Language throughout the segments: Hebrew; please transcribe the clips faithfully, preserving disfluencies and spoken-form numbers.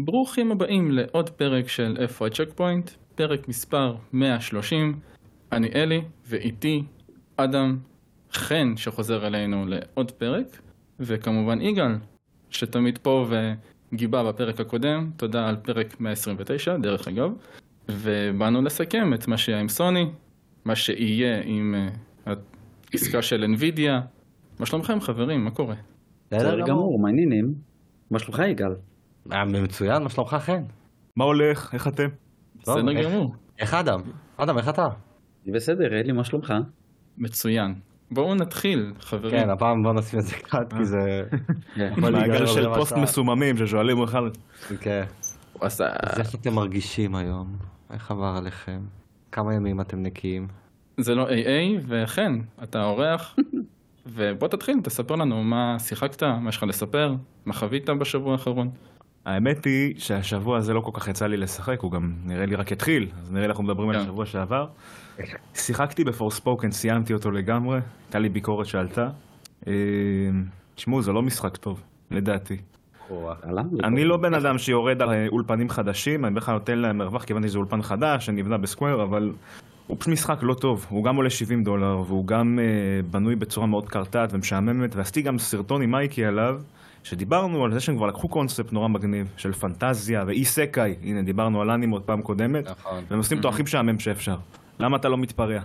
ברוכים הבאים לעוד פרק של אף וואי צ'קפוינט, פרק מספר מאה ושלושים. אני אלי, ואיתי אדם חן שחוזר אלינו לעוד פרק, וכמובן יגאל שתמיד פה וגיבה בפרק הקודם. תודה על פרק מאה עשרים ותשע דרך אגב, ובאנו לסכם את מה שיהיה עם סוני, מה שיהיה עם uh, העסקה של אנווידיה. מה שלומכם חברים? מה קורה? בסדר גמור, מעניינים. מה שלומך יגאל? מצוין, מה שלומך חן? מה הולך? איך אתם? בסדר גמור. איך אדם? אדם, איך אתה? בסדר, אלי, מה שלומך? מצוין. בואו נתחיל חברים. כן, הפעם בוא נשים את זה קאט, כי זה... מעגל של פוסט מסוממים ששואלים אחד. כן. אז איך אתם מרגישים היום? איך עבר עליכם? כמה ימים אתם נקיים? זה לא איי איי, וכן, אתה אורח. ובוא תתחיל, תספר לנו מה שיחקת, מה יש לך לספר, מה חווית בשבוע האחרון. האמת היא שהשבוע הזה לא כל כך יצא לי לשחק, הוא גם נראה לי רק התחיל, אז נראה לי אנחנו מדברים על השבוע שעבר. שיחקתי בפורספוקן, סיימתי אותו לגמרי, הייתה לי ביקורת שעלתה. תשמעו, זה לא משחק טוב, לדעתי. אני לא בן אדם שיורד על אולפנים חדשים, אני בכלל נותן להם מרווח, כיוונתי שזה אולפן חדש, שנבנה בסקוואר, אבל הוא פשוט משחק לא טוב. הוא גם עולה שבעים דולר, והוא גם בנוי בצורה מאוד קרטעת ומשעממת, ועשיתי גם סרטון עם מייקי עליו, שדיברנו על זה שהם כבר לקחו קונספט נורא מגניב של פנטזיה ואי סקאי. הנה, דיברנו על אנימות פעם קודמת, והם עושים אותו הכי משעמם שאפשר. למה אתה לא מתפרע?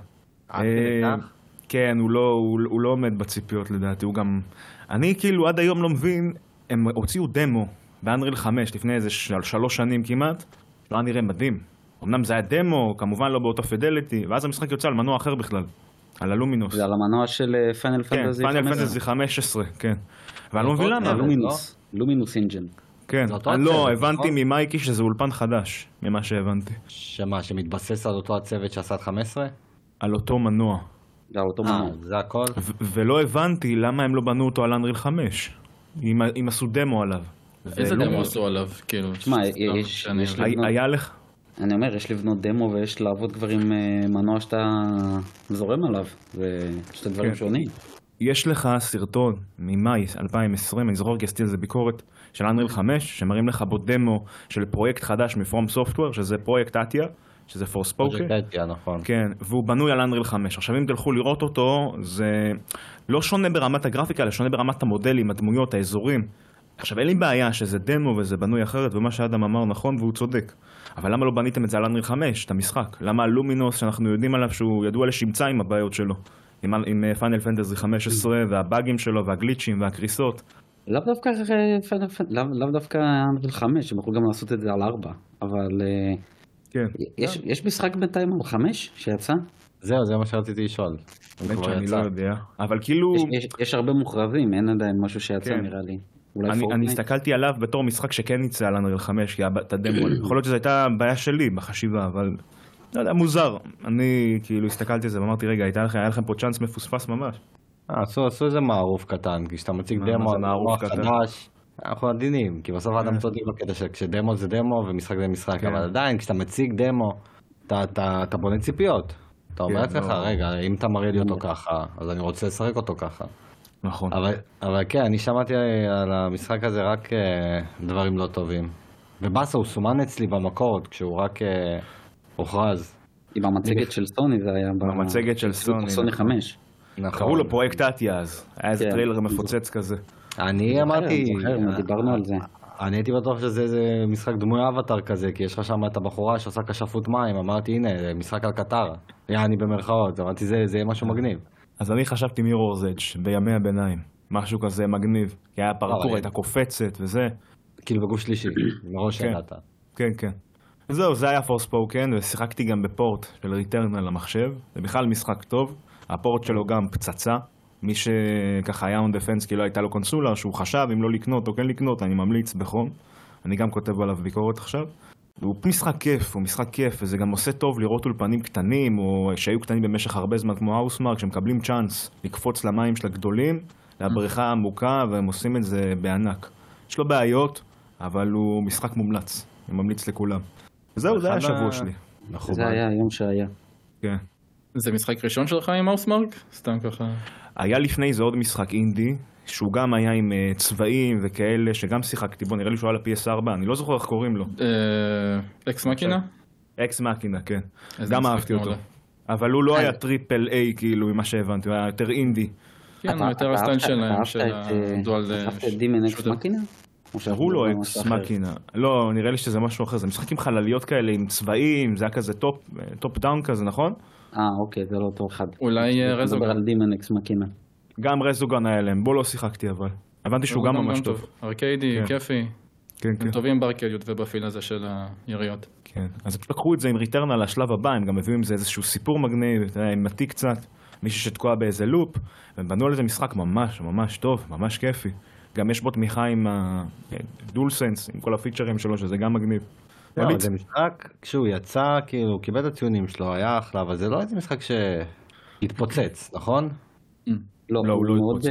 כן, הוא לא, הוא לא עומד בציפיות לדעתי. הוא גם, אני כאילו עד היום לא מבין, הם הוציאו דמו באנריל חמש לפני איזה שלוש שנים כמעט, לא היה נראה מדהים. אמנם זה היה דמו, כמובן לא באותו פידליטי, ואז המשחק יוצא על מנוע אחר בכלל, על הלומינוס. זה על המנוע של פיינל פנטזי חמש עשרה. כן, פיינל פנטזי חמש עשרה, כן. ואני לא מבין למה. לומינוס, לומינוס אינג'ן. כן, אני לא, הבנתי ממייקי שזה אולפן חדש, ממה שהבנתי. שמה, שמתבסס על אותו הצוות שעשה את חמש עשרה? על אותו מנוע. על אותו מנוע. זה הכל? ולא הבנתי למה הם לא בנו אותו על אנריל חמש, אם עשו דמו עליו. איזה דמו עשו עליו? תשמע, יש לבנות... היה לך? אני אומר, יש לבנות דמו ויש לעבוד כבר עם מנוע שאתה זורם עליו, זה שתי דברים שונים. יש לך סרטון ממאי אלפיים ועשרים, אני זוכר כי עשיתי על זה ביקורת, של אנריל חמש, שמראים לך בו דמו של פרויקט חדש מפרום סופטוור, שזה פרויקט אתיה, שזה פורספוקן. פרויקט אתיה, נכון. כן, והוא בנוי על אנריל חמש. עכשיו אם תלכו לראות אותו, זה לא שונה ברמת הגרפיקה, אלא שונה ברמת המודלים, הדמויות, האזורים. עכשיו אין לי בעיה שזה דמו וזה בנוי אחרת, ומה שאדם אמר נכון והוא צודק. אבל למה לא בניתם את זה על אנריל חמש, את המשחק? למה הלומינוס שאנחנו יודעים עליו שהוא ידוע לשמצה עם הבעיות שלו? עם, עם פיינל פנטזי חמש עשרה והבאגים שלו והגליצ'ים והקריסות. לאו דווקא לאו, לאו דווקא אנריל חמש, הם יכולים גם לעשות את זה על ארבע, אבל כן. יש, יש משחק בינתיים על חמש שיצא? זהו, זה מה שרציתי לשאול. באמת שאני לא יודע, אבל כאילו... יש, יש, יש הרבה מוכרזים, אין עדיין משהו שיצא כן. נראה לי. אני, אני הסתכלתי עליו בתור משחק שכן יצא על אנריל חמש, כי היה את הדמו. יכול להיות שזו הייתה בעיה שלי בחשיבה, אבל... לא יודע, מוזר. אני כאילו הסתכלתי על זה ואמרתי, רגע, הייתה לכם, היה לכם פה צ'אנס מפוספס ממש. עשו, עשו איזה מערוף קטן, כי כשאתה מציג דמו, מערוף חדש, אנחנו עדינים, כי בסוף האדם צודק בקטע שכשדמו זה דמו ומשחק זה משחק, אבל עדיין, כשאתה מציג דמו, אתה בונה ציפיות. אתה אומר לך, רגע, אם אתה מראה לי אותו ככה, אז אני רוצה לשחק אותו ככה. נכון. אבל כן, אני שמעתי על המשחק הזה רק דברים לא טובים. ובאסה הוא סומן אצלי במקור, כשהוא רק... הוכרז. עם המצגת של סוני זה היה... במצגת של סוני. סוני חמש. קראו לו פרויקט אתיה אז. היה איזה טריילר מפוצץ כזה. אני אמרתי... דיברנו על זה. אני הייתי בטוח שזה משחק דמוי אבטר כזה, כי יש לך שם את הבחורה שעושה כשפות מים. אמרתי, הנה, משחק על קטר. יעני במרכאות. אמרתי, זה יהיה משהו מגניב. אז אני חשבתי מירור's Edge בימי הביניים. משהו כזה מגניב. כי היה פרקור, הייתה קופצת וזה. כאילו בגוף שלישי. מראש ידעת. כן, כן. זהו, זה היה פורספוקן, ושיחקתי גם בפורט של ריטרן על המחשב. זה בכלל משחק טוב. הפורט שלו גם פצצה. מי שככה היה on defense כי לא הייתה לו קונסולה, שהוא חשב אם לא לקנות או כן לקנות, אני ממליץ בחום. אני גם כותב עליו ביקורת עכשיו. והוא משחק כיף, הוא משחק כיף, וזה גם עושה טוב לראות אולפנים קטנים, או שהיו קטנים במשך הרבה זמן כמו האוסמרק, שמקבלים צ'אנס לקפוץ למים של הגדולים, לבריכה העמוקה, והם עושים את זה בענק. יש לו בעיות, אבל הוא משחק מומלץ. אני ממליץ לכולם. וזהו, זה היה השבוע שלי. זה היה היום שהיה. כן. זה משחק ראשון שלך עם מאוסמרק? סתם ככה. היה לפני זה עוד משחק אינדי, שהוא גם היה עם uh, צבעים וכאלה, שגם שיחקתי בו, נראה לי שהוא היה ל-פי אס ארבע, אני לא זוכר איך קוראים לו. אקס מקינה? אקס מקינה, כן. גם אהבתי אותו. אבל הוא לא היה טריפל איי, כאילו, ממה שהבנתי, הוא היה יותר אינדי. כן, הוא יותר הסטייל שלהם, של הדואל... אהבת את דימן אקס מקינה? הוא לא אקס מקינה. לא, נראה לי שזה משהו אחר. זה משחק עם חלליות כאלה, עם צבעים, זה היה כזה טופ דאון כזה, נכון? אה, אוקיי, זה לא אותו אחד. אולי רזוגן. מדבר על דימן אקס מקינה. גם רזוגן היה להם, בו לא שיחקתי אבל. הבנתי שהוא גם ממש טוב. ארקיידי, כיפי. הם טובים בארקיידיות ובפיל הזה של היריות. כן, אז פשוט לקחו את זה עם ריטרנל לשלב הבא, הם גם מביאים עם זה איזשהו סיפור מגניב, עם מתי קצת, מישהו שתקוע באיזה לופ, והם בנו על איזה משחק ממש, ממש טוב, ממש כיפי. גם יש בו תמיכה עם הדולסנס, עם כל הפיצ'רים שלו, שזה גם מגניב. זה משחק, כשהוא יצא, כאילו, הוא קיבל את הציונים שלו, היה אחלה, אבל זה לא איזה משחק שהתפוצץ, נכון? לא, הוא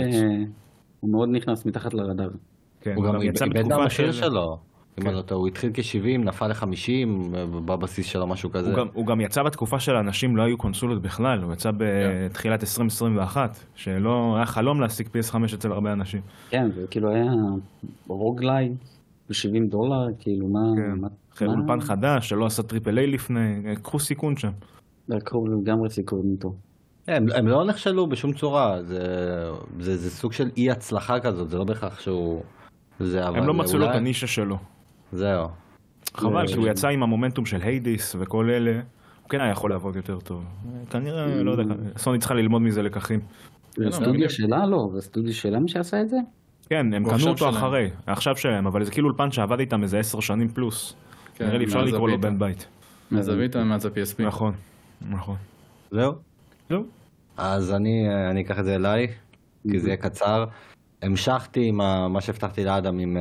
מאוד נכנס מתחת לרדאר. הוא גם איבד את המחיר שלו. הוא התחיל כ-שבעים, נפל ל-חמישים בבסיס שלו, משהו כזה. הוא גם יצא בתקופה של האנשים, לא היו קונסולות בכלל, הוא יצא בתחילת עשרים עשרים ואחת, שלא היה חלום להשיג פי אס חמש אצל הרבה אנשים. כן, זה כאילו היה רוגלייט, ב-שבעים דולר, כאילו מה... אחרי אולפן חדש, שלא עשה טריפל איי לפני, קחו סיכון שם. לקחו לגמרי סיכון איתו. הם לא נכשלו בשום צורה, זה סוג של אי הצלחה כזאת, זה לא בהכרח שהוא... הם לא מצאו לו את הנישה שלו. זהו. חבל, כי הוא יצא עם המומנטום של היידיס וכל אלה, הוא כן היה יכול לעבוד יותר טוב. כנראה, לא יודע, סוני צריכה ללמוד מזה לקחים. זה סטודיו שלה? לא, זה סטודיו שלה מי שעשה את זה? כן, הם קנו אותו אחרי, עכשיו שלהם, אבל זה כאילו אולפן שעבד איתם איזה עשר שנים פלוס. נראה לי אפשר לקרוא לו בן בית. מהזווית מאז ה-פי אס פי. נכון, נכון. זהו? זהו. אז אני אקח את זה אליי, כי זה יהיה קצר. המשכתי עם מה שהבטחתי לאדם עם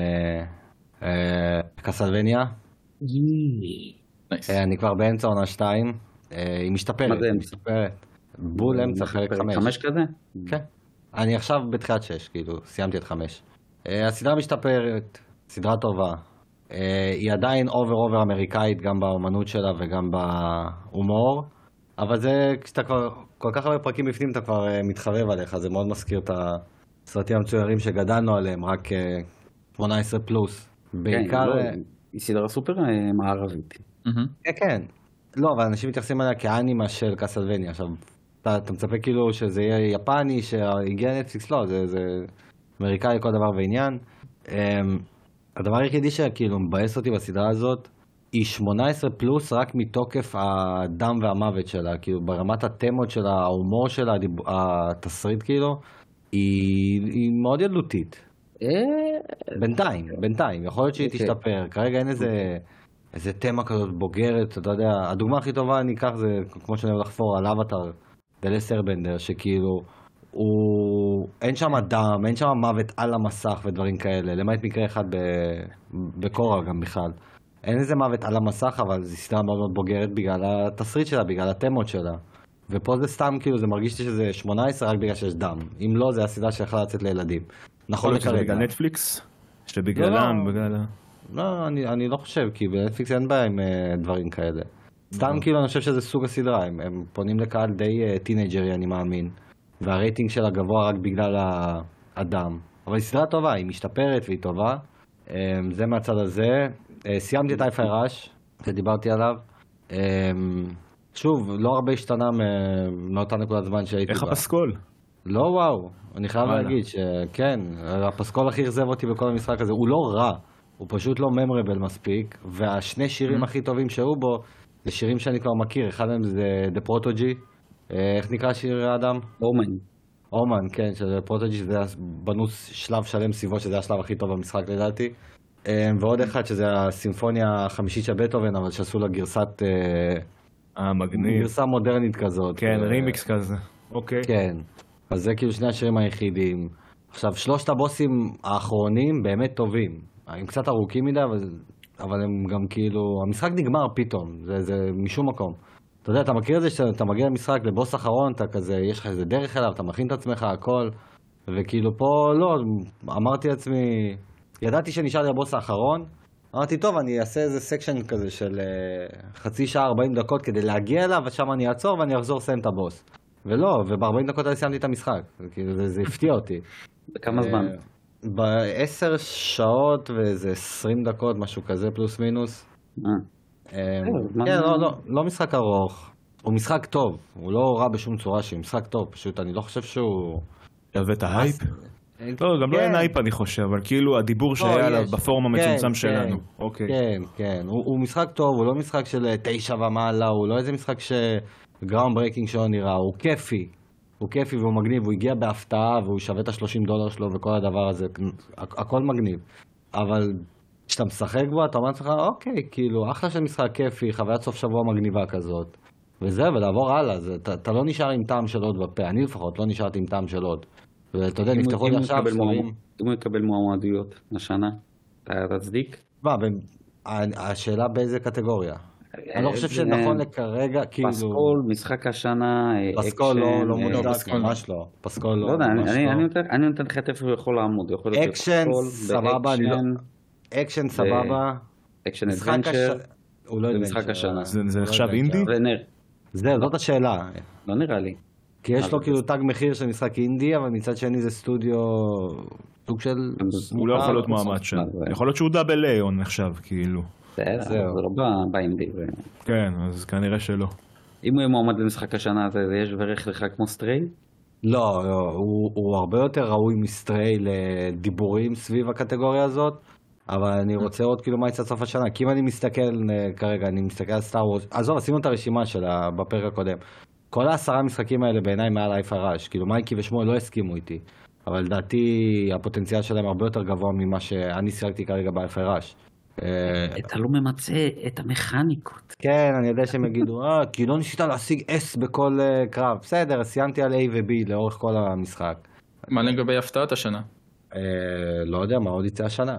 קסלווניה. אני כבר באמצע עונה שתיים, היא משתפרת. מה זה משתפרת? בול אמצע חלק חמש. חמש כזה? כן. אני עכשיו בתחילת שש, כאילו, סיימתי את חמש. הסדרה משתפרת, סדרה טובה. היא עדיין אובר אובר אמריקאית, גם באמנות שלה וגם בהומור. אבל זה, כשאתה כבר כל כך הרבה פרקים בפנים, אתה כבר מתחרב עליך, זה מאוד מזכיר את ה... סרטים המצוירים שגדלנו עליהם, רק שמונה עשרה פלוס. בעיקר... היא סדרה סופר מערבית. כן, כן. לא, אבל אנשים מתייחסים עליה כאנימה של קסלווניה. עכשיו, אתה מצפה כאילו שזה יהיה יפני, שהגיע נטפליקס, לא, זה אמריקאי כל דבר ועניין. הדבר היחידי שכאילו מבאס אותי בסדרה הזאת, היא שמונה עשרה פלוס רק מתוקף הדם והמוות שלה, כאילו ברמת התמות שלה, ההומור שלה, התסריט כאילו, היא, היא מאוד ילדותית. בינתיים, בינתיים. יכול להיות שהיא תשתפר. כרגע אין איזה, איזה תמה כזאת בוגרת, אתה יודע. הדוגמה הכי טובה אני אקח זה, כמו שאני אוהב לחפור, על אבטר, דלס ארבנדר, שכאילו, הוא... אין שם דם, אין שם מוות על המסך ודברים כאלה. למעט מקרה אחד בקורה גם בכלל. אין איזה מוות על המסך, אבל זו סדרה מאוד מאוד בוגרת בגלל התסריט שלה, בגלל התמות שלה. ופה זה סתם, כאילו, זה מרגיש לי שזה שמונה עשרה רק בגלל שיש דם. אם לא, זה הסדרה שיכולה לצאת לילדים. נכון לכרגע. שזה בגלל נטפליקס? שבגללם, בגלל... לא, אני, אני לא חושב, כי בנטפליקס אין בעיה עם uh, דברים כאלה. סתם כאילו, אני חושב שזה סוג הסדרה. הם, הם פונים לקהל די uh, טינג'רי, אני מאמין. והרייטינג שלה גבוה רק בגלל הדם. אבל היא סדרה טובה, היא משתפרת והיא טובה. Um, זה מהצד הזה. Uh, סיימתי את אייפיי ראש, שדיברתי עליו. Um, שוב, לא הרבה השתנה מאותה נקודת זמן שהייתי בה. איך הפסקול? לא וואו, אני חייב להגיד שכן, הפסקול הכי אכזב אותי בכל המשחק הזה, הוא לא רע, הוא פשוט לא ממרבל מספיק, והשני שירים הכי טובים שהיו בו, זה שירים שאני כבר מכיר, אחד מהם זה The Prodigy, איך נקרא שיר האדם? אומן. אומן, כן, שזה פרוטוג'י, שזה בנו שלב שלם סביבו, שזה השלב הכי טוב במשחק לדעתי. ועוד אחד שזה הסימפוניה החמישית של בטהובן, אבל שעשו לה גרסת... אה, מגניב. גרסה מודרנית כזאת. כן, רימיקס כזה. אוקיי. כן. אז זה כאילו שני השירים היחידים. עכשיו, שלושת הבוסים האחרונים באמת טובים. הם קצת ארוכים מדי, אבל, אבל הם גם כאילו... המשחק נגמר פתאום, זה, זה משום מקום. אתה יודע, אתה מכיר את זה שאתה מגיע למשחק לבוס אחרון, אתה כזה, יש לך איזה דרך אליו, אתה מכין את עצמך, הכל. וכאילו פה, לא, אמרתי לעצמי... ידעתי שנשאר לי הבוס האחרון, אמרתי, טוב, אני אעשה איזה סקשן כזה של חצי שעה, ארבעים דקות כדי להגיע אליו, ושם אני אעצור ואני אחזור לסיים את הבוס. ולא, וב-ארבעים דקות אני סיימתי את המשחק. כאילו, זה, זה הפתיע אותי. בכמה זמן? בעשר שעות ואיזה עשרים דקות, משהו כזה, פלוס מינוס. כן, לא, לא, לא משחק ארוך. הוא משחק טוב, הוא לא רע בשום צורה שהוא משחק טוב, פשוט אני לא חושב שהוא... שווה את ההייפ? לא, גם לא אין הייפ אני חושב, אבל כאילו הדיבור שהיה עליו בפורום המצומצם שלנו. כן, כן, הוא משחק טוב, הוא לא משחק של תשע ומעלה, הוא לא איזה משחק שגראונד ברייקינג שלו נראה, הוא כיפי. הוא כיפי והוא מגניב, הוא הגיע בהפתעה והוא שווה את ה-שלושים דולר שלו וכל הדבר הזה, הכל מגניב. אבל כשאתה משחק בו, אתה אומר לך, אוקיי, כאילו, אחלה של משחק כיפי, חוויית סוף שבוע מגניבה כזאת. וזה, ולעבור הלאה, זה, אתה, אתה לא נשאר עם טעם של עוד בפה, אני לפחות לא נשארתי עם טעם של עוד. ואתה יודע, נפתחו לי עכשיו ספרים. אם הוא יקבל מועמדויות השנה, אתה תצדיק? מה, השאלה באיזה קטגוריה? אני לא חושב שנכון לכרגע, כאילו... פסקול, משחק השנה, אקשן... פסקול לא מודק, ממש לא. פסקול לא, ממש לא. אני נותן לך איפה הוא יכול לעמוד. אקשן, סבבה, אקשן, סבבה. אקשן אדוונצ'ר. זה משחק השנה. זה נחשב אינדי? זה, זאת השאלה. לא נראה לי. כי יש לו כאילו תג מחיר של משחק אינדי, אבל מצד שני זה סטודיו... סוג של... הוא לא יכול להיות מעמד שם. יכול להיות שהוא דאבל איי און נחשב, כאילו. זה לא באינדי. כן, אז כנראה שלא. אם הוא יהיה מועמד למשחק השנה, זה יש ברך לך כמו סטריי? לא, הוא הרבה יותר ראוי מסטריי לדיבורים סביב הקטגוריה הזאת, אבל אני רוצה עוד כאילו מה יצא סוף השנה, כי אם אני מסתכל כרגע, אני מסתכל על סטאר וורס, עזוב, עשינו את הרשימה שלה בפרק הקודם. כל העשרה המשחקים האלה בעיניי מעל אייף הראש, כאילו מייקי ושמואל לא הסכימו איתי, אבל לדעתי הפוטנציאל שלהם הרבה יותר גבוה ממה שאני שיחקתי כרגע באייף הראש. אתה לא ממצא את המכניקות. כן, אני יודע שהם יגידו, אה, כי לא ניסית להשיג S בכל קרב. בסדר, סיימתי על A ו-B לאורך כל המשחק. מה לגבי הפתעת השנה? לא יודע, מה עוד יצא השנה?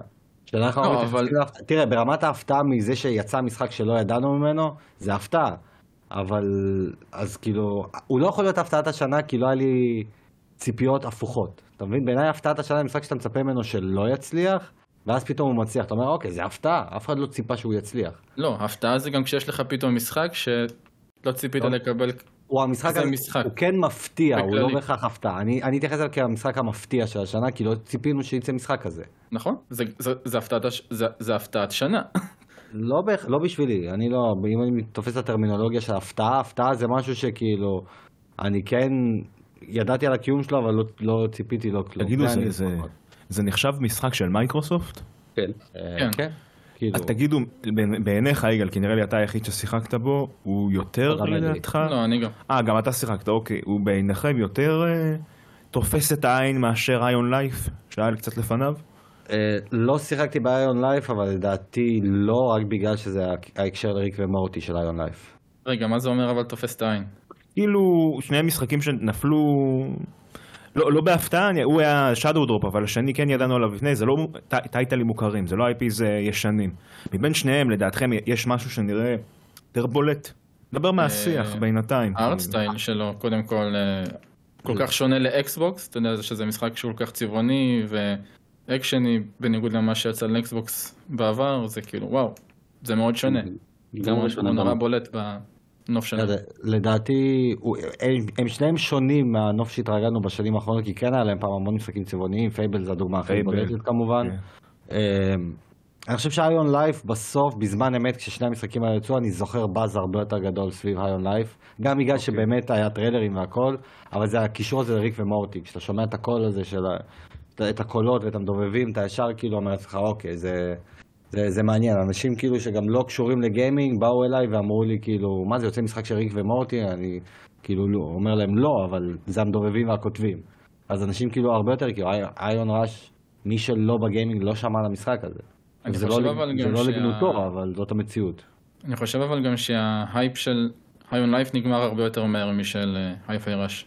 תראה, ברמת ההפתעה מזה שיצא משחק שלא ידענו ממנו, זה הפתעה. אבל, אז כאילו, הוא לא יכול להיות הפתעת השנה כי לא היה לי ציפיות הפוכות. אתה מבין? בעיניי הפתעת השנה משחק שאתה מצפה ממנו שלא יצליח, ואז פתאום הוא מצליח. אתה אומר, אוקיי, זה הפתעה. אף אחד לא ציפה שהוא יצליח. לא, הפתעה זה גם כשיש לך פתאום משחק שלא ציפית לקבל... הוא המשחק, הוא כן מפתיע, הוא לא בהכרח הפתעה. אני, אני אתייחס אליו כמשחק המפתיע של השנה, כי לא ציפינו שיצא משחק כזה. נכון, זה, זה, זה הפתעת, זה, זה הפתעת שנה. לא, לא בשבילי, אני לא, אם אני תופס את הטרמינולוגיה של הפתעה, הפתעה זה משהו שכאילו, אני כן ידעתי על הקיום שלו, אבל לא, לא ציפיתי לו כלום. תגידו, זה, זה, זה נחשב משחק של מייקרוסופט? כן. כן. כן. אז תגידו, בעיניך יגאל, כי נראה לי אתה היחיד ששיחקת בו, הוא יותר לדעתך? לא, אני גם. אה, גם אתה שיחקת, אוקיי. הוא בעיניכם יותר תופס את העין מאשר איון לייף, שהיה לי קצת לפניו? לא שיחקתי באיון לייף, אבל לדעתי לא רק בגלל שזה ההקשר לריק ומורטי של איון לייף. רגע, מה זה אומר אבל תופס את העין? כאילו, שני משחקים שנפלו... לא, לא בהפתעה, הוא היה שדו דרופ, אבל השני כן ידענו עליו לפני, זה לא טייטלים מוכרים, זה לא איי פי, זה ישנים. מבין שניהם, לדעתכם, יש משהו שנראה יותר בולט? דבר מהשיח בינתיים. הארטסטייל שלו, קודם כל, כל כך שונה לאקסבוקס, אתה יודע שזה משחק שהוא כל כך צבעוני ואקשני, בניגוד למה שיצא לאקסבוקס בעבר, זה כאילו, וואו, זה מאוד שונה. זה נורא בולט בנוף שלנו. לדעתי, הם שניהם שונים מהנוף שהתרגלנו בשנים האחרונות, כי כן היה להם פעם המון משחקים צבעוניים, פייבל זה הדוגמה הכי בולטת כמובן. אני חושב שהיון לייף בסוף, בזמן אמת, כששני המשחקים האלה יצאו, אני זוכר באז הרבה יותר גדול סביב היון לייף, גם בגלל שבאמת היה טריילרים והכל, אבל זה הקישור הזה לריק ומורטי, כשאתה שומע את הקול הזה של את הקולות ואת המדובבים, אתה ישר כאילו אומר לך, אוקיי, זה, זה, זה מעניין. אנשים כאילו שגם לא קשורים לגיימינג, באו אליי ואמרו לי כאילו, מה זה יוצא משחק של ריק ומורטי? אני כאילו לא, אומר להם לא, אבל זה המדובבים והכותבים. אז אנשים כאילו הרבה יותר, כאילו, איון ראש, מי שלא בגיימינג לא שמע על המשחק הזה. זה לא, זה לא שה... לגנותו, אבל זאת המציאות. אני חושב אבל גם שההייפ של היון לייף נגמר הרבה יותר מהר משל הייפיי ראש.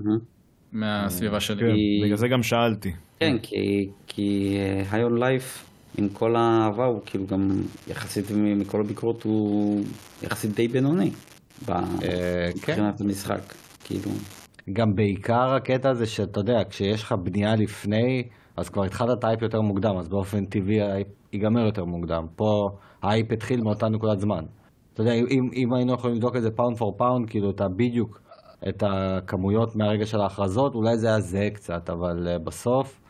מהסביבה שלי. כן, בגלל זה גם שאלתי. כן, כי היון לייף, עם כל האהבה, הוא כאילו גם יחסית מכל הביקורות, הוא יחסית די בינוני. מבחינת המשחק, כאילו. גם בעיקר הקטע הזה שאתה יודע, כשיש לך בנייה לפני, אז כבר התחלת את האייפ יותר מוקדם, אז באופן טבעי האייפ ייגמר יותר מוקדם. פה האייפ התחיל מאותה נקודת זמן. אתה יודע, אם, אם היינו יכולים לבדוק את זה פאונד פור פאונד, כאילו אתה בדיוק את הכמויות מהרגע של ההכרזות, אולי זה היה זהה קצת, אבל uh, בסוף,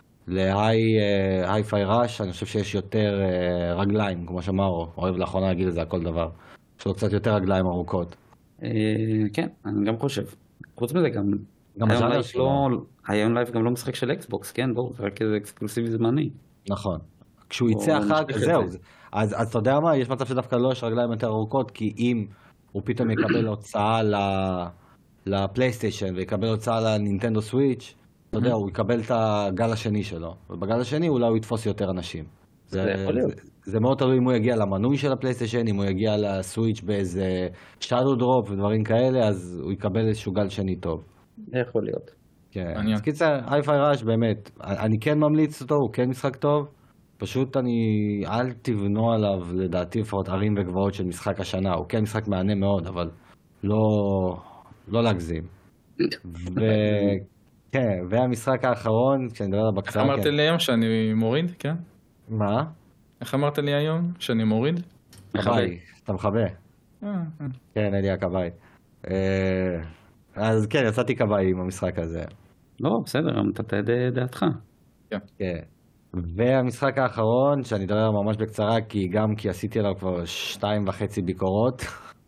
להי-פיי ראש, אני חושב שיש יותר uh, רגליים, כמו שמרו, אוהב לאחרונה להגיד את זה על כל דבר. יש לו קצת יותר רגליים ארוכות. כן, אני גם חושב. חוץ מזה גם, גם היום הז'אנר לייב שלו. לא, היום לייב גם לא משחק של אקסבוקס, כן, בואו, זה רק איזה אקסקלוסיבי זמני. נכון. כשהוא יצא או אחר נשכח כך, את זהו. זה. אז, אז אתה יודע מה, יש מצב שדווקא לא יש רגליים יותר ארוכות, כי אם הוא פתאום יקבל הוצאה ל- לפלייסטיישן ויקבל הוצאה לנינטנדו סוויץ', אתה יודע, הוא יקבל את הגל השני שלו. ובגל השני אולי הוא יתפוס יותר אנשים. זה יכול להיות. זה, זה מאוד תלוי אם הוא יגיע למנוי של הפלייסטיישן, אם הוא יגיע לסוויץ' באיזה shadow drop ודברים כאלה, אז הוא יקבל איזשהו גל שני טוב. זה יכול להיות. כן. מעניין. אז קיצר, hi-fi rush באמת, אני כן ממליץ אותו, הוא כן משחק טוב, פשוט אני, אל תבנו עליו לדעתי לפחות ערים וגבעות של משחק השנה, הוא כן משחק מענה מאוד, אבל לא, לא להגזים. ו... כן, והמשחק האחרון, כשאני מדבר איך בקצרה, אמרת כן. לי היום שאני מוריד, כן? מה? איך אמרת לי היום שאני מוריד? כבאי, אתה מכבה. אה, אה. כן, אלי הכבאי. אה, אז כן, יצאתי כבאי עם המשחק הזה. לא, בסדר, נתת את דעתך. כן. והמשחק האחרון, שאני אדבר ממש בקצרה, כי גם כי עשיתי עליו כבר שתיים וחצי ביקורות,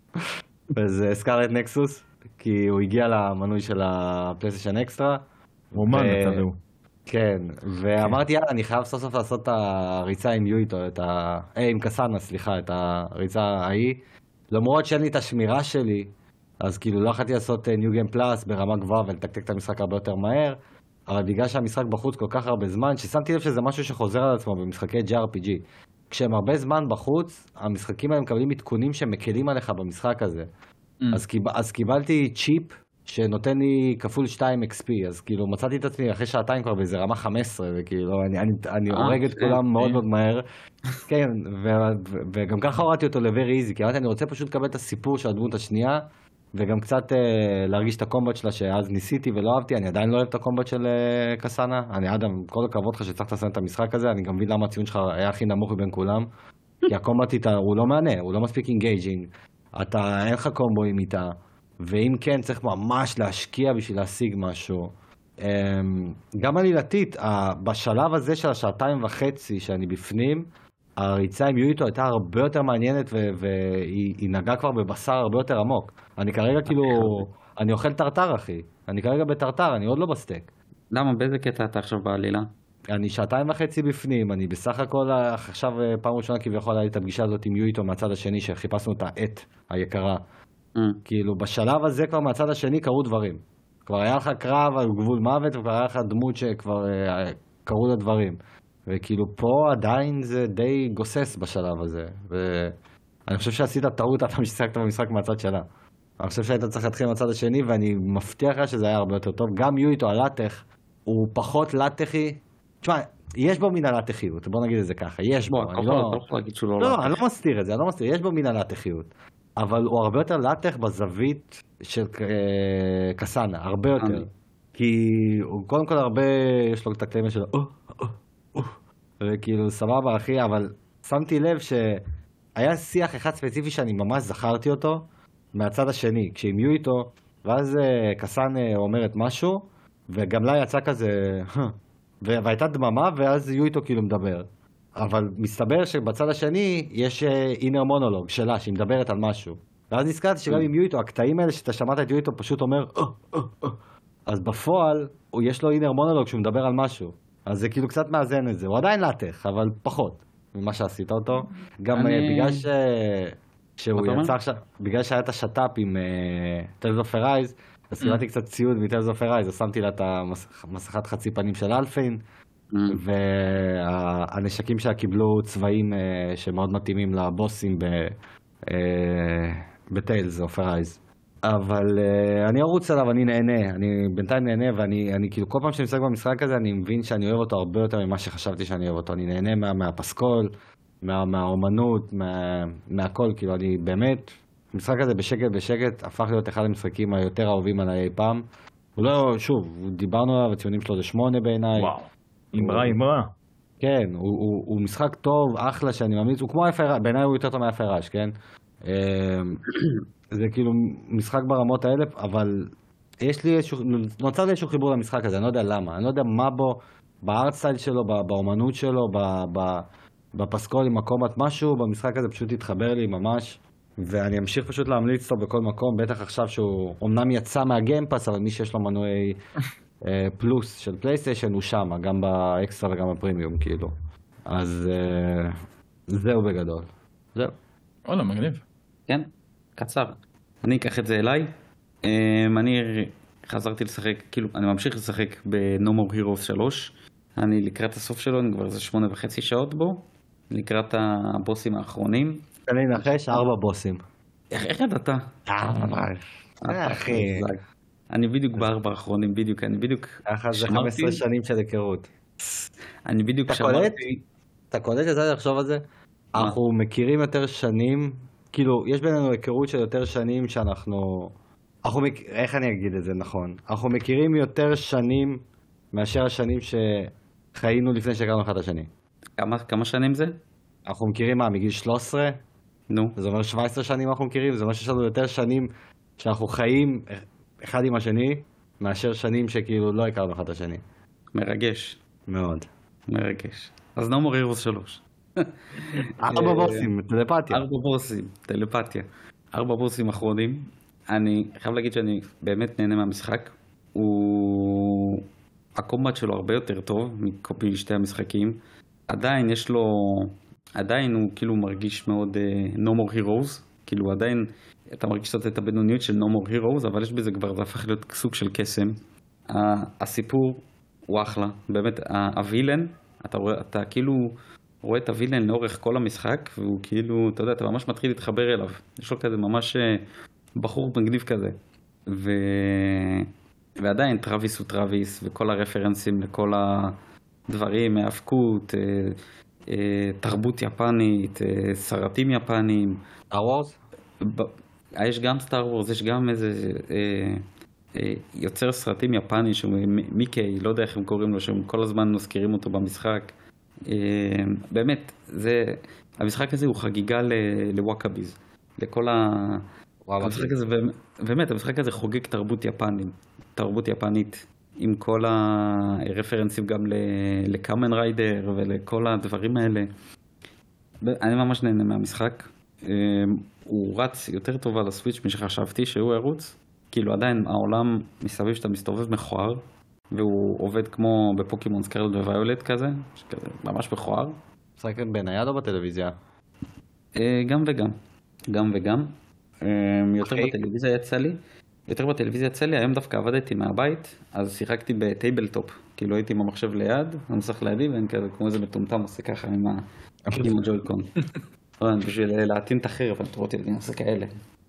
וזה סקארלט נקסוס, כי הוא הגיע למנוי של הפלייסטיישן אקסטרה. רומן ו- הצד ההוא. כן, ואמרתי, יאללה, אני חייב סוף סוף לעשות את הריצה עם יואיטו, את ה... אה, עם קסאנה, סליחה, את הריצה ההיא. למרות שאין לי את השמירה שלי, אז כאילו לא יכולתי לעשות ניו גיים פלאס ברמה גבוהה ולתקתק את המשחק הרבה יותר מהר, אבל בגלל שהמשחק בחוץ כל כך הרבה זמן, ששמתי לב שזה משהו שחוזר על עצמו במשחקי ג'י אר פי ג'י. כשהם הרבה זמן בחוץ, המשחקים האלה מקבלים עדכונים שמקלים עליך במשחק הזה. אז, קיב... אז קיבלתי צ'יפ שנותן לי כפול שתיים אקס פי, אז כאילו מצאתי את עצמי אחרי שעתיים כבר באיזה רמה חמש עשרה, וכאילו אני, אני, אני הורג את כולם מאוד מאוד מהר. כן, ו... ו... וגם ככה הורדתי אותו ל-very easy, כי אמרתי אני רוצה פשוט לקבל את הסיפור של הדמות השנייה, וגם קצת אה, להרגיש את הקומבט שלה שאז ניסיתי ולא אהבתי, אני עדיין לא אוהב את הקומבט של אה, קסאנה, אני אדם, כל הכבוד לך שצריך לסיים את המשחק הזה, אני גם מבין למה הציון שלך היה הכי נמוך מבין כולם, כי הקומבט איתה הוא לא מענה, הוא לא מספיק אינגייג'ינג, אתה אין לך קומבואים איתה, ואם כן צריך ממש להשקיע בשביל להשיג משהו. אה, גם עלילתית, אה, בשלב הזה של השעתיים וחצי שאני בפנים, הריצה עם יואיטו הייתה הרבה יותר מעניינת והיא נגעה כבר בבשר הרבה יותר עמוק. אני כרגע כאילו, אני אוכל טרטר אחי, אני כרגע בטרטר, אני עוד לא בסטייק. למה? באיזה קטע אתה עכשיו בעלילה? אני שעתיים וחצי בפנים, אני בסך הכל עכשיו פעם ראשונה כביכול היה לי את הפגישה הזאת עם יואיטו מהצד השני שחיפשנו את העט היקרה. כאילו בשלב הזה כבר מהצד השני קרו דברים. כבר היה לך קרב על גבול מוות וכבר היה לך דמות שכבר קרו לה דברים. וכאילו פה עדיין זה די גוסס בשלב הזה, ואני חושב שעשית טעות אתה משחקת במשחק מהצד שלה. אני חושב שהיית צריך להתחיל מהצד השני, ואני מבטיח לך שזה היה הרבה יותר טוב. גם יואיטו הלטח הוא פחות לטחי, תשמע, יש בו מן הלטחיות, בוא נגיד את זה ככה, יש בו. בוא, אני לא יכול להגיד שהוא לא לא, לטח. אני לא מסתיר את זה, אני לא מסתיר, יש בו מן הלטחיות. אבל הוא הרבה יותר לטח בזווית של אה, קסאנה, הרבה יותר. כי הוא קודם כל הרבה, יש לו את הקטעים שלו, "או, או, או", וכאילו סבבה אחי, אבל שמתי לב שהיה שיח אחד ספציפי שאני ממש זכרתי אותו מהצד השני, כשהם יהיו איתו, ואז אה, קסאן אה, אומרת משהו, וגם לה יצא כזה, "ו- והייתה דממה, ואז יהיו איתו כאילו מדבר. אבל מסתבר שבצד השני יש אינר מונולוג שלה, שהיא מדברת על משהו. ואז נזכרתי שגם עם יואיטו, הקטעים האלה שאתה שמעת את יואיטו פשוט אומר, "אה, אה, אה". אז בפועל, הוא יש לו אינר מונולוג שהוא מדבר על משהו. אז זה כאילו קצת מאזן את זה. הוא עדיין לטח, אבל פחות ממה שעשית אותו. גם אני- בגלל ש... שהוא מה אתה אומר? יצא עכשיו, בגלל שהיה את השת"פ עם טלס אוף ארייז, אז קיבלתי קצת ציוד מטלס אוף ארייז, אז שמתי לה את המסכת חצי פנים של אלפין, והנשקים שלה קיבלו צבעים אה, שמאוד מתאימים לבוסים בטיילס אוף ארייז. אבל אה, אני ארוץ עליו, אני נהנה, אני בינתיים נהנה, ואני אני, כאילו כל פעם שאני משחק במשחק הזה אני מבין שאני אוהב אותו הרבה יותר ממה שחשבתי שאני אוהב אותו. אני נהנה מה, מהפסקול, מה, מהאומנות, מה, מהכל, כאילו אני באמת, המשחק הזה בשקט בשקט הפך להיות אחד המשחקים היותר אהובים עליי אי פעם. הוא לא, שוב, דיברנו עליו, הציונים שלו זה שמונה בעיניי. וואו, אמרה אמרה. כן, הוא, הוא, הוא משחק טוב, אחלה שאני ממליץ, הוא כמו אפר, בעיניי הוא יותר טוב מאפרש, כן? זה כאילו משחק ברמות האלה, אבל יש לי איזשהו, נוצר לי איזשהו חיבור למשחק הזה, אני לא יודע למה, אני לא יודע מה בו, בארט סטייל שלו, באומנות שלו, בפסקול עם הקומט, משהו במשחק הזה פשוט התחבר לי ממש, ואני אמשיך פשוט להמליץ לו בכל מקום, בטח עכשיו שהוא אומנם יצא מהגיימפאס, אבל מי שיש לו מנועי פלוס של פלייסטיישן הוא שם, גם באקסטרה וגם בפרימיום כאילו. אז זהו בגדול. זהו. וואלה, מגניב. כן, קצר. אני אקח את זה אליי. אני חזרתי לשחק, כאילו, אני ממשיך לשחק ב-No More Heroes שלוש. אני לקראת הסוף שלו, אני כבר איזה שמונה וחצי שעות בו. לקראת הבוסים האחרונים. אני נחש ארבע בוסים. איך ידעת? אחי. אני בדיוק בארבע האחרונים, בדיוק, אני בדיוק ככה זה חמש עשרה שנים של היכרות. אני בדיוק שמרתי. אתה קולט את זה לחשוב על זה? אנחנו מכירים יותר שנים, כאילו, יש בינינו היכרות של יותר שנים שאנחנו, איך אני אגיד את זה נכון? אנחנו מכירים יותר שנים מאשר השנים שחיינו לפני שהכרנו אחד השני. כמה שנים זה? אנחנו מכירים מה, מגיל שלוש עשרה? נו. זה אומר שבע עשרה שנים אנחנו מכירים, זה אומר שיש לנו יותר שנים שאנחנו חיים אחד עם השני, מאשר שנים שכאילו לא הכרנו אחד השני. מרגש. מאוד. מרגש. אז No More Heroes שלוש. ארבע בוסים, טלפתיה. ארבע בוסים, טלפתיה. ארבע בוסים אחרונים. אני חייב להגיד שאני באמת נהנה מהמשחק. הוא... הקומבט שלו הרבה יותר טוב מקופי שתי המשחקים. עדיין יש לו... עדיין הוא כאילו מרגיש מאוד uh, No More Heroes. כאילו עדיין אתה מרגיש קצת את הבינוניות של No More Heroes, אבל יש בזה כבר, זה הפך להיות סוג של קסם. Uh, הסיפור הוא אחלה. באמת, הווילן, אתה, רואה, אתה כאילו רואה את הווילן לאורך כל המשחק, והוא כאילו, אתה יודע, אתה ממש מתחיל להתחבר אליו. יש לו כזה ממש בחור מגניב כזה. ו... ועדיין טרוויס הוא טרוויס, וכל הרפרנסים לכל הדברים, האבקות, תרבות יפנית, סרטים יפנים. סטאר וורס? יש גם סטאר וורס, יש גם איזה יוצר סרטים יפני, שהוא מיקי, לא יודע איך הם קוראים לו, שהם כל הזמן מזכירים אותו במשחק. באמת, זה, המשחק הזה הוא חגיגה לוואקאביז, לכל ה... המשחק הזה, באמת, המשחק הזה חוגג תרבות יפנית, תרבות יפנית, עם כל הרפרנסים גם לקאמן ריידר ולכל הדברים האלה. אני ממש נהנה מהמשחק. הוא רץ יותר טוב על הסוויץ' משחשבתי שהוא ירוץ. כאילו עדיין העולם מסביב שאתה מסתובב מכוער, והוא עובד כמו בפוקימון סקרלט וויולט כזה, ממש מכוער. משחק בנייד או בטלוויזיה? גם וגם, גם וגם. יותר בטלוויזיה יצא לי, יותר בטלוויזיה יצא לי, היום דווקא עבדתי מהבית, אז שיחקתי בטייבלטופ, כאילו הייתי עם המחשב ליד, המסך לידי, ואני כזה כמו איזה מטומטם עושה ככה עם הג'ויקון. בשביל להתאים את החרב, אני תראו אותי אני עושה כאלה.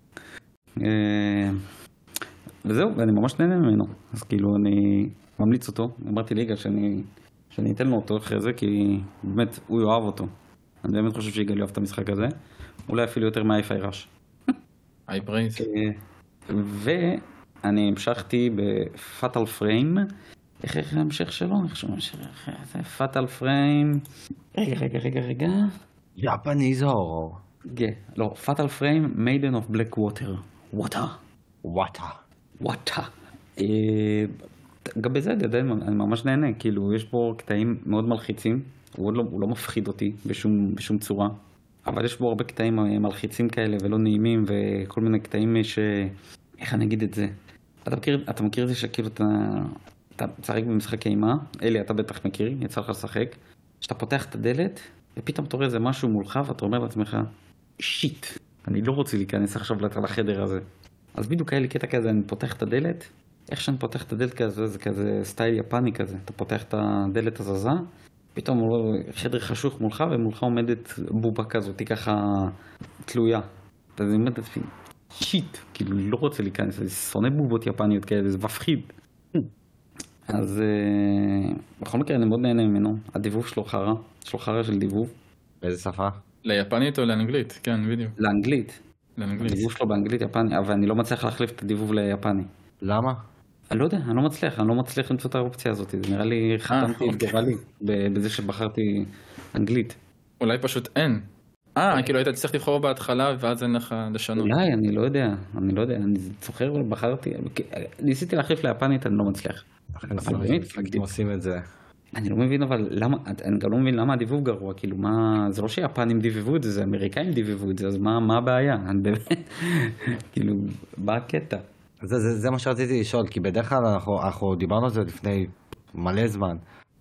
וזהו, ואני ממש נהנה ממנו, אז כאילו אני ממליץ אותו, אמרתי ליגה שאני, שאני אתן לו אותו אחרי זה, כי באמת הוא יאהב אותו. אני באמת חושב שיגאל יאהב את המשחק הזה, אולי אפילו יותר מהאיי-פיי ראש. היי פרייס. ואני המשכתי בפאטל פריים, איך איך ההמשך שלו? איך שהוא המשך? זה פאטל פריים, רגע רגע רגע רגע. יפניז הורור. לא, פאטל פריים, Maiden of Black Water. Water. Water. וואטה. גם בזה אני יודע, אני ממש נהנה, כאילו יש פה קטעים מאוד מלחיצים, הוא לא, הוא לא מפחיד אותי בשום, בשום צורה, אבל יש בו הרבה קטעים מלחיצים כאלה ולא נעימים, וכל מיני קטעים ש... איך אני אגיד את זה? אתה מכיר, אתה מכיר את זה שכאילו אתה, אתה משחק במשחק אימה, אלי אתה בטח מכיר, יצא לך לשחק, שאתה פותח את הדלת, ופתאום אתה רואה איזה משהו מולך, ואתה אומר לעצמך, שיט, אני לא רוצה להיכנס עכשיו לחדר הזה. אז בדיוק היה לי קטע כזה, אני פותח את הדלת, איך שאני פותח את הדלת כזה, זה כזה סטייל יפני כזה, אתה פותח את הדלת הזזה, פתאום חדר חשוך מולך, ומולך עומדת בובה כזאת, היא ככה תלויה. אתה עומד את עצמי, שיט, כאילו לא רוצה להיכנס, אני שונא בובות יפניות כאלה, זה מפחיד. אז בכל מקרה אני מאוד נהנה ממנו, הדיבוב שלו חרה, יש לו חרה של דיבוב. באיזה שפה? ליפנית או לאנגלית? כן, בדיוק. לאנגלית. לאנגלית. הדיבוב שלו באנגלית יפני, אבל אני לא מצליח להחליף את הדיבוב ליפני. למה? אני לא יודע, אני לא מצליח, אני לא מצליח למצוא את האופציה הזאת, זה נראה לי חתמתי את גורלי בזה שבחרתי אנגלית. אולי פשוט אין. אה, כאילו היית צריך לבחור בהתחלה ואז אין לך לשנות. אולי, אני לא יודע, אני לא יודע, אני זוכר ובחרתי, ניסיתי להחליף ליפנית, אני לא מצליח. הם עושים את זה. אני לא מבין, אבל למה, אני גם לא מבין למה הדיבוב גרוע, כאילו מה, זה לא שיפנים דיבבו את זה, זה אמריקאים דיבבו את זה, אז מה, מה הבעיה? אני באמת, כאילו, מה הקטע? זה, זה, זה מה שרציתי לשאול, כי בדרך כלל אנחנו, אנחנו דיברנו על זה לפני מלא זמן,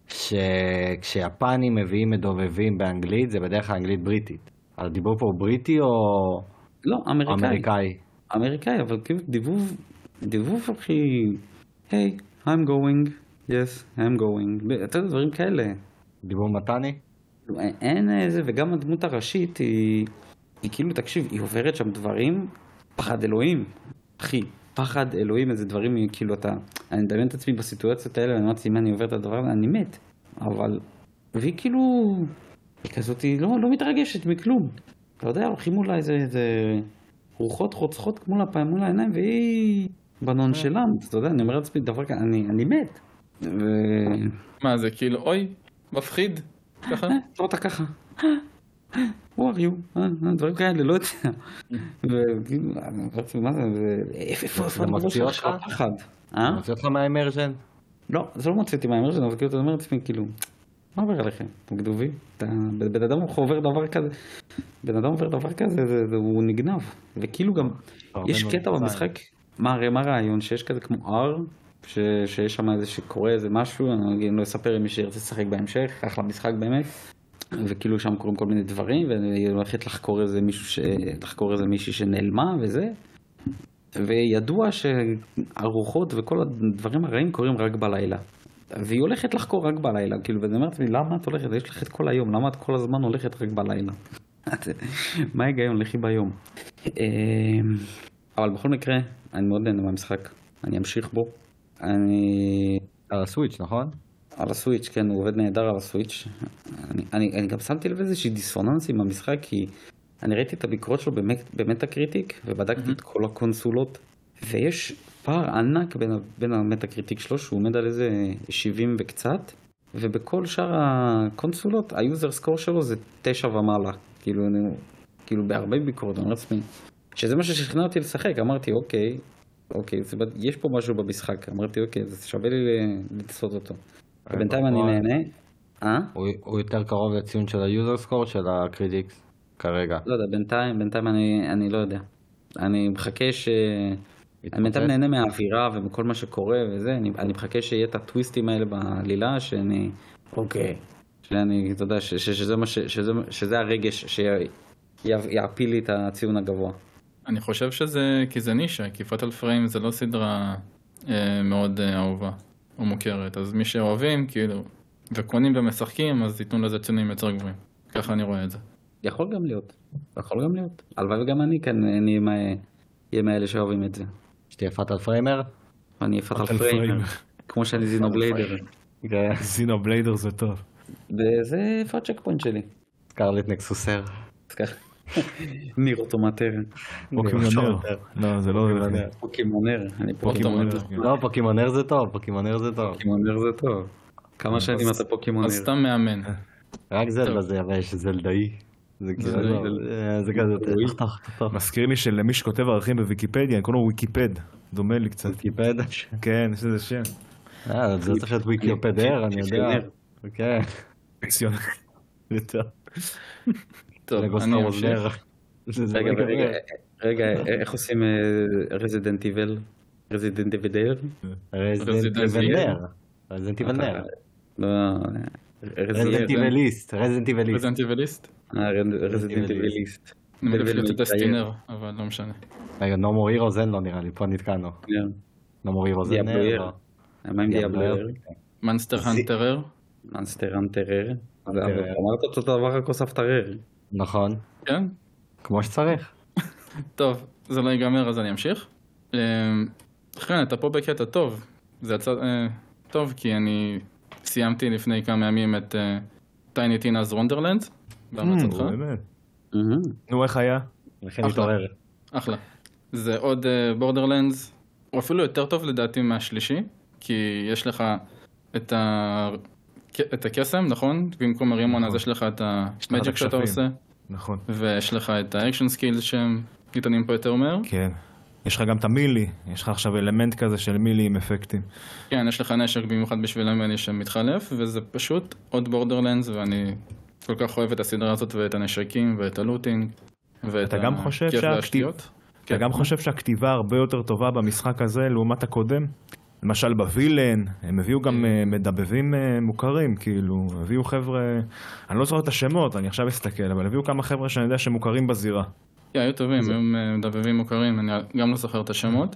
שכשיפנים מביאים מדובבים באנגלית, זה בדרך כלל אנגלית בריטית. הדיבור פה הוא בריטי או לא, אמריקאי. אמריקאי? אמריקאי, אבל כאילו דיבוב, דיבוב הכי, היי, I'm going, yes, I'm going, אתה יודע, דברים כאלה. דיבור מתני? אין איזה, וגם הדמות הראשית היא, היא כאילו, תקשיב, היא עוברת שם דברים, פחד אלוהים, אחי, פחד אלוהים, איזה דברים, כאילו אתה, אני מדמיין את עצמי בסיטואציות האלה, ואני אמרתי, אם אני עובר את הדבר הזה, אני מת, אבל, והיא כאילו, היא כזאת, היא לא, לא מתרגשת מכלום, אתה יודע, הולכים מולה איזה, איזה רוחות רוצחות כמו לפעמים מול העיניים, והיא בנונשלנט, אתה יודע, אני אומר לעצמי דבר כזה, אני, אני מת, ו... מה זה כאילו, אוי, מפחיד, ככה? לא אותה ככה. Who are you? דברים כאלה, לא יודע. וכאילו, אני חושב מה זה, איפה, איפה, זה מוציא אותך? אה? זה מוציא אותך מהאמרז'ן? לא, זה לא מוציא אותי מהאמרז'ן, אבל כאילו אתה אומר לעצמי, כאילו, מה עובר עליכם? אתם גדובים? בן אדם עובר דבר כזה, בן אדם עובר דבר כזה, הוא נגנב. וכאילו גם, יש קטע במשחק, מה הרעיון, שיש כזה כמו R, שיש שם איזה שקורה איזה משהו, אני לא אספר אם מי שירצה לשחק בהמשך, אחלה משחק באמת, וכאילו שם קוראים כל מיני דברים, והיא הולכת לחקור איזה מישהו, ש... לחקור איזה מישהי שנעלמה וזה, וידוע שהרוחות וכל הדברים הרעים קורים רק בלילה. והיא הולכת לחקור רק בלילה, כאילו, ואני אומרת לי, למה את הולכת? יש לך את כל היום, למה את כל הזמן הולכת רק בלילה? מה ההיגיון? לכי ביום. אבל בכל מקרה, אני מאוד נהנה מהמשחק, אני אמשיך בו. אני... על הסוויץ', נכון? על הסוויץ', כן, הוא עובד נהדר על הסוויץ'. אני, אני, אני גם שמתי לב איזושהי דיסוננס עם המשחק, כי אני ראיתי את הביקורות שלו במטה קריטיק, ובדקתי mm-hmm. את כל הקונסולות, ויש פער ענק בין, בין המטה קריטיק שלו, שהוא עומד על איזה שבעים וקצת, ובכל שאר הקונסולות, היוזר סקור שלו זה תשע ומעלה. כאילו, אני, כאילו בהרבה ביקורות, אני אומר לעצמי, שזה מה ששכנע אותי לשחק, אמרתי, אוקיי, אוקיי, יש פה משהו במשחק, אמרתי, אוקיי, זה שווה לי לצפות אותו. בינתיים אני נהנה. אה? הוא יותר קרוב לציון של היוזר סקור של הקריטיקס כרגע. לא יודע, בינתיים, בינתיים אני לא יודע. אני מחכה ש... אני בינתיים נהנה מהאווירה ומכל מה שקורה וזה, אני מחכה שיהיה את הטוויסטים האלה בעלילה, שאני... אוקיי. שאני, אתה יודע, שזה הרגש שיעפיל לי את הציון הגבוה. אני חושב שזה, כי זה נישה, כי פאטל פריים זה לא סדרה אה, מאוד אה, אהובה או מוכרת, אז מי שאוהבים, כאילו, וקונים ומשחקים, אז ייתנו לזה ציונים יותר גבוהים. ככה אני רואה את זה. יכול גם להיות, יכול גם להיות. הלוואי וגם אני כאן, אני אהיה מאלה שאוהבים את זה. שתהיה פאטל פריימר? אני אהיה פאטל פריימר, כמו שאני זינובליידר. זינובליידר זה טוב. וזה איפה הצ'ק פוינט שלי. סקרלט נקסוסר. ניר אוטומטר. פוקימונר. לא, זה לא פוקימונר. פוקימונר. אני פוקימונר. לא, פוקימונר זה טוב, פוקימונר זה טוב. פוקימונר זה טוב. כמה שנים אתה פוקימונר? אז סתם מאמן. רק זלדה זה יבש, זלדאי. זה כזה, מזכיר לי שלמי שכותב ערכים בוויקיפדיה, אני קוראים לו וויקיפד. דומה לי קצת. וויקיפד? כן, יש לזה שם. אה, זה צריך להיות וויקיפדר, אני יודע. כן. פיקציונר. יותר. טוב, אני אמשיך. רגע, רגע, איך עושים רזידנט איבל? רזידנט איבל? רזידנט איבל. רזידנט איבל. רזידנט איבליסט. רזידנט איבליסט. רזידנט איבליסט? רזידנט איבליסט. אני מעדיף להיות את הסטינר, אבל לא משנה. רגע, נומו הירוס אין לו נראה לי, פה נתקענו. נומו הירוס אין לו. מה עם דיאבלויר? מנסטר הנטרר? מנסטר הנטרר. אמרת אותו דבר רק הוספת רר. נכון. כן? כמו שצריך. טוב, זה לא ייגמר אז אני אמשיך. כן, אתה פה בקטע טוב. זה יצא טוב כי אני סיימתי לפני כמה ימים את טייני טינא's וונדרלנד. בהמלצתך. נו, איך היה? לכן התעורר. אחלה. זה עוד בורדרלנדס הוא אפילו יותר טוב לדעתי מהשלישי, כי יש לך את, ה... את הקסם, נכון? במקום הרימון, אז יש לך את המג'יק שאתה עושה. נכון. ויש לך את האקשן סקילס שהם ניתנים פה יותר מהר. כן. יש לך גם את המילי, יש לך עכשיו אלמנט כזה של מילי עם אפקטים. כן, יש לך נשק במיוחד בשביל המילי שמתחלף, וזה פשוט עוד בורדרלנדס, ואני כל כך אוהב את הסדרה הזאת ואת הנשקים ואת הלוטינג. אתה גם חושב שהכתיבות? אתה גם חושב שהכתיבה הרבה יותר טובה במשחק הזה לעומת הקודם? למשל בווילן, הם הביאו גם מדבבים מוכרים, כאילו, הביאו חבר'ה, אני לא זוכר את השמות, אני עכשיו אסתכל, אבל הביאו כמה חבר'ה שאני יודע שמוכרים בזירה. היו טובים, היו מדבבים מוכרים, אני גם לא זוכר את השמות.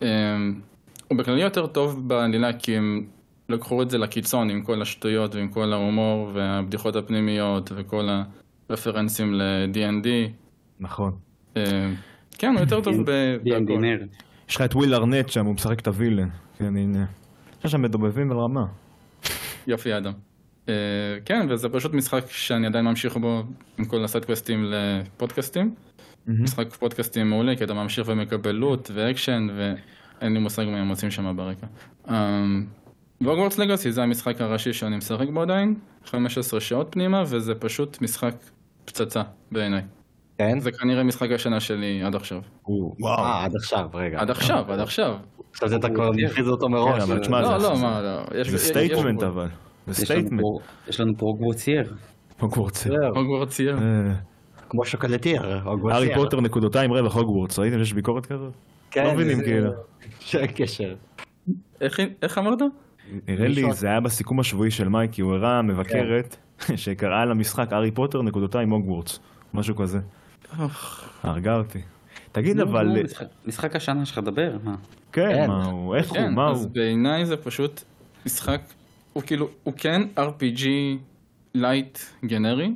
הוא בכללי יותר טוב בעלילה, כי הם לקחו את זה לקיצון, עם כל השטויות ועם כל ההומור והבדיחות הפנימיות וכל הרפרנסים ל-די אנד די. נכון. כן, הוא יותר טוב די אנד די נר. יש לך את וויל ארנט שם, הוא משחק את הווילן. יש שם מדובבים ברמה. יופי אדם. כן, וזה פשוט משחק שאני עדיין ממשיך בו עם כל הסייד קווסטים לפודקאסטים. משחק פודקאסטים מעולה, כי אתה ממשיך ומקבל לוט ואקשן, ואין לי מושג מה הם מוצאים שם ברקע. והוגוורטס לגאסי זה המשחק הראשי שאני משחק בו עדיין, חמש עשרה שעות פנימה, וזה פשוט משחק פצצה בעיניי. כן? זה כנראה משחק השנה שלי עד עכשיו. אה, עד עכשיו, רגע. עד עכשיו, עד עכשיו. עכשיו אתה כבר נפחיד אותו מראש. לא, לא, מה, לא. זה סטייטמנט אבל. זה סטייטמנט. יש לנו פה הוגוורטסייר. הוגוורטסייר. הוגוורטסייר. כמו שוקולטייר. הארי פוטר נקודותיים רווח הוגוורטס. ראיתם שיש ביקורת כזאת? לא מבינים כאילו. שאין קשר. איך אמרת? נראה לי זה היה בסיכום השבועי של מייקי, הוא הראה מבקרת שקראה למשחק הארי פוטר נקודותיים הוגוורטס. משהו כזה. הרגע אותי. תגיד אבל... משחק השנה שלך דבר, מה? כן, מה הוא? איך הוא? מה הוא? אז בעיניי זה פשוט משחק, הוא כאילו, הוא כן אר פי ג'י לייט גנרי,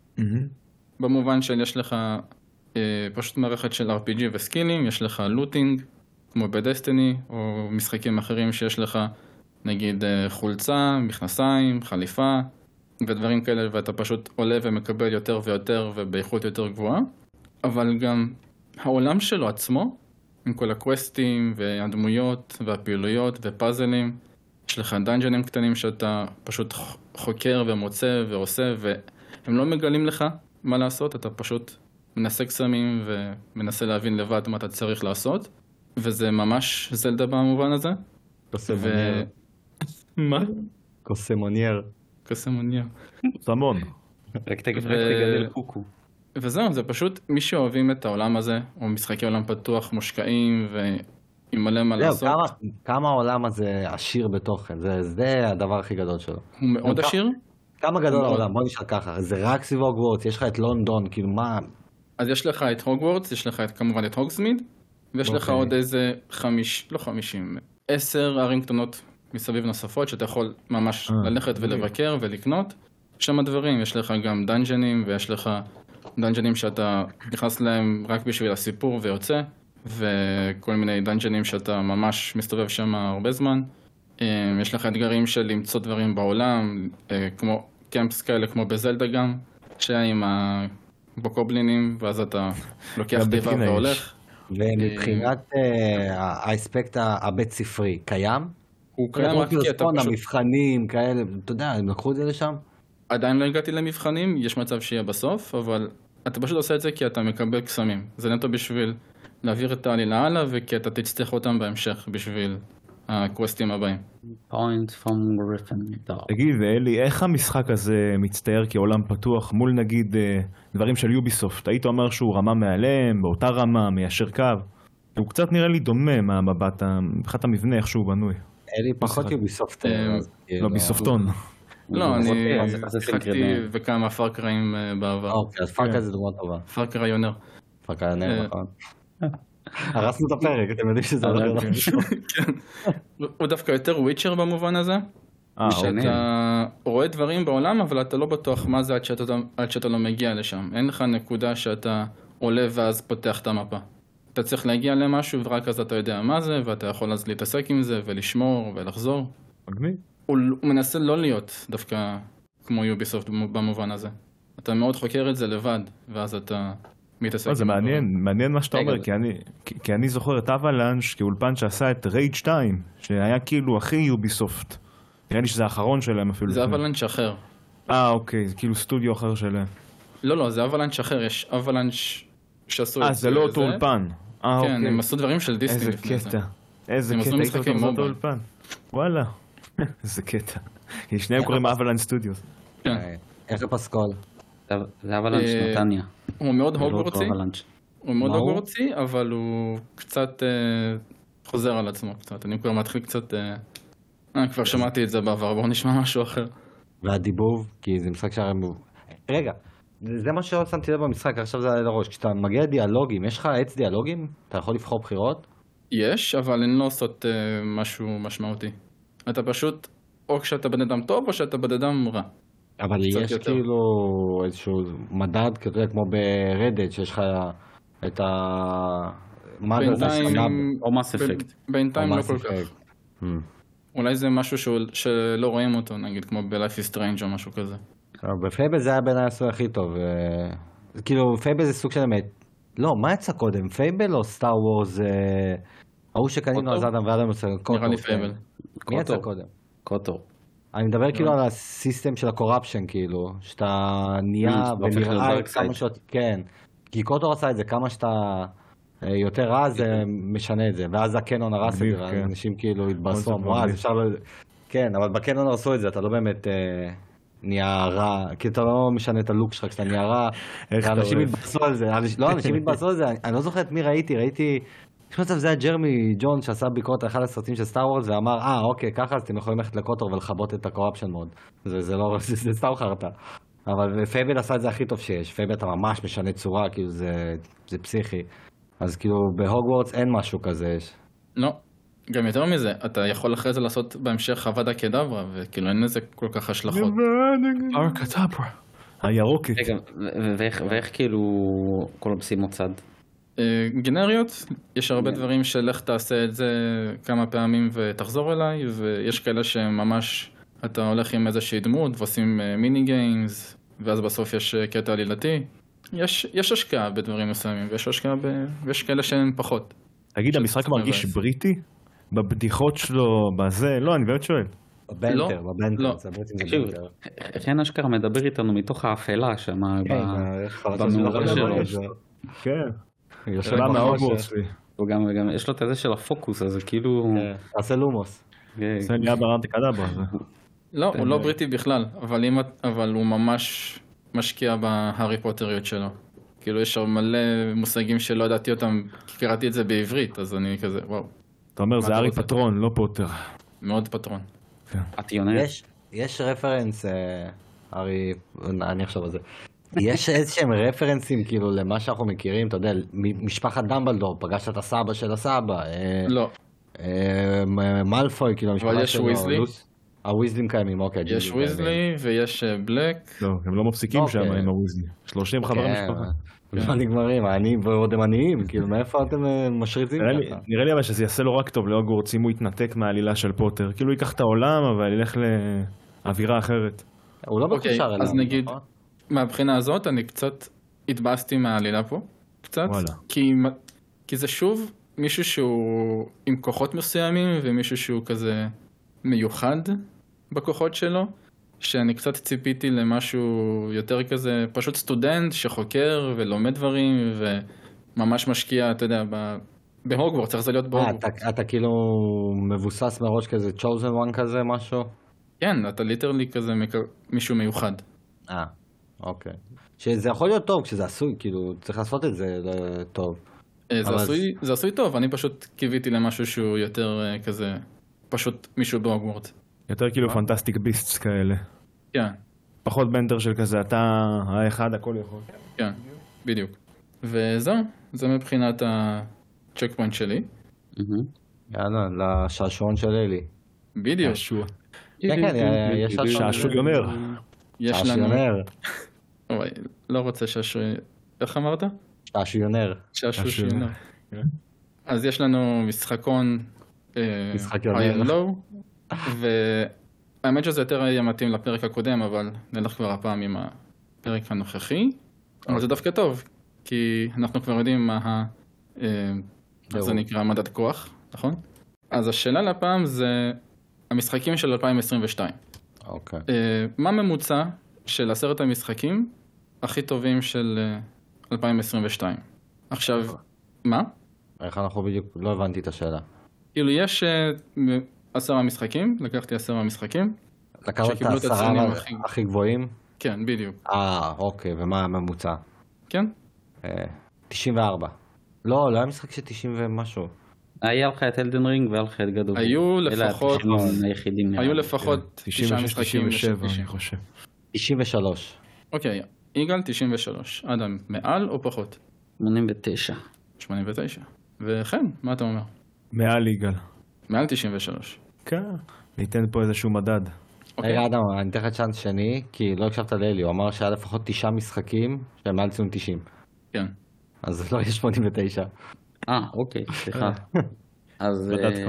במובן של יש לך פשוט מערכת של אר פי ג'י וסקילים, יש לך לוטינג, כמו בדסטיני, או משחקים אחרים שיש לך, נגיד חולצה, מכנסיים, חליפה, ודברים כאלה, ואתה פשוט עולה ומקבל יותר ויותר ובאיכות יותר גבוהה, אבל גם העולם שלו עצמו, עם כל הקווסטים והדמויות והפעילויות ופאזלים, יש לך דנג'נים קטנים שאתה פשוט חוקר ומוצא ועושה, והם לא מגלים לך מה לעשות, אתה פשוט מנסה קסמים ומנסה להבין לבד מה אתה צריך לעשות, וזה ממש זלדה במובן הזה. קוסמונייר. מה? קוסמונייר. קוסמונייר. סמון. רק תגדל קוקו. וזהו, זה פשוט מי שאוהבים את העולם הזה, או משחקי עולם פתוח, מושקעים ועם מלא מה לעשות. כמה העולם הזה עשיר בתוכן, זה הדבר הכי גדול שלו. הוא מאוד עשיר? כמה גדול העולם, בוא נשאל ככה, זה רק סביב הוגוורטס, יש לך את לונדון, כאילו מה... אז יש לך את הוגוורטס, יש לך כמובן את הוגסמיד, ויש לך עוד איזה חמיש, לא חמישים, עשר ערים קטנות מסביב נוספות, שאתה יכול ממש ללכת ולבקר ולקנות. שם הדברים, יש לך גם דנג'נים, ויש לך דנג'נים שאתה נכנס להם רק בשביל הסיפור ויוצא, וכל מיני דנג'נים שאתה ממש מסתובב שם הרבה זמן. יש לך אתגרים של למצוא דברים בעולם, כמו קמפס כאלה, כמו בזלדה גם, שהיה עם הבוקובלינים, ואז אתה לוקח דיבה והולך. ומבחינת האספקט הבית ספרי, קיים? הוא קיים רק כי אתה פשוט... המבחנים כאלה, אתה יודע, הם לקחו את זה לשם? עדיין לא הגעתי למבחנים, יש מצב שיהיה בסוף, אבל אתה פשוט עושה את זה כי אתה מקבל קסמים. זה נטו בשביל להעביר את העלילה הלאה, וכי אתה תצטרך אותם בהמשך בשביל הקווסטים הבאים. Point from Gryffindor. תגיד, אלי, איך המשחק הזה מצטייר כעולם פתוח מול נגיד דברים של יוביסופט? היית אומר שהוא רמה מעליהם, באותה רמה, מיישר קו? הוא קצת נראה לי דומה מהמבט, מבחינת המבנה, איך שהוא בנוי. אלי פחות יוביסופט. לא, ביסופטון. לא, אני שיחקתי בכמה פארקראים בעבר. אוקיי, אז פארקריי זה דוגמה טובה. פארקריי יונר. פארקריי יונר, נכון. הרסנו את הפרק, אתם יודעים שזה לא נכון. הוא דווקא יותר וויצ'ר במובן הזה. שאתה רואה דברים בעולם, אבל אתה לא בטוח מה זה עד שאתה לא מגיע לשם. אין לך נקודה שאתה עולה ואז פותח את המפה. אתה צריך להגיע למשהו ורק אז אתה יודע מה זה, ואתה יכול אז להתעסק עם זה ולשמור ולחזור. מגניב. הוא מנסה לא להיות דווקא כמו יוביסופט במובן הזה. אתה מאוד חוקר את זה לבד, ואז אתה מתעסק. זה מעניין, מעניין מה שאתה אומר, כי אני זוכר את אבלנש כאולפן שעשה את רייד שתיים, שהיה כאילו הכי יוביסופט. נראה לי שזה האחרון שלהם אפילו. זה אבלנש אחר. אה, אוקיי, זה כאילו סטודיו אחר שלהם. לא, לא, זה אבלנש אחר, יש אבלנש שעשו את זה. אה, זה לא אותו אולפן. כן, הם עשו דברים של דיסני. איזה קטע. איזה קטע, איזה קטע אותו אולפן. וואלה. איזה קטע. כי שניהם קוראים אבלנש סטודיוס. איך הפסקול? זה אבלנש נתניה. הוא מאוד הוגוורטסי. הוא מאוד הוגוורטסי, אבל הוא קצת חוזר על עצמו קצת. אני כבר מתחיל קצת... אה, כבר שמעתי את זה בעבר, בואו נשמע משהו אחר. והדיבוב, כי זה משחק שהרי... רגע, זה מה שלא שמתי לב במשחק, עכשיו זה על הראש. כשאתה מגיע לדיאלוגים, יש לך עץ דיאלוגים? אתה יכול לבחור בחירות? יש, אבל הן לא עושות משהו משמעותי. אתה פשוט, או כשאתה בן אדם טוב, או שאתה בן אדם רע. אבל יש כאילו איזשהו מדד כזה, כמו ברדד, שיש לך את ה... או מס אפקט. בינתיים לא כל כך. אולי זה משהו שלא רואים אותו, נגיד, כמו ב-Life is Strange או משהו כזה. בפייבל זה היה בין העשור הכי טוב. כאילו, פייבל זה סוג של אמת. לא, מה יצא קודם? פייבל או סטאר וורז? ההוא שקנינו אז אדם ואדם יוצא קוטור. נראה לי פייבל. מי יצא קודם? קוטור. אני מדבר כאילו על הסיסטם של הקורפשן, כאילו, שאתה נהיה ונראה כמה שעות, כן. כי קוטור עשה את זה, כמה שאתה יותר רע זה משנה את זה, ואז הקנון הרס את זה, ואנשים כאילו התבאסו, וואו, אפשר לא... כן, אבל בקנון הרסו את זה, אתה לא באמת נהיה רע, כי אתה לא משנה את הלוק שלך כשאתה נהיה רע, אנשים התבאסו על זה, לא, אנשים התבאסו על זה, אני לא זוכר את מי ראיתי, ראיתי... יש מצב זה היה ג'רמי ג'ון שעשה ביקורת על אחד הסרטים של סטאר וורס ואמר אה אוקיי ככה אז אתם יכולים ללכת לקוטור ולחבות את הקורפשן מוד זה, זה לא, זה, זה סתם חרטה אבל פייבל עשה את זה הכי טוב שיש פייבל אתה ממש משנה צורה כאילו זה, זה פסיכי אז כאילו בהוגוורטס אין משהו כזה לא, גם יותר מזה אתה יכול אחרי זה לעשות בהמשך אבדה קדברה וכאילו אין לזה כל כך השלכות ארקטברה הירוקת ואיך כאילו כל המשימות צד גנריות, יש הרבה דברים שלך תעשה את זה כמה פעמים ותחזור אליי ויש כאלה שממש אתה הולך עם איזושהי דמות ועושים מיני גיימס ואז בסוף יש קטע עלילתי יש, יש השקעה בדברים מסוימים ויש השקעה ב... ויש כאלה שהן פחות. תגיד, המשחק מרגיש בריטי? בבדיחות שלו, בזה? לא, אני באמת שואל. בבנטר, בבנטר, זה בעצם זה בנטר. חן אשכרה מדבר איתנו מתוך האפלה שם במעורר שלו. כן. יושבה מהאוגוורטס לי. וגם יש לו את הזה של הפוקוס, אז כאילו... עשה לומוס. זה נהיה ברנטה קדברה. לא, הוא לא בריטי בכלל, אבל הוא ממש משקיע בהארי פוטריות שלו. כאילו יש מלא מושגים שלא ידעתי אותם, כי קראתי את זה בעברית, אז אני כזה, וואו. אתה אומר, זה הארי פטרון, לא פוטר. מאוד פטרון. יש רפרנס, הארי, אני אחשוב על זה. יש איזשהם רפרנסים כאילו למה שאנחנו מכירים, אתה יודע, משפחת דמבלדור, פגשת את הסבא של הסבא. לא. מלפוי, כאילו המשפחה שלו. אבל יש וויזלי. הוויזלים קיימים, אוקיי. יש וויזלי ויש בלק. לא, הם לא מפסיקים שם עם הוויזלי. שלושים חברים משפחה. לא נגמרים, אני ועוד הם עניים, כאילו מאיפה אתם משריצים ככה? נראה לי אבל שזה יעשה לו רק טוב להוגוורטס אם הוא יתנתק מהעלילה של פוטר. כאילו הוא ייקח את העולם אבל ילך לאווירה אחרת. הוא לא בקשר אליו. אז נגיד, מהבחינה הזאת אני קצת התבאסתי מהעלילה פה. קצת. כי זה שוב מישהו שהוא עם כוחות מסוימים ומישהו שהוא כזה מיוחד בכוחות שלו. שאני קצת ציפיתי למשהו יותר כזה, פשוט סטודנט שחוקר ולומד דברים וממש משקיע, אתה יודע, בהוגוורטס, צריך זה להיות בהוגוורטס. אתה, אתה כאילו מבוסס מראש כזה, chosen one כזה, משהו? כן, אתה ליטרלי כזה מישהו מיוחד. אה, אוקיי. שזה יכול להיות טוב כשזה עשוי, כאילו, צריך לעשות את זה טוב. זה, עשוי, זה עשוי טוב, אני פשוט קיוויתי למשהו שהוא יותר כזה, פשוט מישהו בהוגוורטס. יותר כאילו פנטסטיק ביסטס כאלה. כן. פחות בנדר של כזה, אתה האחד, הכל יכול. כן, בדיוק. וזהו, זה מבחינת הצ'ק פוינט שלי. יאללה, לשעשועון של אלי. בדיוק. שעשוע. כן, כן, יש שעשויונר. שעשויונר. אוי, לא רוצה שעשויונר. איך אמרת? שעשויונר. שעשויונר. אז יש לנו משחקון משחקיונר. והאמת שזה יותר יהיה מתאים לפרק הקודם, אבל נלך כבר הפעם עם הפרק הנוכחי. אבל זה דווקא טוב, כי אנחנו כבר יודעים מה ה... זה נקרא מדד כוח, נכון? אז השאלה לפעם זה המשחקים של אלפיים עשרים ושתיים. אוקיי. מה ממוצע של עשרת המשחקים הכי טובים של אלפיים עשרים ושתיים? עכשיו, מה? איך אנחנו בדיוק, לא הבנתי את השאלה. כאילו יש עשרה משחקים, לקחתי עשרה משחקים. לקחת את העשרה הכי גבוהים? כן, בדיוק. אה, אוקיי, ומה הממוצע? כן? תשעים וארבע. לא, לא היה משחק של תשעים ומשהו. היה לך את אלדן רינג והיה לך את גדול. היו לפחות... היו לפחות תשעים ושש תשעים ושבע, אני חושב. תשעים ושלוש. אוקיי, יגאל תשעים ושלוש. אדם, מעל או פחות? שמונים ותשע. שמונים ותשע. וכן, מה אתה אומר? מעל יגאל. מעל תשעים ושלוש. כן, ניתן פה איזשהו מדד. רגע אדם, אני אתן לך צ'אנס שני, כי לא הקשבת לאלי, הוא אמר שהיה לפחות תשעה משחקים שהם מעל ציון תשעים. כן. אז לא, יש שמונים ותשע. אה, אוקיי, סליחה. אז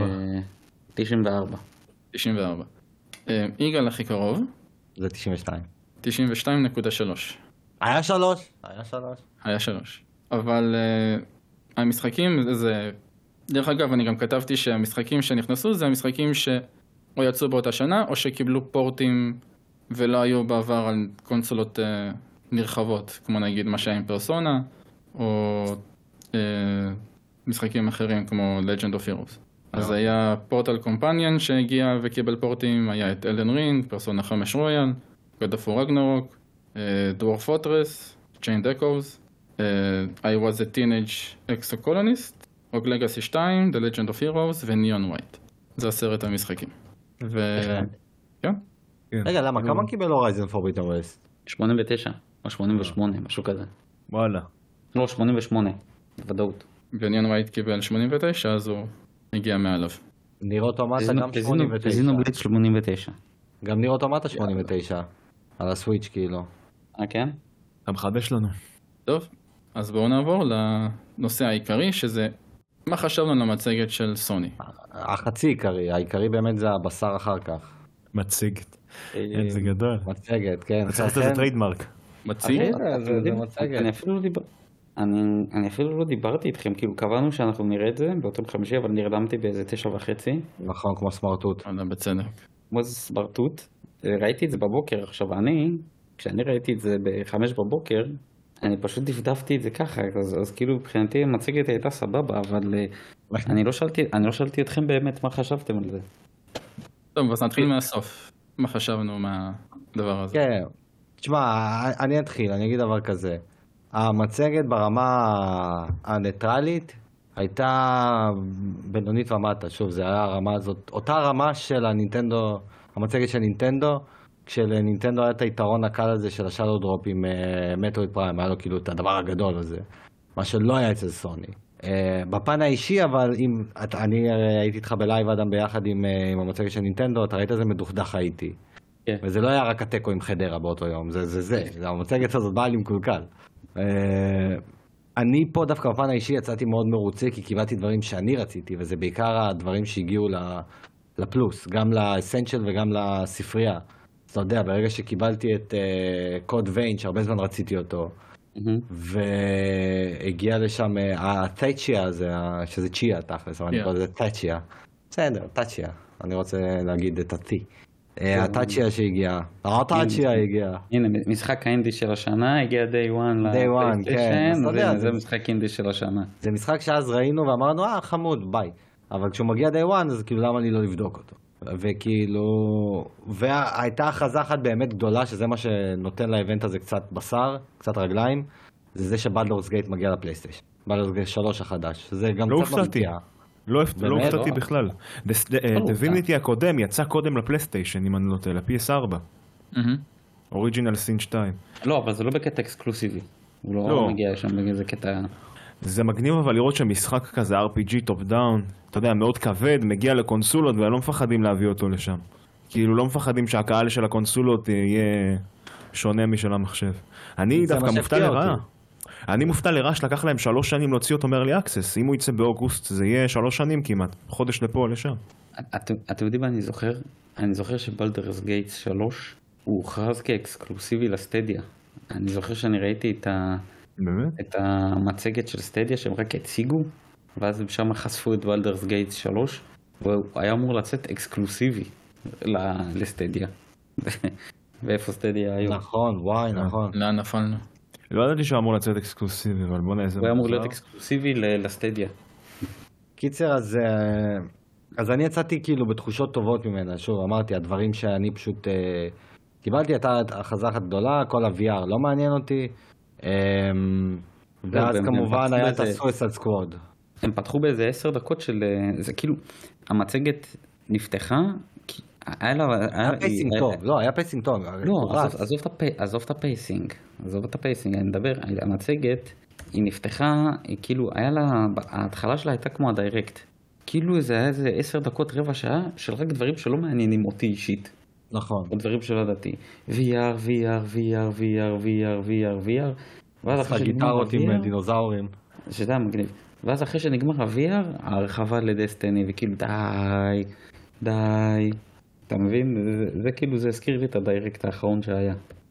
תשעים וארבע. תשעים וארבע. יגאל הכי קרוב. זה תשעים ושתיים. תשעים ושתיים נקודה שלוש. היה שלוש. היה שלוש. היה שלוש. אבל המשחקים זה... דרך אגב, אני גם כתבתי שהמשחקים שנכנסו זה המשחקים שאו יצאו באותה שנה, או שקיבלו פורטים ולא היו בעבר על קונסולות אה, נרחבות, כמו נגיד מה שהיה עם פרסונה, או אה, משחקים אחרים כמו Legend of Heroes. אז היה פורטל קומפניאן שהגיע וקיבל פורטים, היה את אלדן רינג, פרסונה חמש רויאל, God of War Ragnarok, אה, Dwarf Fortress, Chained Echoes, אה, I was a teenage exocolonist, רוג לגאסי שתיים, The Legend of Heroes וניון ווייט. זה עשרת המשחקים. ו... כן? רגע, למה? כמה קיבל הורייזן פורבידן ווסט? שמונים ותשע, או שמונים ושמונה, משהו כזה. וואלה. לא, שמונים ושמונה, בוודאות. וניון ווייט קיבל שמונים ותשע, אז הוא הגיע מעליו. ניר אוטומטה גם שמונים ותשע. זינו בליץ שמונים ותשע. גם ניר אוטומטה שמונים ותשע. על הסוויץ' כאילו. אה, כן? אתה מחדש לנו. טוב, אז בואו נעבור לנושא העיקרי, שזה מה חשבנו על המצגת של סוני. החצי עיקרי, העיקרי באמת זה הבשר אחר כך. מציג. זה גדול. מצגת, כן. צריך לעשות את טריידמרק. מציג? זה מצגת. אני אפילו לא דיברתי. אני אפילו לא דיברתי איתכם, כאילו קבענו שאנחנו נראה את זה באותו חמישי, אבל נרדמתי באיזה תשע וחצי. נכון, כמו סמרטוט. בצדק. כמו זה סמרטוט. ראיתי את זה בבוקר, עכשיו אני, כשאני ראיתי את זה בחמש בבוקר, אני פשוט דפדפתי את זה ככה, אז, אז כאילו מבחינתי המצגת הייתה סבבה, אבל אני לא שאלתי, אני לא שאלתי אתכם באמת מה חשבתם על זה. טוב, אז נתחיל מהסוף. מה חשבנו מהדבר הזה? כן, תשמע, אני אתחיל, אני אגיד דבר כזה. המצגת ברמה הניטרלית הייתה בינונית ומטה, שוב, זה היה הרמה הזאת, אותה רמה של הנינטנדו, המצגת של נינטנדו, כשלנינטנדו היה את היתרון הקל הזה של השאדו דרופ עם מטרויד פריים, היה לו כאילו את הדבר הגדול הזה, מה שלא היה אצל סוני. בפן האישי, אבל אם, אני הייתי איתך בלייב אדם ביחד עם, עם המצגת של נינטנדו, אתה ראית איזה מדוכדך הייתי. Yeah. וזה לא היה רק הטקו עם חדרה באותו יום, זה זה זה, זה המצגת הזאת באה לי מקולקל. אני פה דווקא בפן האישי יצאתי מאוד מרוצה, כי קיבלתי דברים שאני רציתי, וזה בעיקר הדברים שהגיעו לפלוס, גם לאסנצ'ל וגם לספרייה. אז אתה יודע, ברגע שקיבלתי את קוד ויין, שהרבה זמן רציתי אותו, והגיע לשם התאצ'יה הזה, שזה צ'יה תכלס, אבל אני קורא לזה תאצ'יה. בסדר, תאצ'יה, אני רוצה להגיד את ה-T. הטאצ'יה שהגיעה, הטאצ'יה הגיעה. הנה, משחק האינדי של השנה, הגיע דיי וואן לפלייסטיישן, זה משחק אינדי של השנה. זה משחק שאז ראינו ואמרנו, אה, חמוד, ביי. אבל כשהוא מגיע דיי וואן, אז כאילו למה לי לא לבדוק אותו? וכאילו, והייתה הכרזה אחת באמת גדולה, שזה מה שנותן לאיבנט הזה קצת בשר, קצת רגליים, זה זה שבאדלורס גייט מגיע לפלייסטיישן. באדלורס גייט שלוש החדש, זה גם קצת מפתיע. לא הופתעתי בכלל. דיוויניטי הקודם יצא קודם לפלייסטיישן, אם אני לא טועה, ל-פי אס ארבע. אוריג'ינל סין שתיים. לא, אבל זה לא בקטע אקסקלוסיבי. הוא לא מגיע שם בגלל זה קטע... זה מגניב אבל לראות שמשחק כזה אר פי ג'י טופ דאון, אתה יודע, מאוד כבד, מגיע לקונסולות ולא מפחדים להביא אותו לשם. כאילו לא מפחדים שהקהל של הקונסולות יהיה שונה משל המחשב. אני דווקא מופתע לרעה. אני מופתע לרעה שלקח להם שלוש שנים להוציא אותו מארלי אקסס. אם הוא יצא באוגוסט זה יהיה שלוש שנים כמעט, חודש לפה או לשם. אתם יודעים מה אני זוכר? אני זוכר שבלדרס גייטס שלוש הוא הוכרז כאקסקלוסיבי לסטדיה. אני זוכר שאני ראיתי את ה... באמת? את המצגת של סטדיה שהם רק הציגו, ואז הם שם חשפו את בלדרס גייט שלוש, והוא היה אמור לצאת אקסקלוסיבי ל- לסטדיה. ואיפה סטדיה היום? נכון, וואי, נכון. לאן נפלנו? לא ידעתי שהוא אמור לצאת אקסקלוסיבי, אבל בוא נעזר. הוא היה אמור להיות אקסקלוסיבי ל- לסטדיה. קיצר, אז, אה, אז אני יצאתי כאילו בתחושות טובות ממנה. שוב, אמרתי, הדברים שאני פשוט... אה, קיבלתי את החזק הגדולה, כל ה-וי אר לא מעניין אותי. אה, ואז והם- כמובן הם היה את פתחו בזה- ה-Suicide Squad. הם פתחו באיזה עשר דקות של... אה, זה כאילו, המצגת נפתחה, כי היה לה... היה פייסינג טוב, לא, היה פייסינג טוב. לא, עזוב, עזוב, את הפי, עזוב את הפייסינג, עזוב את הפייסינג, אני מדבר, המצגת, היא נפתחה, היא כאילו, היה לה, ההתחלה שלה הייתה כמו הדיירקט. כאילו זה היה איזה עשר דקות, רבע שעה, של רק דברים שלא מעניינים אותי אישית. נכון. או דברים שלא ידעתי. וי אר, וי אר, וי אר, וי אר, וי אר, וי אר, וי אר. ואז אחרי שנגמר גיטרות עם ה-וי אר, דינוזאורים. שזה היה מגניב. ואז אחרי שנגמר ה-וי אר, ההרחבה לדסטיני, וכאילו די, די. אתה מבין? זה, זה כאילו, זה הזכיר לי את הדיירקט האחרון שהיה.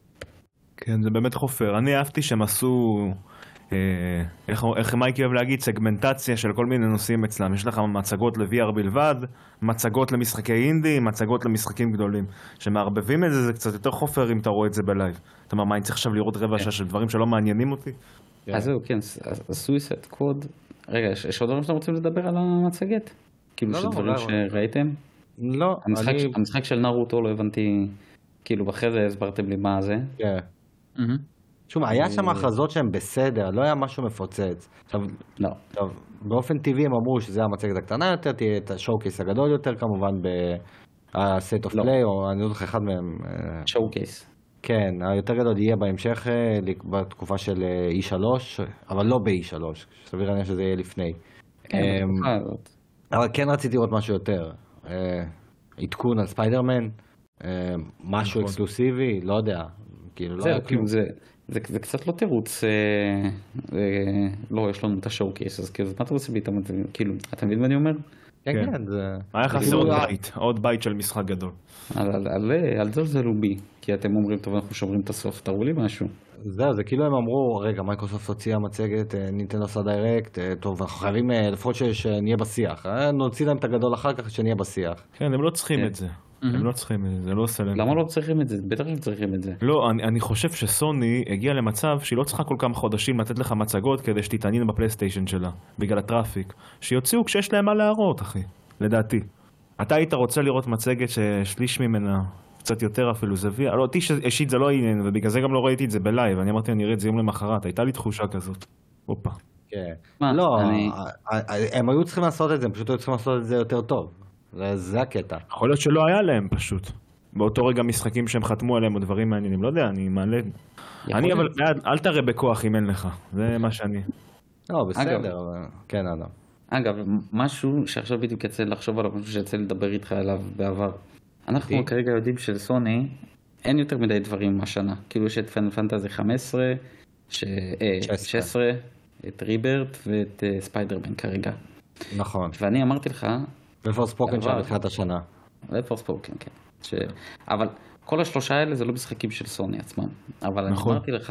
כן, זה באמת חופר. אני אהבתי שהם עשו, אה, איך, איך מייקי אוהב להגיד, סגמנטציה של כל מיני נושאים אצלם. יש לך מצגות ל-וי אר בלבד, מצגות למשחקי אינדי, מצגות למשחקים גדולים. שמערבבים את זה, זה קצת יותר חופר אם אתה רואה את זה בלייב. אתה אומר, מה, אני צריך עכשיו לראות רבע שעה של דברים שלא מעניינים אותי? אז זהו, כן, הסויסד קוד. רגע, יש יש עוד דברים שאתם רוצים לדבר על המצגת? כאילו לא, של לא, דברים לא. שראיתם? לא, המשחק אני... ש- המשחק של נרוטו לא הבנתי, כאילו אחרי זה הסברתם לי מה זה. כן. מהמם. תשמע, היה שם הכרזות שהן בסדר, לא היה משהו מפוצץ. עכשיו, לא. טוב, באופן טבעי הם אמרו שזה המצגת הקטנה יותר, תהיה את השואו-קייס הגדול יותר כמובן ב-State of לא. Play, או אני לא זוכר אחד מהם. אה, שואו קייס. כן, היותר גדול יהיה בהמשך, אה, בתקופה של אה, אי שלוש, אבל לא ב-אי שלוש, סביר להניח שזה יהיה לפני. כן, אמ, בתקופה הזאת. אבל כן רציתי לראות משהו יותר. אה, עדכון על ספיידרמן, אה, משהו אקסקלוסיבי, לא יודע. כאילו, לא זהו, היה כאילו כלום. זה, זה, זה קצת לא תירוץ, אה, אה, לא, יש לנו את השואו קייס, אז כאילו, מה אתה רוצה בעיתם? כאילו, אתה מבין מה אני אומר? כן, כן. כן, זה... היה חסר כאילו, עוד היה- בית, עוד בית של משחק גדול. על, על, על, על זה זה לובי, כי אתם אומרים, טוב, אנחנו שומרים את הסוף, תראו לי משהו. זהו, זה כאילו הם אמרו, רגע, מייקרוסופט הוציאה מצגת, אה, נינטנדו עשה דיירקט, אה, טוב, אנחנו חייבים אה, לפחות ש- שנהיה בשיח. אה, נוציא להם את הגדול אחר כך, שנהיה בשיח. כן, הם לא צריכים כן. את זה. הם לא צריכים את זה, זה לא עושה להם. למה לא צריכים את זה? בטח שהם צריכים את זה. לא, אני, אני חושב שסוני הגיעה למצב שהיא לא צריכה כל כמה חודשים לתת לך מצגות כדי שתתעניין בפלייסטיישן שלה, בגלל הטראפיק. שיוציאו כשיש להם מה להראות, אחי, לדעתי. אתה היית רוצה לראות מצגת ששליש ממנה, קצת יותר אפילו, זה וי... לא, אותי אישית זה לא עניין, ובגלל זה גם לא ראיתי את זה בלייב. אני אמרתי, אני אראה את זה יום למחרת, הייתה לי תחושה כזאת. הופה. כן. מה, לא, אני- אה, אה, הם היו צריכים לעשות את זה, הם פשוט היו צריכים לעשות את זה יותר טוב. זה- זה הקטע. יכול להיות שלא היה להם פשוט. באותו רגע משחקים שהם חתמו עליהם או דברים מעניינים, לא יודע, אני מעלה... אני אבל להיות. בעד, אל תראה בכוח אם אין לך, זה מה שאני... לא, בסדר, אגב. אבל- כן, אדם. אגב, משהו שעכשיו בדיוק יצא לי לחשוב עליו, משהו שיצא לי לדבר איתך עליו בעבר. אנחנו איתי? כרגע יודעים שלסוני אין יותר מדי דברים השנה. כאילו יש את פאנל פנטזי חמש עשרה, ש- אה, שש עשרה. שש עשרה, את ריברט ואת אה, ספיידרמן כרגע. נכון. ואני אמרתי לך, ופור ספוקן שם דבר. בתחילת השנה. לפור ספוקן, כן. ש... אבל כל השלושה האלה זה לא משחקים של סוני עצמם. אבל נכון. אני אמרתי לך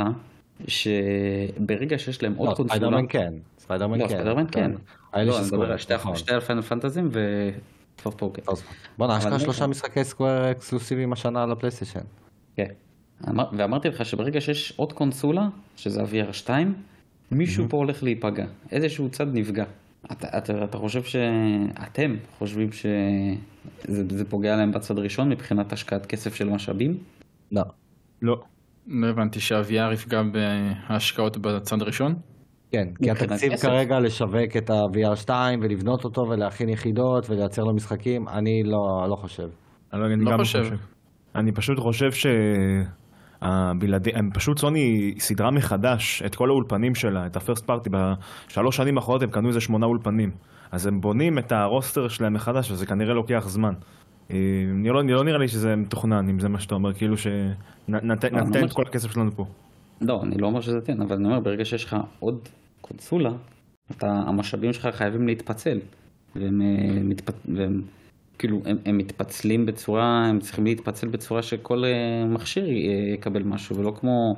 שברגע שיש להם עוד לא, קונסולה... ספיידרמן כן. ספיידרמן לא, כן. ספיידרמן כן. האלה לא, של אני מדבר על שתי- נכון. שתי פאנל פנטזים ופור ספוקן. בוא'נה, אבל אשכרה אני- שלושה משחקי סקוואר אקסקלוסיביים השנה על הפלייסטיישן. כן. אמר- ואמרתי לך שברגע שיש עוד קונסולה, שזה ה-וי אר שתיים, מישהו פה הולך להיפגע. איזשהו צד נפגע. אתה, אתה, אתה חושב ש... אתם חושבים שזה זה פוגע להם בצד ראשון מבחינת השקעת כסף של משאבים? לא. לא. לא הבנתי שה-וי אר יפגע בהשקעות בצד הראשון. כן, כי מבחינת התקציב כסף. כרגע לשווק את ה-וי אר שתיים ולבנות אותו ולהכין יחידות ולייצר לו משחקים, אני לא לא חושב. אני לא, אני לא גם חושב. חושב. אני פשוט חושב ש... הבלעדי, הם פשוט סוני סדרה מחדש את כל האולפנים שלה, את הפרסט פארטי, בשלוש שנים האחרונות הם קנו איזה שמונה אולפנים, אז הם בונים את הרוסטר שלהם מחדש, וזה כנראה לוקח זמן. אה, לא, לא נראה לי שזה מתוכנן, אם זה מה שאתה אומר, כאילו שניתן ממש. את כל הכסף שלנו פה. לא, אני לא אומר שזה כן, אבל אני אומר, ברגע שיש לך עוד קונסולה, אתה, המשאבים שלך חייבים להתפצל. והם, אה, מתפ... והם כאילו, הם, הם מתפצלים בצורה, הם צריכים להתפצל בצורה שכל אה, מכשיר אה, יקבל משהו, ולא כמו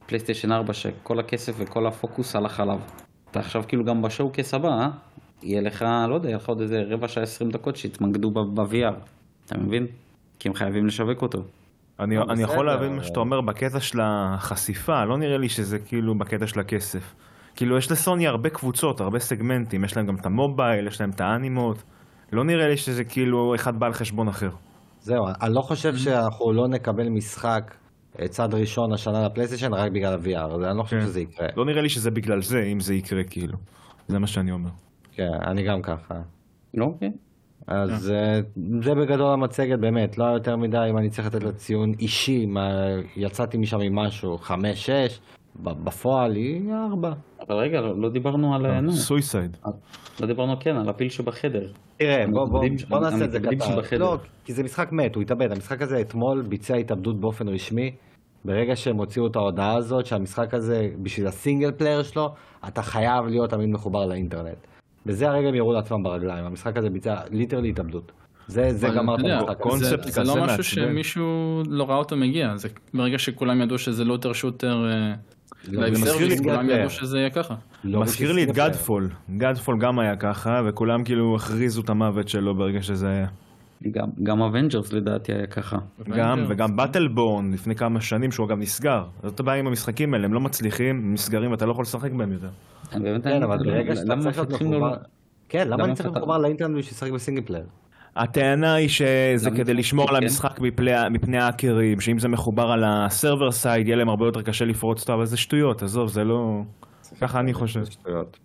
פלייסטיישן ארבע שכל הכסף וכל הפוקוס הלך עליו. אתה עכשיו כאילו גם בשואו-קייס הבא, יהיה לך, לא יודע, יהיה לך עוד איזה רבע שעה עשרים דקות שהתמקדו ב-וי אר. אתה מבין? כי הם חייבים לשווק אותו. אני, אני יכול להבין מה שאתה אומר בקטע של החשיפה, לא נראה לי שזה כאילו בקטע של הכסף. כאילו יש לסוני הרבה קבוצות, הרבה סגמנטים, יש להם גם את המובייל, יש להם את האנימות. לא נראה לי שזה כאילו אחד בא על חשבון אחר. זהו, אני לא חושב שאנחנו לא נקבל משחק צד ראשון השנה לפלייסטיישן רק בגלל ה-וי אר, אני לא חושב שזה יקרה. לא נראה לי שזה בגלל זה, אם זה יקרה כאילו. זה מה שאני אומר. כן, אני גם ככה. לא, כן. אז זה בגדול המצגת באמת, לא יותר מדי אם אני צריך לתת לציון אישי, יצאתי משם עם משהו, חמש, שש, בפועל היא ארבע. אבל רגע, לא דיברנו על... סויסייד. לא דיברנו כן, על הפיל שבחדר. תראה, בוא נעשה את זה קטן. לא, כי זה משחק מת, הוא התאבד. המשחק הזה אתמול ביצע התאבדות באופן רשמי. ברגע שהם הוציאו את ההודעה הזאת, שהמשחק הזה, בשביל הסינגל פלייר שלו, אתה חייב להיות תמיד מחובר לאינטרנט. בזה הרגע הם יראו לעצמם ברגליים. המשחק הזה ביצע ליטרלי התאבדות. זה גמר את המשחק. זה לא משהו שמישהו לא ראה אותו מגיע. זה ברגע שכולם ידעו שזה לא יותר שוטר... כולם ידעו שזה יהיה ככה. מזכיר לי את גאדפול. גאדפול גם היה ככה, וכולם כאילו הכריזו את המוות שלו ברגע שזה היה. גם אבנג'רס לדעתי היה ככה. גם, וגם באטלבורן לפני כמה שנים שהוא גם נסגר. זאת הבעיה עם המשחקים האלה, הם לא מצליחים, נסגרים ואתה לא יכול לשחק בהם יותר. כן, אבל ברגע שאתה צריך להיות מחובר... כן, למה אני צריך להיות מחובר לאינטרנט בשביל לשחק בסינגל פלייר? הטענה היא שזה כדי לשמור על המשחק מפני האקרים, שאם זה מחובר על הסרבר סייד, יהיה להם הרבה יותר קשה לפרוץ אותו, אבל זה שטויות, עזוב, זה לא... ככה אני חושב. שטויות.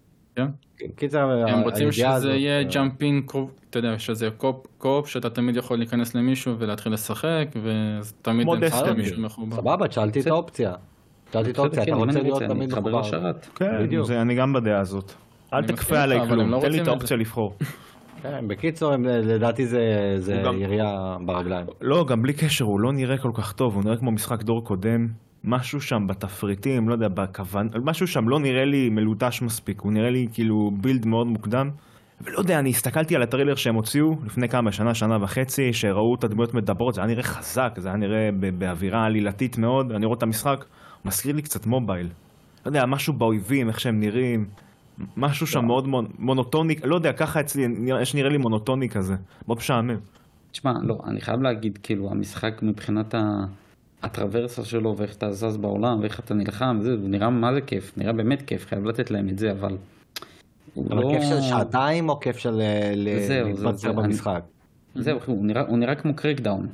הם רוצים שזה יהיה ג'אמפינג, אתה יודע, שזה קופ, שאתה תמיד יכול להיכנס למישהו ולהתחיל לשחק, ותמיד הם צריכים מישהו מחובר. סבבה, שאלתי את האופציה. שאלתי את האופציה, אתה רוצה להיות תמיד מחובר. כן, אני גם בדעה הזאת. אל תקפה עליי כלום, תן לי את האופציה לבחור. כן, בקיצור, לדעתי זה ירייה ברגליים. לא, גם בלי קשר, הוא לא נראה כל כך טוב, הוא נראה כמו משחק דור קודם. משהו שם בתפריטים, לא יודע, בכוון, משהו שם לא נראה לי מלוטש מספיק, הוא נראה לי כאילו בילד מאוד מוקדם. ולא יודע, אני הסתכלתי על הטריילר שהם הוציאו לפני כמה, שנה, שנה וחצי, שראו את הדמויות מדברות, זה היה נראה חזק, זה היה נראה באווירה עלילתית מאוד, אני רואה את המשחק, הוא מזכיר לי קצת מובייל. לא יודע, משהו באויבים, איך שהם נראים, משהו שם מאוד מונוטוני, לא יודע, ככה אצלי, יש נראה לי מונוטוני כזה, מאוד משעמם. תשמע, לא, אני חייב להגיד, כאילו, המשחק מבחינת ה... הטרוורסה שלו ואיך אתה זז בעולם ואיך אתה נלחם, זה נראה מה זה כיף, נראה באמת כיף, חייב לתת להם את זה, אבל... אבל כיף של שעתיים או כיף של להתבצר במשחק? זהו, הוא נראה כמו קרקדאון.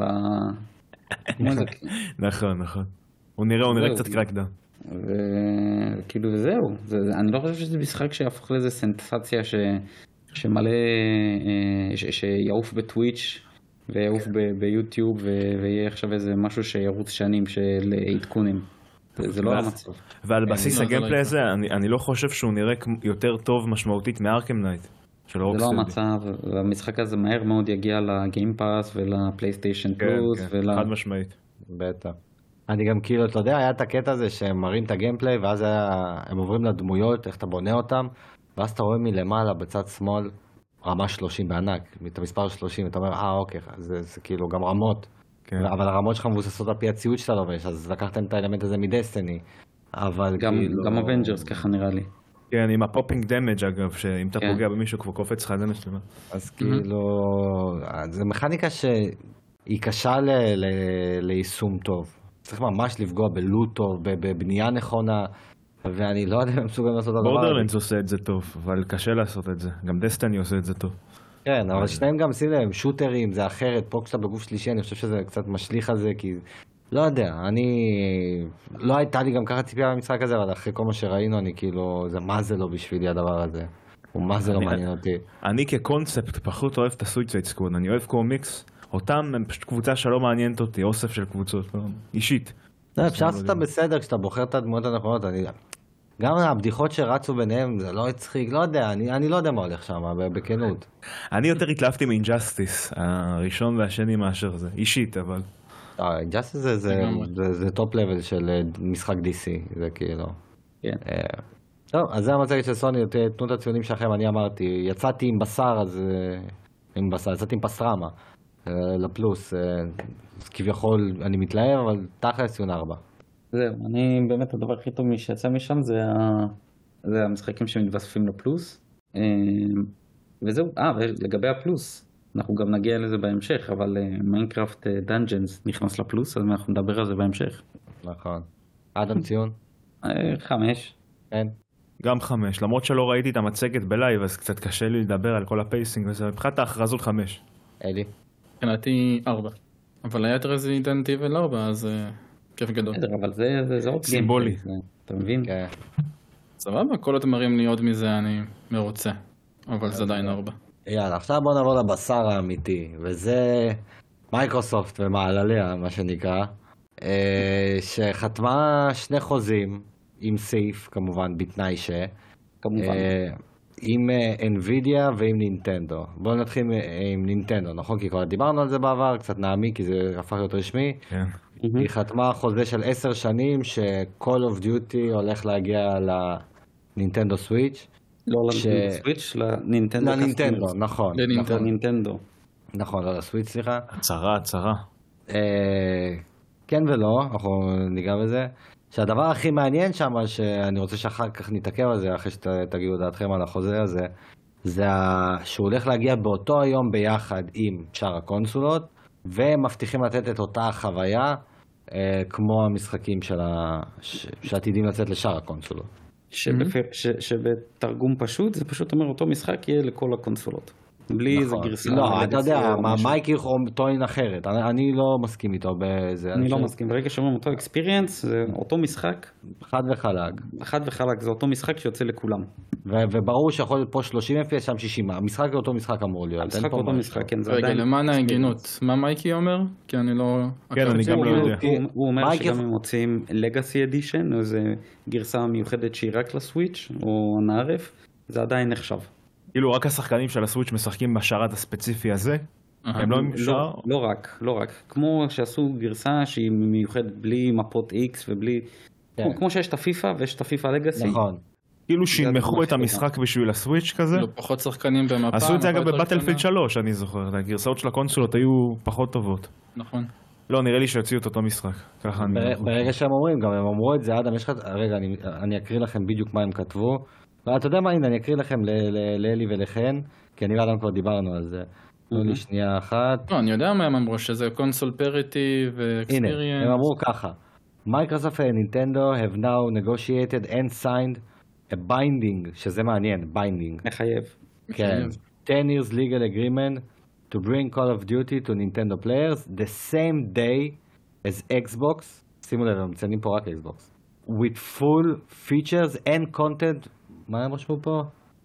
נכון, נכון. הוא נראה קצת קרקדאון. וכאילו זהו, אני לא חושב שזה משחק שיהפוך לאיזה סנסציה שמלא, שיעוף בטוויץ' ויעוף ביוטיוב ויהיה עכשיו איזה משהו שירוץ שנים של עדכונים. זה לא המצב. ועל בסיס הגיימפליי הזה, אני לא חושב שהוא נראה יותר טוב משמעותית מארקם נייט. זה לא המצב, והמשחק הזה מהר מאוד יגיע לגיימפאס ולפלייסטיישן פלוס. חד משמעית. בטח. אני גם כאילו, אתה יודע, היה את הקטע הזה שהם מראים את הגיימפליי, ואז הם עוברים לדמויות, איך אתה בונה אותם, ואז אתה רואה מלמעלה בצד שמאל, רמה שלושים בענק, את המספר שלושים, אתה אומר, אה אוקיי, זה, זה כאילו גם רמות, כן. אבל הרמות שלך מבוססות על פי הציוד שאתה לובש, אז לקחתם את האלמנט הזה מדסטיני, אבל גם, כאילו... גם אבנג'רס ככה נראה לי. כן, עם הפופינג דמג' אגב, שאם אתה כן. פוגע במישהו כבר קופץ לך דמג' שלמה. אז כאילו, זה מכניקה שהיא קשה ל... ל... ליישום טוב. צריך ממש לפגוע בלוט טוב, בבנייה נכונה, ואני לא יודע אם הם מסוגלים לעשות את הדבר. בורדרלנדס עושה את זה טוב, אבל קשה לעשות את זה. גם דסטיני עושה את זה טוב. כן, אבל שניהם גם שים להם שוטרים, זה אחרת. פה כשאתה בגוף שלישי, אני חושב שזה קצת משליך על זה, כי... לא יודע, אני... לא הייתה לי גם ככה ציפייה במשחק הזה, אבל אחרי כל מה שראינו, אני כאילו... זה מה זה לא בשבילי הדבר הזה. ומה זה לא מעניין אותי. אני כקונספט פחות אוהב את הסויצייד סקווד. אני אוהב קומיקס. אותם הם פשוט קבוצה שלא מעניינת אותי, אוסף של קבוצות, אישית. אפשר לעשות אותה בסדר כשאתה בוחר את הדמויות הנכונות. גם הבדיחות שרצו ביניהם, זה לא הצחיק, לא יודע, אני לא יודע מה הולך שם, בכנות. אני יותר התלהבתי מאינג'סטיס, הראשון והשני מאשר זה, אישית, אבל... אינג'סטיס זה טופ לבל של משחק די סי, זה כאילו... טוב, אז זה המצגת של סוני, תנו את הציונים שלכם, אני אמרתי, יצאתי עם בשר, אז... עם בשר, יצאתי עם פסטרמה. לפלוס, כביכול אני מתלהב, אבל תכלס ציון ארבע. זהו, אני באמת הדבר הכי טוב שיצא משם זה, ה... זה המשחקים שמתווספים לפלוס. אה, וזהו, אה, ולגבי הפלוס, אנחנו גם נגיע לזה בהמשך, אבל מיינקראפט דאנג'נס נכנס לפלוס, אז אנחנו נדבר על זה בהמשך. נכון. אדם ציון? אה, חמש. כן. גם חמש, למרות שלא ראיתי את המצגת בלייב, אז קצת קשה לי לדבר על כל הפייסינג וזה, מבחינת ההכרזות חמש. אלי? מבחינתי ארבע. אבל היה את רזידנט איבל ארבע, אז uh, כיף גדול. בסדר, אבל זה, זה, זה עוד סימבולי. גיימפליי, זה- אתה מבין? כן. סבבה, כל עוד מראים לי עוד מזה אני מרוצה. אבל זה עדיין ארבע. יאללה, עכשיו בוא נעבור לבשר האמיתי, וזה מייקרוסופט ומעלליה, מה שנקרא, אה, שחתמה שני חוזים עם סעיף, כמובן, בתנאי ש... כמובן. אה, עם אה, NVIDIA ועם נינטנדו. בואו נתחיל עם- עם נינטנדו, נכון? כי כבר דיברנו על זה בעבר, קצת נעמיק, כי זה הפך להיות רשמי. כן. היא חתמה חוזה של עשר שנים, ש-Call of Duty הולך להגיע לנינטנדו סוויץ'. לא ש- לסוויץ', לנינטנדו. לנינטנדו, נכון. לנינטנדו. נכון. לנינטנדו. נכון, לא לסוויץ', סליחה. הצהרה, הצהרה. אה, כן ולא, אנחנו ניגע בזה. שהדבר הכי מעניין שם, שאני רוצה שאחר כך נתעכב על זה, אחרי שתגידו דעתכם על החוזה הזה, זה ה- שהוא הולך להגיע באותו היום ביחד עם שאר הקונסולות, והם מבטיחים לתת את אותה החוויה, אה, כמו המשחקים של ה... ש... שעתידים לצאת לשאר הקונסולות. שבפ- ש- שבתרגום פשוט, זה פשוט אומר אותו משחק יהיה לכל הקונסולות. בלי איזה נכון. גרסה. לא, אתה יודע, או מה- משהו. מייקי טוען אחרת, אני, אני לא מסכים איתו בזה. אני לא חושב- מסכים, ברגע שאומרים אותו אקספיריאנס, זה אותו משחק, חד וחלק. חד וחלק, זה אותו משחק שיוצא לכולם. ו- וברור שיכול להיות פה שלושים אף פי אס, שם שישים. המשחק אותו משחק אמור להיות. אין המשחק פה אותו משהו. משחק, כן, זה רגע, עדיין... למען ההגינות, מה מייקי אומר? כי אני לא... כן, אני גם לא יודע. הוא- הוא אומר מייקי- שגם הם מוצאים לגאסי אדישן, או איזה גרסה מיוחדת שהיא רק לסוויץ', או נערף, זה עדיין נחשב. כאילו רק השחקנים של הסוויץ' משחקים בשרת הספציפי הזה, הם לא עם שאר? לא, לא רק, לא רק. כמו שעשו גרסה שהיא מיוחדת בלי מפות X ובלי... כן. כמו- כמו שיש את הפיפה ויש את הפיפה לגאסי. נכון. כאילו שינמכו את זה המשחק בשביל הסוויץ' כזה? לא, פחות שחקנים במפה. עשו את זה מפה אגב יותר בבטלפילד קטנה. שלוש, אני זוכר, הגרסאות של הקונסולות היו פחות טובות. נכון. לא, נראה לי שהוציאו את אותו משחק. ככה אני... בר- ברגע שהם אומרים, גם הם אמרו את זה, אדם, יש לך... רגע, אני, אני אקריא לכם בדיוק מה הם כתבו. ואתה יודע מה, הנה, אני אקריא לכם ל- ל- לאלי ולחן, כי אני ואדם כבר דיברנו על זה. תנו לי שנייה אחת. לא, אני יודע מה הם אמרו, שזה קונסול פריטי הנה, ואקספיריאנס. הם אמרו ככה. מייקרוסופט ונינטנדו have now negotiated and signed a binding, שזה מעניין, binding. מחייב. כן. ten years legal agreement to bring Call of Duty to Nintendo players the same day as Xbox, שימו לב, הם מציינים פה רק Xbox, with full features and content, מה הם רשמו פה?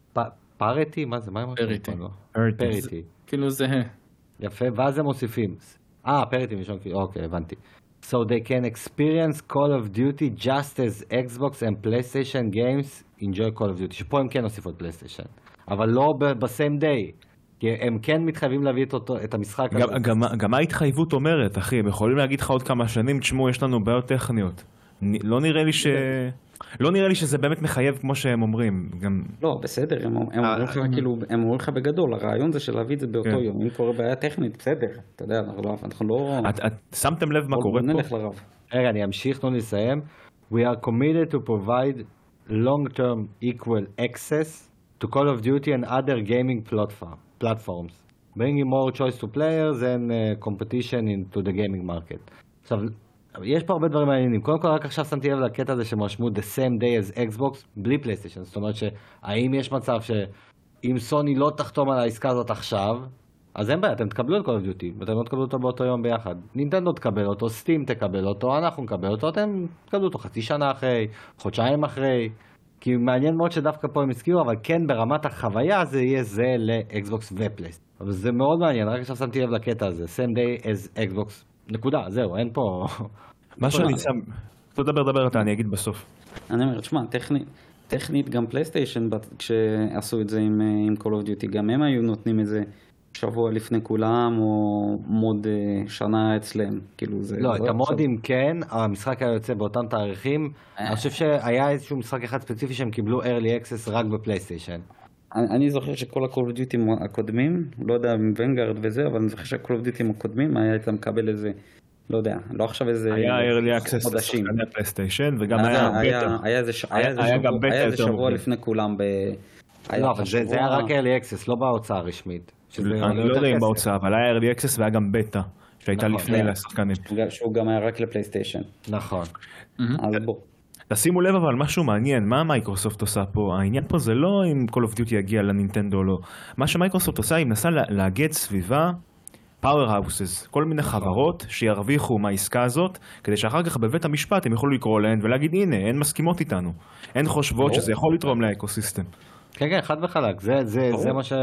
פאריטי? מה זה? מה הם רשמו Parity. פה? לא? Parity. פריטי. כאילו זהה. יפה, ואז הם מוסיפים. אה, פריטי ראשון, אוקיי, הבנתי. So they can experience Call of Duty just as Xbox and PlayStation games enjoy Call of Duty. שפה הם כן הוסיפו את PlayStation. אבל לא ב-same day. כי הם כן מתחייבים להביא את, אותו, את המשחק גם, גם, גם מה ההתחייבות אומרת, אחי? הם יכולים להגיד לך עוד כמה שנים, תשמעו, יש לנו בעיות טכניות. נ- לא נראה לי ש... לא נראה לי שזה באמת מחייב כמו שהם אומרים. גם... לא, בסדר, הם הם אומרים לך כאילו, הם אומרים לך בגדול, הרעיון זה של להביא את זה באותו כן. יום. אם קורה בעיה טכנית, בסדר. אתה יודע, אנחנו לא... אנחנו לא... את, את שמתם לב מה בוא קורה נלך פה? לרב. רגע, אני אמשיך, תנו לי לסיים. We are committed to provide long-term equal access to Call of Duty and other gaming platform, platforms, bringing more choice to players and uh, competition into the gaming market. עכשיו, יש פה הרבה דברים מעניינים. קודם כל, רק עכשיו שמתי לב לקטע הזה שהם רשמו the same day as Xbox בלי פלייסטיישן. זאת אומרת שהאם יש מצב שאם סוני לא תחתום על העסקה הזאת עכשיו, אז אין בעיה, אתם תקבלו את Call of Duty, ואתם לא תקבלו אותו באותו יום ביחד. נינטנדו תקבל אותו, סטים תקבל אותו, אנחנו נקבל אותו, אתם תקבלו אותו חצי שנה אחרי, חודשיים אחרי. כי מעניין מאוד שדווקא פה הם הזכירו, אבל כן ברמת החוויה זה יהיה זה לאקסבוקס ופלייסט. אבל זה מאוד מעניין, רק עכשיו שמתי לב לקטע הזה, same day as Xbox, נקודה, זהו, אין פה... מה שאני שם... תדבר, דבר אתה, אני אגיד בסוף. אני אומר, תשמע, טכנית, טכנית גם פלייסטיישן, כשעשו את זה עם, עם Call of Duty, גם הם היו נותנים את זה שבוע לפני כולם, או מוד שנה אצלם. כאילו זה... לא, זה את עכשיו- המודים כן, המשחק היה יוצא באותם תאריכים. אני חושב שהיה איזשהו משחק אחד ספציפי שהם קיבלו early access רק בפלייסטיישן. אני, אני זוכר שכל ה-Call of Duty הקודמים, לא יודע אם ונגארד וזה, אבל אני זוכר שה-Call of Duty הקודמים, היה אתה מקבל איזה לא יודע, לא עכשיו איזה... היה early access לשחקני פלייסטיישן, וגם היה בטא. היה איזה שבוע לפני כולם ב... לא, אבל זה היה רק early access, לא בהוצאה רשמית. אני לא יודע אם בהוצאה, אבל היה early access והיה גם בטא, שהייתה לפני לשחקנים. שהוא גם היה רק לפלייסטיישן. נכון. אז בוא. תשימו לב אבל משהו מעניין, מה מייקרוסופט עושה פה? העניין פה זה לא אם Call of Duty יגיע לנינטנדו או לא. מה שמייקרוסופט עושה, היא מנסה לאגד סביבה Powerhouses, כל מיני חברות שירוויחו מהעסקה הזאת, כדי שאחר כך בבית המשפט הם יוכלו לקרוא להן ולהגיד הנה, הן מסכימות איתנו. הן חושבות שזה יכול לתרום לאקוסיסטם. כן, כן, חד וחלק. זה, זה, זה מה ש...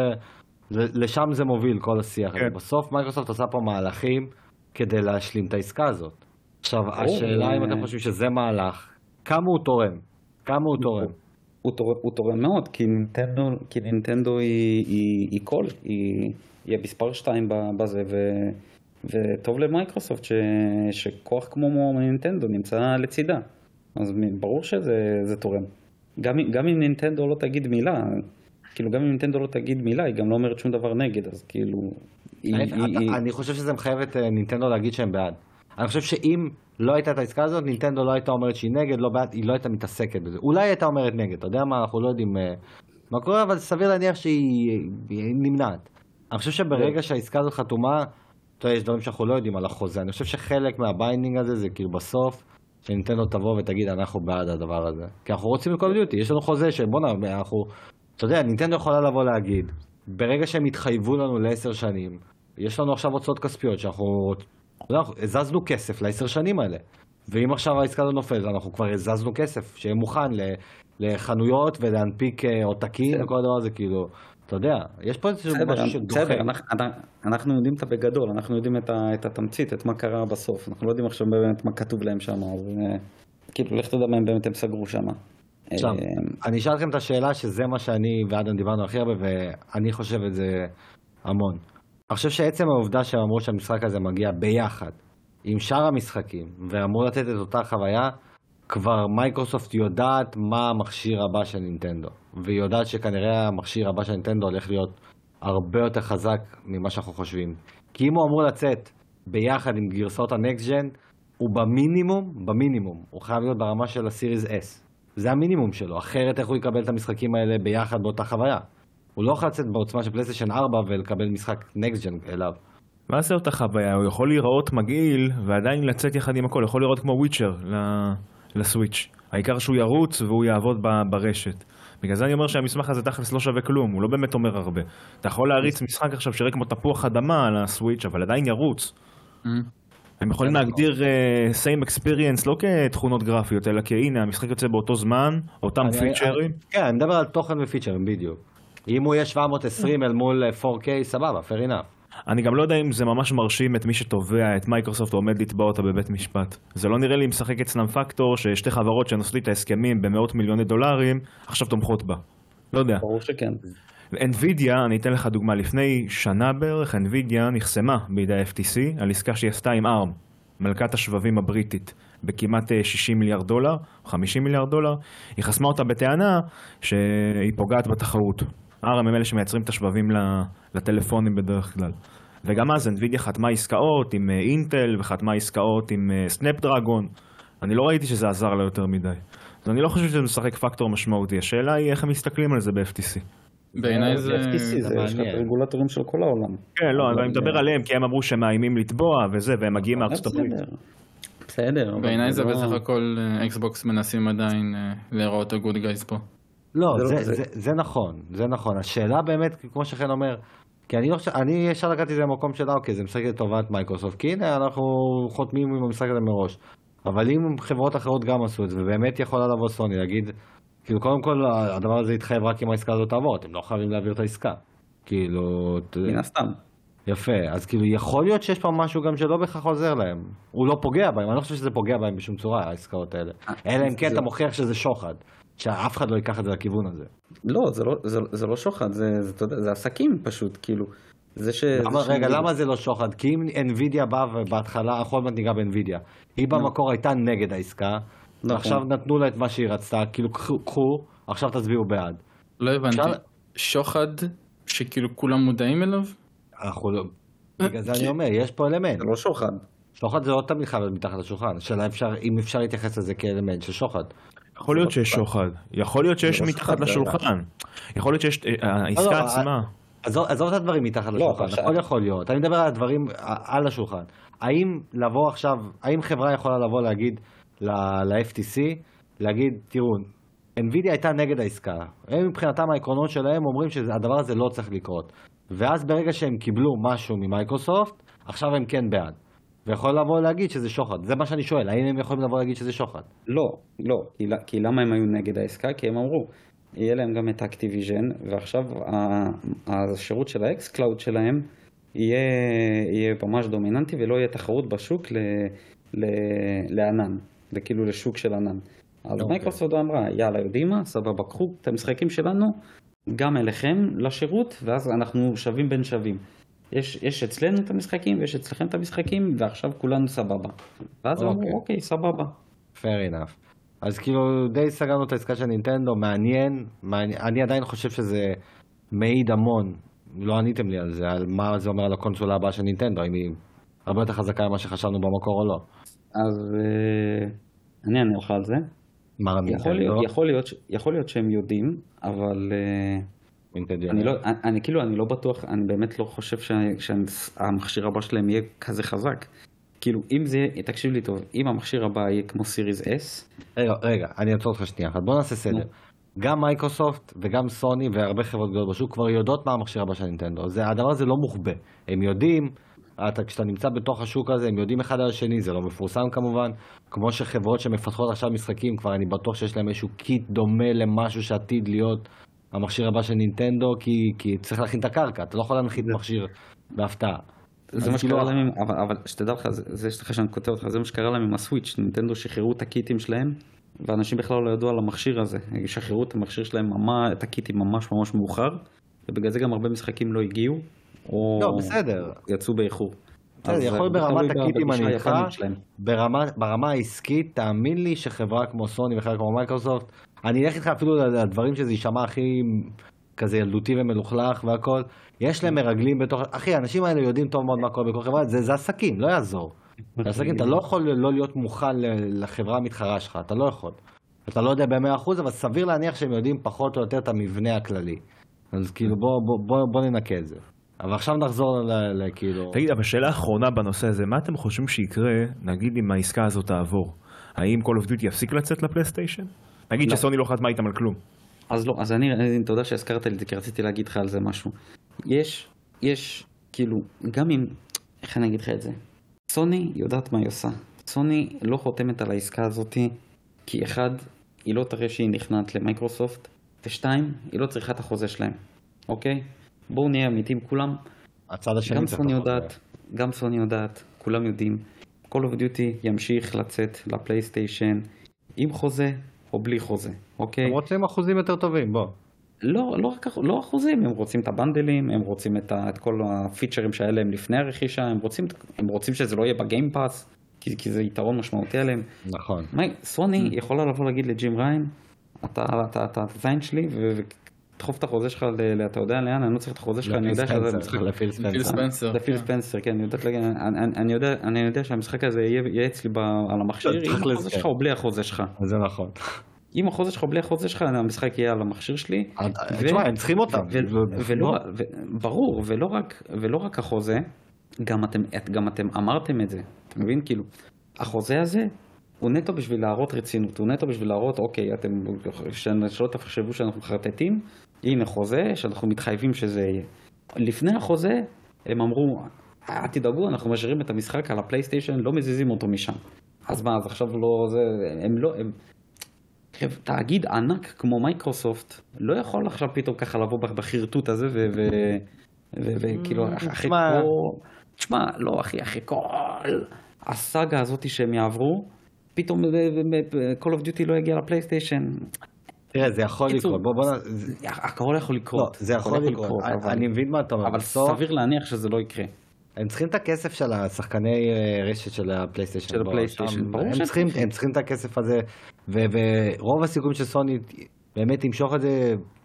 לשם זה מוביל כל השיח. כן. בסוף מייקרוסופט עושה פה מהלכים כדי להשלים את העסקה הזאת. עכשיו, השאלה אם אתם חושבים שזה מהלך, כמה הוא תורם? כמה הוא תורם? הוא תורם מאוד, כי נינטנדו, כי נינטנדו היא, היא, היא קול, היא, היא המספר שתיים בזה, ו, וטוב למייקרוסופט ש, שכוח כמו נינטנדו נמצא לצידה. אז ברור שזה תורם. גם, גם אם נינטנדו לא תגיד מילה, כאילו גם אם נינטנדו לא תגיד מילה, היא גם לא אומרת שום דבר נגד, אז כאילו... אני, היא, אני, היא... אני חושב שזה מחייב את נינטנדו להגיד שהם בעד. אני חושב שאם לא הייתה את העסקה הזאת, נינטנדו לא הייתה אומרת שהיא נגד, לא בעד, היא לא הייתה מתעסקת בזה. אולי הייתה אומרת נגד, אתה יודע מה, אנחנו לא יודעים מה קורה, אבל סביר להניח שהיא נמנעת. אני חושב שברגע שהעסקה הזאת חתומה, אתה יודע, יש דברים שאנחנו לא יודעים על החוזה. אני חושב שחלק מהביינינג הזה זה כאילו בסוף, שנינטנדו תבוא ותגיד, אנחנו בעד הדבר הזה. כי אנחנו רוצים את Call of Duty, יש לנו חוזה שבוא'נה, אנחנו, אתה יודע, נינטנדו יכולה לבוא להגיד, ברגע שהם יתחייבו לנו לעשר שנים, יש לנו עכשיו הוצאות כספיות שאנחנו הזזנו כסף לעשר שנים האלה, ואם עכשיו העסקה לא נופל, אנחנו כבר הזזנו כסף שיהיה מוכן לחנויות ולהנפיק עותקים וכל הדבר הזה, כאילו, אתה יודע, יש פה איזשהו משהו שדוחה. בסדר, אנחנו יודעים את הבגדול, אנחנו יודעים את התמצית, את מה קרה בסוף, אנחנו לא יודעים עכשיו באמת מה כתוב להם שם, כאילו, לך תדע מהם באמת הם סגרו שם. עכשיו, אני אשאל לכם את השאלה שזה מה שאני ועדן דיברנו הכי הרבה, ואני חושב את זה המון. אני חושב שעצם העובדה שהם אמרו שהמשחק הזה מגיע ביחד עם שאר המשחקים ואמור לתת את אותה חוויה, כבר מייקרוסופט יודעת מה המכשיר הבא של נינטנדו, והיא יודעת שכנראה המכשיר הבא של נינטנדו הולך להיות הרבה יותר חזק ממה שאנחנו חושבים. כי אם הוא אמור לצאת ביחד עם גרסאות הנקסט ג'ן, הוא במינימום, במינימום, הוא חייב להיות ברמה של הסיריז S. זה המינימום שלו, אחרת איך הוא יקבל את המשחקים האלה ביחד באותה חוויה. הוא לא יכול לצאת בעוצמה של פלייסטיישן ארבע ולקבל משחק נקסט ג'ן אליו. מה זה אותה חוויה? הוא יכול להיראות מגעיל ועדיין לצאת יחד עם הכל, יכול לראות כמו וויצ'ר לסוויץ'. העיקר שהוא ירוץ והוא יעבוד ברשת. בגלל זה אני אומר שהמסמך הזה תכלס לא שווה כלום, הוא לא באמת אומר הרבה. אתה יכול להריץ משחק עכשיו שיראה כמו תפוח אדמה על הסוויץ', אבל עדיין ירוץ. הם יכולים להגדיר same experience לא כתכונות גרפיות, אלא כי הנה המשחק יוצא באותו זמן, אותם פיצ'רים. כן, אני מדבר על תוכן ופיצ'רים בדיוק. אם הוא יהיה שבע מאות ועשרים אל מול פור קיי, סבבה, fair enough. אני גם לא יודע אם זה ממש מרשים את מי שתובע את מייקרוסופט ועומד לתבוע אותה בבית משפט. זה לא נראה לי משחק אצלם פקטור ששתי חברות שנוסדו את ההסכמים במאות מיליוני דולרים עכשיו תומכות בה. לא יודע. ברור שכן. NVIDIA, אני אתן לך דוגמה, לפני שנה בערך NVIDIA נחסמה בידי ה-אף טי סי על עסקה שהיא עשתה עם ארם, מלכת השבבים הבריטית, בכמעט שישים מיליארד דולר, חמישים מיליארד דולר. היא חסמה אותה בטענה שהיא פוגעת בתחרות. ארם הם אלה שמייצרים את השבבים לטלפונים בדרך כלל. וגם אז NVIDIA חתמה עסקאות עם אינטל וחתמה עסקאות עם סנאפדרגון. אני לא ראיתי שזה עזר לה יותר מדי. אז אני לא חושב שזה משחק פקטור משמעותי. השאלה היא איך הם מסתכלים על זה ב-אף טי סי. בעיניי זה... אף טי סי זה יש לך רגולטורים של כל העולם. כן, לא, אני מדבר עליהם כי הם אמרו שהם מאיימים לתבוע וזה, והם מגיעים מארצות הברית. בסדר. בעיניי זה בסך הכל אקסבוקס מנסים עדיין להיראות הגוד גייז פה. לא, זה נכון, זה נכון. השאלה באמת, כמו שכן אומר, כי אני לא חושב, אני ישר לקחתי את זה במקום שלה, אוקיי, זה משחק לטובת מייקרוסופט, כי הנה אנחנו חותמים עם המשחק הזה מראש. אבל אם חברות אחרות גם עשו את זה, ובאמת יכולה לבוא סוני, להגיד, כאילו קודם כל הדבר הזה יתחייב רק אם העסקה הזאת תעבור, אתם לא חייבים להעביר את העסקה. כאילו... מן הסתם. יפה, אז כאילו יכול להיות שיש פה משהו גם שלא בכך עוזר להם. הוא לא פוגע בהם, אני לא חושב שזה פוגע בהם בשום צורה, העסקאות האלה. אלא אם כן אתה מוכיח שזה שוחד. שאף אחד לא ייקח את זה לכיוון הזה. לא, זה לא, זה, זה לא שוחד, זה, זה, זה, זה עסקים פשוט, כאילו. זה ש... למה, זה רגע, ש... למה זה לא שוחד? כי אם NVIDIA באה ובהתחלה, אנחנו עוד מעט ניגע ב-NVIDIA, היא במקור הייתה נגד העסקה, ועכשיו נתנו לה את מה שהיא רצתה, כאילו קחו, עכשיו תצביעו בעד. לא הבנתי, שוחד שכאילו כולם מודעים אליו? אנחנו לא... בגלל זה אני אומר, יש פה אלמנט. זה לא שוחד. שוחד זה לא תמיד חייב להיות מתחת לשולחן, השאלה אם אפשר להתייחס לזה כאלמנט של שוחד. יכול להיות שיש שוחד, יכול להיות שיש מתחת לשולחן, יכול להיות שיש, העסקה עצמה. עזוב את הדברים מתחת לשולחן, הכל יכול להיות, אני מדבר על הדברים על השולחן. האם לבוא עכשיו, האם חברה יכולה לבוא להגיד ל-אף טי סי, להגיד, תראו, NVIDIA הייתה נגד העסקה, הם מבחינתם העקרונות שלהם אומרים שהדבר הזה לא צריך לקרות, ואז ברגע שהם קיבלו משהו ממייקרוסופט, עכשיו הם כן בעד. ויכול לבוא להגיד שזה שוחד, זה מה שאני שואל, האם הם יכולים לבוא להגיד שזה שוחד? לא, לא, כי, כי למה הם היו נגד העסקה? כי הם אמרו, יהיה להם גם את אקטיביז'ן, ועכשיו השירות של ה-X-Cloud שלהם יהיה, יהיה ממש דומיננטי, ולא יהיה תחרות בשוק ל, ל, לענן, וכאילו לשוק של ענן. אז okay. מייקרוסופט אמרה, יאללה, יודעים מה, סבבה, קחו את המשחקים שלנו, גם אליכם לשירות, ואז אנחנו שווים בין שווים. יש, יש אצלנו את המשחקים ויש אצלכם את המשחקים, ועכשיו כולנו סבבה. ואז אמרו, okay. אוקיי, סבבה. Fair enough. אז כאילו די סגרנו את העסקה של נינטנדו, מעניין, מעניין, אני עדיין חושב שזה מעיד המון, לא עניתם לי על זה, על מה זה אומר על הקונסולה הבאה של נינטנדו, אם היא הרבה יותר חזקה ממה שחשבנו במקור או לא. אז אני אענה לך על זה. מה יכול להיות, יכול להיות, יכול להיות שהם יודעים, אבל אני לא, אני כאילו, אני לא בטוח, אני באמת לא חושב שהמכשיר הבא שלהם יהיה כזה חזק. כאילו, אם זה, תקשיב לי טוב, אם המכשיר הבא יהיה כמו סיריס S... רגע, רגע, אני אעצור אותך שנייה אחת, בוא נעשה סדר. גם מייקרוסופט וגם סוני והרבה חברות גדולות בשוק כבר יודעות מה המכשיר הבא של נינטנדו. הדבר הזה לא מוחבא. הם יודעים, אתה, כשאתה נמצא בתוך השוק הזה, הם יודעים אחד על השני, זה לא מפורסם כמובן. כמו שחברות שמפתחות עכשיו משחקים, כבר אני בטוח שיש להם איזשהו קיט דומה למשהו שעתיד להיות המכשיר הבא של נינטנדו, כי, כי צריך להכין את הקרקע, אתה לא יכול להנחית מכשיר בהפתעה. זה מה שקרה להם, אבל שתדע לך, זה שתדע שאני כותב אותך, זה מה שקרה להם עם הסוויץ', נינטנדו שחררו את הקיטים שלהם, ואנשים בכלל לא ידעו על המכשיר הזה, שחררו את המכשיר שלהם, את הקיטים ממש ממש מאוחר, ובגלל זה גם הרבה משחקים לא הגיעו, או לא, בסדר. יצאו באיחור. יכול ברמת הקיטים אני איתך, ברמה העסקית, תאמין לי שחברה כמו סוני וחברה כמו מייקרוסופט, אני אלך איתך אפילו לדברים שזה יישמע הכי כזה ילדותי ומלוכלך והכל, יש להם מרגלים בתוך, אחי, האנשים האלה יודעים טוב מאוד מה קורה בכל חברה, זה, זה עסקים, לא יעזור. זה עסקים, אתה לא יכול לא להיות מוכן לחברה המתחרה שלך, אתה לא יכול. אתה לא יודע ב-מאה אחוז, אבל סביר להניח שהם יודעים פחות או יותר את המבנה הכללי. אז כאילו בוא, בוא, בוא, בוא ננקה את זה. אבל עכשיו נחזור לכאילו... תגיד, אבל שאלה האחרונה בנושא הזה, מה אתם חושבים שיקרה, נגיד אם העסקה הזאת תעבור? האם Call of Duty יפסיק לצאת לפלייסטיישן? נגיד שסוני לא חתמה איתם על כלום. אז לא, אז אני, אתה יודע שהזכרת לי את זה, כי רציתי להגיד לך על זה משהו. יש, יש, כאילו, גם אם, איך אני אגיד לך את זה? סוני יודעת מה היא עושה. סוני לא חותמת על העסקה הזאת, כי אחד, היא לא תראה שהיא נכנעת למייקרוסופט, ושתיים, היא לא צריכה את החוזה שלהם, אוקיי? בואו נהיה אמיתים כולם. הצד השני גם סוני יודעת, גם סוני יודעת, כולם יודעים. Call of Duty ימשיך לצאת לפלייסטיישן עם חוזה או בלי חוזה, אוקיי? הם רוצים אחוזים יותר טובים, בוא. לא, לא רק לא אחוזים, הם רוצים את הבנדלים, הם רוצים את, ה, את כל הפיצ'רים שהיה להם לפני הרכישה, הם רוצים, הם רוצים שזה לא יהיה בגיים פאס, כי, כי זה יתרון משמעותי עליהם. נכון. מי, סוני יכולה לבוא להגיד לג'ים ריין, אתה, אתה, אתה, אתה זין שלי, ותדחוף את החוזה שלך, ל, אתה יודע לאן, אני לא צריך את החוזה שלך, אני יודע שזה משחק... לפיל ספנסר. לפיל ספנסר, כן, אני יודע, אני יודע שהמשחק הזה יהיה אצלי על המכשיר, עם החוזה שלך או בלי החוזה שלך. זה נכון. אם החוזה שלך, בלי החוזה שלך, המשחק יהיה על המכשיר שלי. תשמע, הם צריכים אותם. ברור, ולא רק החוזה, גם אתם אמרתם את זה. אתה מבין? כאילו, החוזה הזה הוא נטו בשביל להראות רצינות, הוא נטו בשביל להראות, אוקיי, אתם, שלא תחשבו שאנחנו חרטטים, הנה חוזה, שאנחנו מתחייבים שזה יהיה. לפני החוזה, הם אמרו, אל תדאגו, אנחנו משאירים את המשחק על הפלייסטיישן, לא מזיזים אותו משם. אז מה, אז עכשיו לא, זה, הם לא, הם... תאגיד ענק כמו מייקרוסופט לא יכול עכשיו פתאום ככה לבוא בחרטוט הזה וכאילו אחרי כל... תשמע, לא אחי, אחרי כל הסאגה הזאת שהם יעברו, פתאום Call of Duty לא יגיע לפלייסטיישן. תראה, זה יכול לקרות. הכל יכול לקרות. זה יכול לקרות. אני מבין מה אתה אומר. אבל סביר להניח שזה לא יקרה. הם צריכים את הכסף של השחקני רשת של הפלייסטיישן. של הפלייסטיישן, ברור הם צריכים את הכסף הזה, ורוב הסיכויים של סוני באמת ימשוך את זה,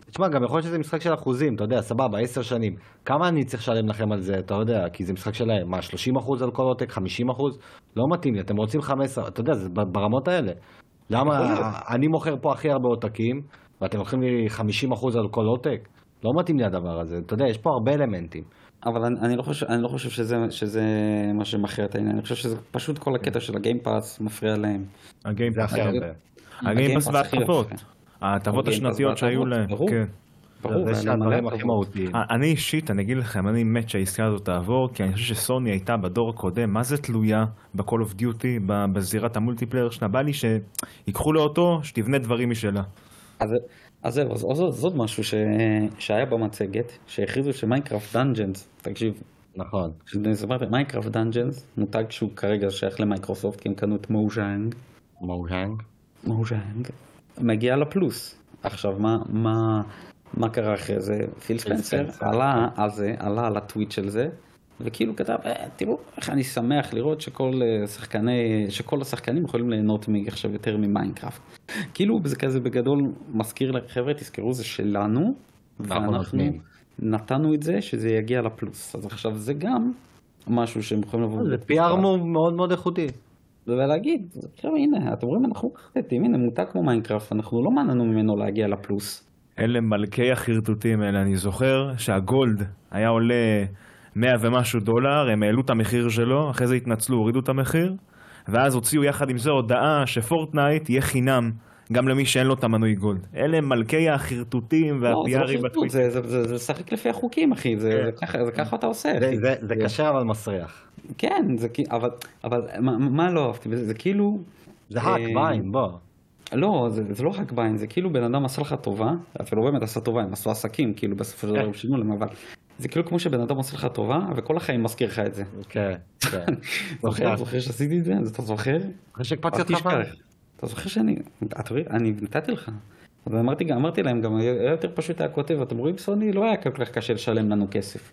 תשמע, גם יכול להיות שזה משחק של אחוזים, אתה יודע, סבבה, עשר שנים. כמה אני צריך לשלם לכם על זה, אתה יודע, כי זה משחק שלהם. מה, שלושים אחוז על כל עותק, חמישים אחוז? לא מתאים לי, אתם רוצים חמש עשרה, אתה יודע, זה ברמות האלה. למה אני מוכר פה הכי הרבה עותקים, ואתם לוקחים לי חמישים אחוז על כל עותק? לא מתאים לי הדבר הזה, אתה יודע, יש פה הרבה אלמנטים. אבל אני, אני, לא חושב, אני לא חושב שזה, שזה מה שמכריע את העניין, אני חושב שזה פשוט כל הקטע של הגיימפאס מפריע להם. הגיימפאס זה הכי הרבה. הגיימפאס וההטבות. ההטבות השנתיות שהיו להם. ברור. ברור, זה שהדברים הכי מהותיים. אני אישית, אני אגיד לכם, אני מת שהעסקה הזאת תעבור, כי אני חושב שסוני הייתה בדור הקודם, מה זה תלויה ב-Call of Duty, בזירת המולטיפלייר שלה, בא לי שיקחו לו אותו, שתבנה דברים משלה. אז, אז זהו, אז זאת, זאת משהו ש, שהיה במצגת, שהכריזו שמיינקראפט דאנג'נס, תקשיב. נכון. מיינקראפט דאנג'נס, מותג שהוא כרגע שייך למייקרוסופט, כי הם קנו את מוז'אנג. מוז'אנג? מוז'אנג. מגיע לפלוס. עכשיו, מה, מה, מה קרה אחרי זה? פיל ספנסר עלה על זה, עלה על הטוויט של זה, וכאילו כתב, אה, תראו, איך אני שמח לראות שכל שחקני, שכל השחקנים יכולים ליהנות עכשיו יותר ממיינקראפט. כאילו, זה כזה בגדול מזכיר לחבר'ה, תזכרו, זה שלנו, ואנחנו נתנו את זה, שזה יגיע לפלוס. אז עכשיו זה גם משהו שהם יכולים לבוא... זה פי אר מאוד מאוד איכותי. ולהגיד, עכשיו הנה, אתם רואים, אנחנו חטאים, הנה, מותג כמו מיינקראפט, אנחנו לא מנענו ממנו להגיע לפלוס. אלה מלכי החרטוטים האלה, אני זוכר שהגולד היה עולה מאה ומשהו דולר, הם העלו את המחיר שלו, אחרי זה התנצלו, הורידו את המחיר, ואז הוציאו יחד עם זה הודעה שפורטנייט יהיה חינם גם למי שאין לו את המנוי גולד. אלה מלכי החרטוטים והפיארים בטוויטר. זה זה, זה, זה שחק לפי החוקים, אחי, זה, זה, ככה, זה ככה אתה עושה. זה, זה, זה קשה אבל מסריח. כן, זה, אבל, אבל מה, מה לא אהבתי? זה, זה כאילו... זה האק בעין, בוא. לא, זה, זה לא רק בעין, זה כאילו בן אדם עשה לך טובה, אפילו באמת עשה טובה, הם עשו עסקים, כאילו בסופו של דבר הם שינו להם, אבל זה כאילו כמו שבן אדם עושה לך טובה, וכל החיים מזכיר לך את זה. כן, כן. זוכר, זוכר שעשיתי את זה? אז אתה זוכר? זוכר שהקפצתי אותך פעם? אתה זוכר שאני, אתה רואה, אני נתתי לך. אז אמרתי, אמרתי להם גם, היה יותר פשוט היה כותב, אתם רואים סוני, לא היה כל כך קשה לשלם לנו כסף.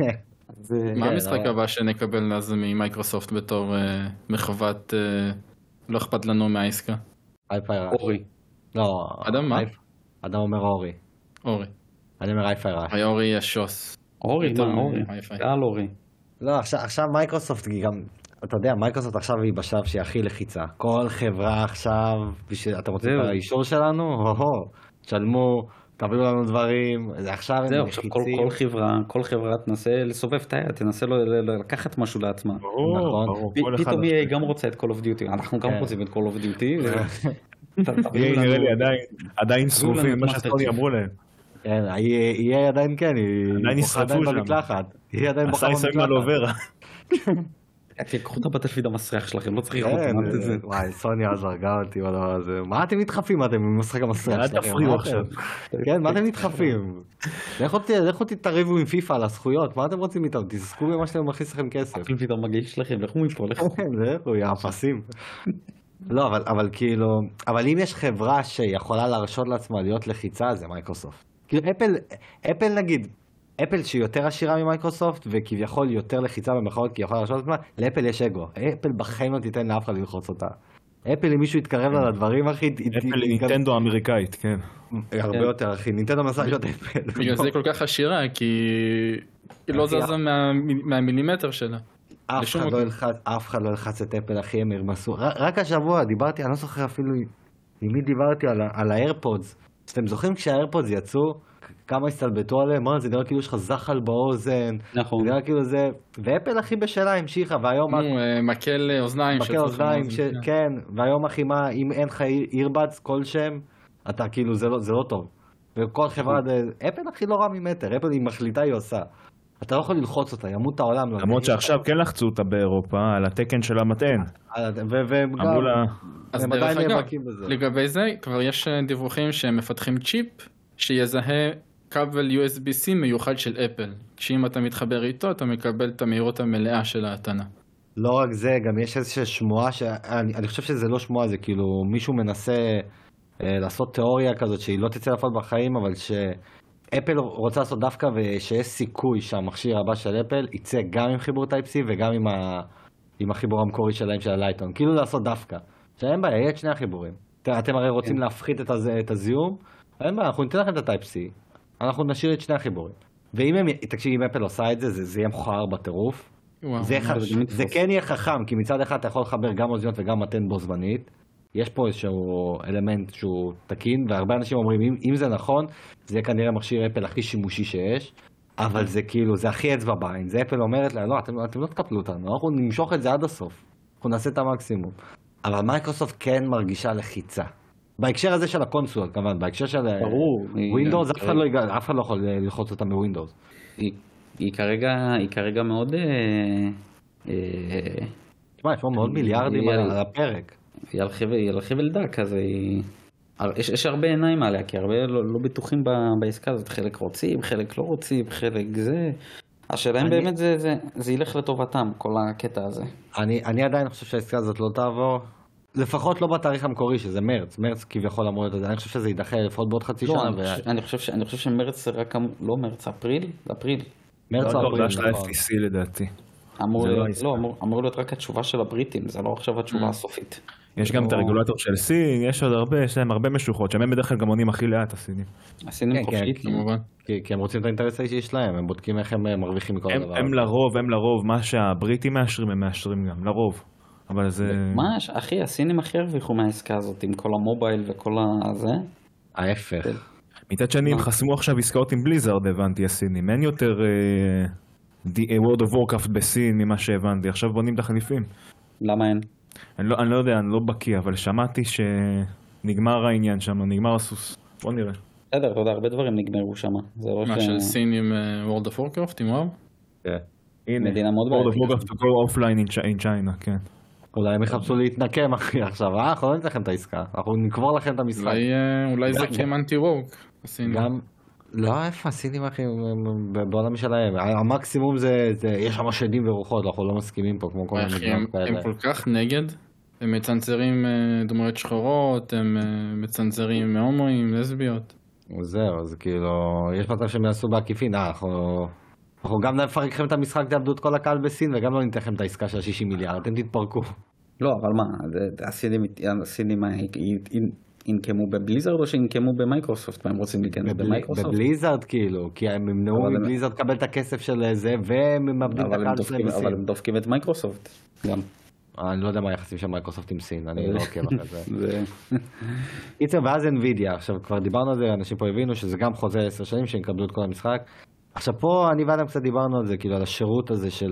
מה המשחק הבא שנקבל אז ממייקרוסופט בתור מחוות, לא אכפת לנו מהעסקה? אורי. לא, אדם מה? אדם אומר אורי. אורי. אני אומר אייפיי ראש. היה אורי השוס. אורי, מה אורי? יאללה אורי. לא, עכשיו מייקרוסופט גם, אתה יודע, מייקרוסופט עכשיו היא בשלב שהיא הכי לחיצה. כל חברה עכשיו, אתם רוצים את האישור שלנו? הו-הו, תשלמו, תביאו לנו דברים, זה עכשיו הם לחיצים. כל חברה, כל חברה תנסה לסובב את היד, תנסה לקחת משהו לעצמה. ברור, פתאום היא גם רוצה את Call of Duty, אנחנו גם רוצים את Call of Duty. נראה לי עדיין שרופים, מה שסוני אמרו להם. כן, היא עדיין כן, היא עדיין נשרפו שם. היא עדיין בוחרה במקלחת. קחו את הבטלפילד המסריח שלכם, לא צריך לראות את זה. וואי, סוני אז הרגה אותי בדבר הזה. מה אתם מתחפים? אתם במשחק המסריח שלכם? אל תפריעו עכשיו. כן, מה אתם מתחפים? לכו תתערבו עם פיפה על הזכויות, מה אתם רוצים איתם? תזכו במה שאתם מכניס לכם כסף. הבטלפילד המגעיל שלכם, לכו מפה, לכו. לכו, יא אפסים. לא, אבל, אבל כאילו, אבל אם יש חברה שיכולה להרשות לעצמה להיות לחיצה, זה מייקרוסופט. כאילו, אפל, אפל נגיד, אפל שהיא יותר עשירה ממייקרוסופט, וכביכול יותר לחיצה במחאות, כי היא יכולה להרשות לעצמה, לאפל יש אגו. אפל בחיים לא תיתן לאף אחד ללחוץ אותה. אפל, אם מישהו יתקרב לה לדברים, אחי... אפל היא נינטנדו אמריקאית, כן. הרבה יותר, אחי. נינטנדו מנסה להיות אפל. בגלל זה כל כך עשירה, כי היא לא זזה מהמילימטר שלה. אף אחד לא ילחץ את אפל, אחי, הם ירמסו. רק השבוע דיברתי, אני לא זוכר אפילו עם מי דיברתי על האיירפודס. אתם זוכרים כשהאיירפודס יצאו, כמה הסתלבטו עליהם? מה, זה נראה כאילו יש לך זחל באוזן. נכון. זה נראה כאילו זה... ואפל הכי בשלה המשיכה, והיום... מקל אוזניים. מקל אוזניים, כן. והיום אחי, מה, אם אין לך אירבאדס כלשהם, אתה כאילו, זה לא טוב. וכל חברה... אפל הכי לא רע ממטר, אפל היא מחליטה, היא עושה. אתה לא יכול ללחוץ אותה, ימות העולם. למרות שעכשיו כן לחצו אותה באירופה על התקן של המטען. והם גם... אז דרך אגב, לגבי זה כבר יש דיווחים שהם מפתחים צ'יפ שיזהה כבל יו אס בי סי מיוחד של אפל. כשאם אתה מתחבר איתו, אתה מקבל את המהירות המלאה של ההטענה. לא רק זה, גם יש איזושהי שמועה, שאני, אני חושב שזה לא שמועה, זה כאילו מישהו מנסה אה, לעשות תיאוריה כזאת שהיא לא תצא לפעול בחיים, אבל שאפל רוצה לעשות דווקא ושיש סיכוי שהמכשיר הבא של אפל יצא גם עם חיבור טייפ סי וגם עם, ה, עם החיבור המקורי שלהם של הלייטון. כאילו לעשות דווקא. שאין בעיה, יהיה את שני החיבורים. אתם הרי רוצים להפחית את, הז... את הזיהום, אין בעיה, אנחנו ניתן לכם את ה-Type-C, אנחנו נשאיר את שני החיבורים. ואם הם, תקשיב, אם אפל עושה את זה, זה, זה יהיה מכוער בטירוף. זה, זה כן יהיה חכם, כי מצד אחד אתה יכול לחבר גם אוזניות וגם מתן בו זמנית. יש פה איזשהו אלמנט שהוא תקין, והרבה אנשים אומרים, אם, אם זה נכון, זה יהיה כנראה מכשיר אפל הכי שימושי שיש, אבל זה כאילו, זה הכי אצבע בעין. זה אפל אומרת לה, לא, אתם, אתם לא תקפלו אותנו, אנחנו נמשוך את זה עד הסוף. אנחנו נעשה את המקסימום. אבל מייקרוסופט כן מרגישה לחיצה. בהקשר הזה של הקונסול, כמובן, בהקשר של ווינדוס, אף אחד לא יגע, אף אחד לא יכול ללחוץ אותה בווינדוס. היא, היא כרגע, היא כרגע מאוד... תשמע, יש פה מאוד מיליארדים על הפרק. היא על חבל דק, אז היא... יש, יש הרבה עיניים עליה, כי הרבה לא, לא בטוחים בעסקה הזאת. חלק רוצים, חלק לא רוצים, חלק זה... השאלה אם באמת זה, זה, זה ילך לטובתם, כל הקטע הזה. אני, אני עדיין חושב שהעסקה הזאת לא תעבור. לפחות לא בתאריך המקורי, שזה מרץ. מרץ כביכול אמור להיות את זה. אני חושב שזה יידחה לפחות בעוד חצי לא, שנה. אני, ו... חושב, אני, חושב ש, אני חושב שמרץ זה רק... לא מרץ, אפריל? אפריל. מרץ או אפריל, נכון. ה-אף טי סי לדעתי. אמור להיות, לא, אמור, אמור להיות רק התשובה של הבריטים, זה לא עכשיו התשובה הסופית. יש גם את הרגולטור של סין, יש עוד הרבה, יש להם הרבה משוחות, שהם בדרך כלל גם עונים הכי לאט, הסינים. הסינים חופשית, כמובן. כי הם רוצים את האינטרס האישי שלהם, הם בודקים איך הם מרוויחים מכל הדבר. הם לרוב, הם לרוב, מה שהבריטים מאשרים, הם מאשרים גם, לרוב. אבל זה... מה, אחי, הסינים הכי הרוויחו מהעסקה הזאת, עם כל המובייל וכל הזה? ההפך. מצד שני, הם חסמו עכשיו עסקאות עם בליזארד, הבנתי, הסינים. אין יותר World of Warcraft בסין ממה שהבנתי. עכשיו בונים את החליפים. למה אין? אני לא, אני לא יודע, אני לא בקיא, אבל שמעתי שנגמר העניין שם, נגמר הסוס. בוא נראה. בסדר, אתה יודע, הרבה דברים נגמרו שם. מה, של סין עם World of Warcraft, עם וואו? כן. הנה, מדינה מאוד World of Warcraft to go offline in China, כן. אולי הם יחפשו להתנקם אחי עכשיו, אה? אנחנו לא ניתן לכם את העסקה, אנחנו נקבור לכם את המשחק. אולי זה כי הם אנטי-וורק, הסינים. גם... לא, איפה, הסינים אחי, בעולם שלהם. המקסימום זה, יש שם שדים ורוחות, אנחנו לא מסכימים פה כמו כל מיני מדינות כאלה. הם כל כך נגד, הם מצנזרים דמויות שחורות, הם מצנזרים הומואים, לסביות. זהו, אז כאילו, יש מצב שהם יעשו בעקיפין, אה, אנחנו... אנחנו גם נפרק לכם את המשחק, תאבדו את כל הקהל בסין, וגם לא ניתן לכם את העסקה של שישים מיליארד, אתם תתפרקו. לא, אבל מה, הסינים ינקמו בבליזארד או שינקמו במייקרוסופט? מה הם רוצים להיכנס במייקרוסופט? בבליזארד כאילו, כי הם ימנעו מבליזארד לקבל את הכסף של זה, והם מאבדים את הקהל שלהם בסין. אבל הם דופקים את מייקרוסופט, גם. אני לא יודע מה היחסים של מייקרוסופט עם סין, אני לא עוקב אחרי זה. קיצר, ואז NVIDIA, עכשיו כבר דיברנו על זה, אנשים פה הבינו שזה גם חוזה עשר שנים שהם יקבלו את כל המשחק. עכשיו פה אני ואדם קצת דיברנו על זה, כאילו על השירות הזה של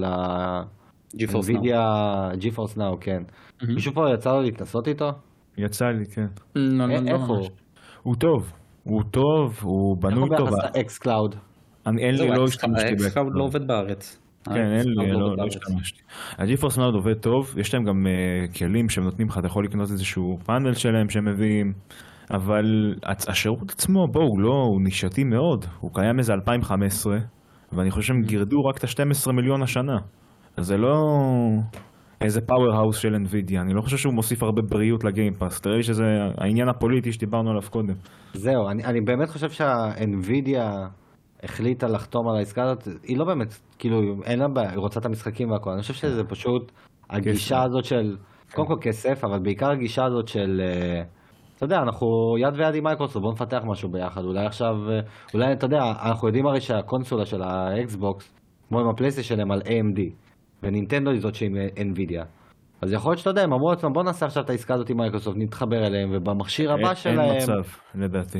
ה-NVIDIA, GeForce Now, כן. מישהו פה יצא לו להתנסות איתו? יצא לי, כן. איך הוא? הוא טוב, הוא טוב, הוא בנוי טוב. איך הוא ביחס לאקס-קלאוד? אין לי, לא השתמשתי. האקס-קלאוד לא עובד בארץ. כן, אין לי, לא השתמשתי. ה-GeForce Now עובד טוב, יש להם גם כלים שהם נותנים לך, אתה יכול לקנות איזשהו פאנל שלהם שהם מביאים. אבל השירות עצמו, בואו, לא, הוא נישתי מאוד. הוא קיים איזה אלפיים וחמש עשרה, ואני חושב שהם גירדו רק את ה-שנים עשר מיליון השנה. אז זה לא איזה פאוור-האוס של NVIDIA. אני לא חושב שהוא מוסיף הרבה בריאות לגיימפאס. תראי שזה העניין הפוליטי שדיברנו עליו קודם. זהו, אני, אני באמת חושב שה-NVIDIA החליטה לחתום על העסקה הזאת. היא לא באמת, כאילו, אין לה בעיה, היא רוצה את המשחקים והכל. אני חושב שזה פשוט הגישה הזאת של, קודם כל כסף, אבל בעיקר הגישה הזאת של... אתה יודע, אנחנו יד ויד עם מייקרוסופט, בואו נפתח משהו ביחד, אולי עכשיו, אולי, אתה יודע, אנחנו יודעים הרי שהקונסולה של האקסבוקס, כמו עם הפלייסטיישן שלהם על איי אם די, ונינטנדו היא זאת שעם NVIDIA. אז יכול להיות שאתה יודע, הם אמרו לעצמם, בואו נעשה עכשיו את העסקה הזאת עם מייקרוסופט, נתחבר אליהם, ובמכשיר הבא שלהם... אין מצב, לדעתי.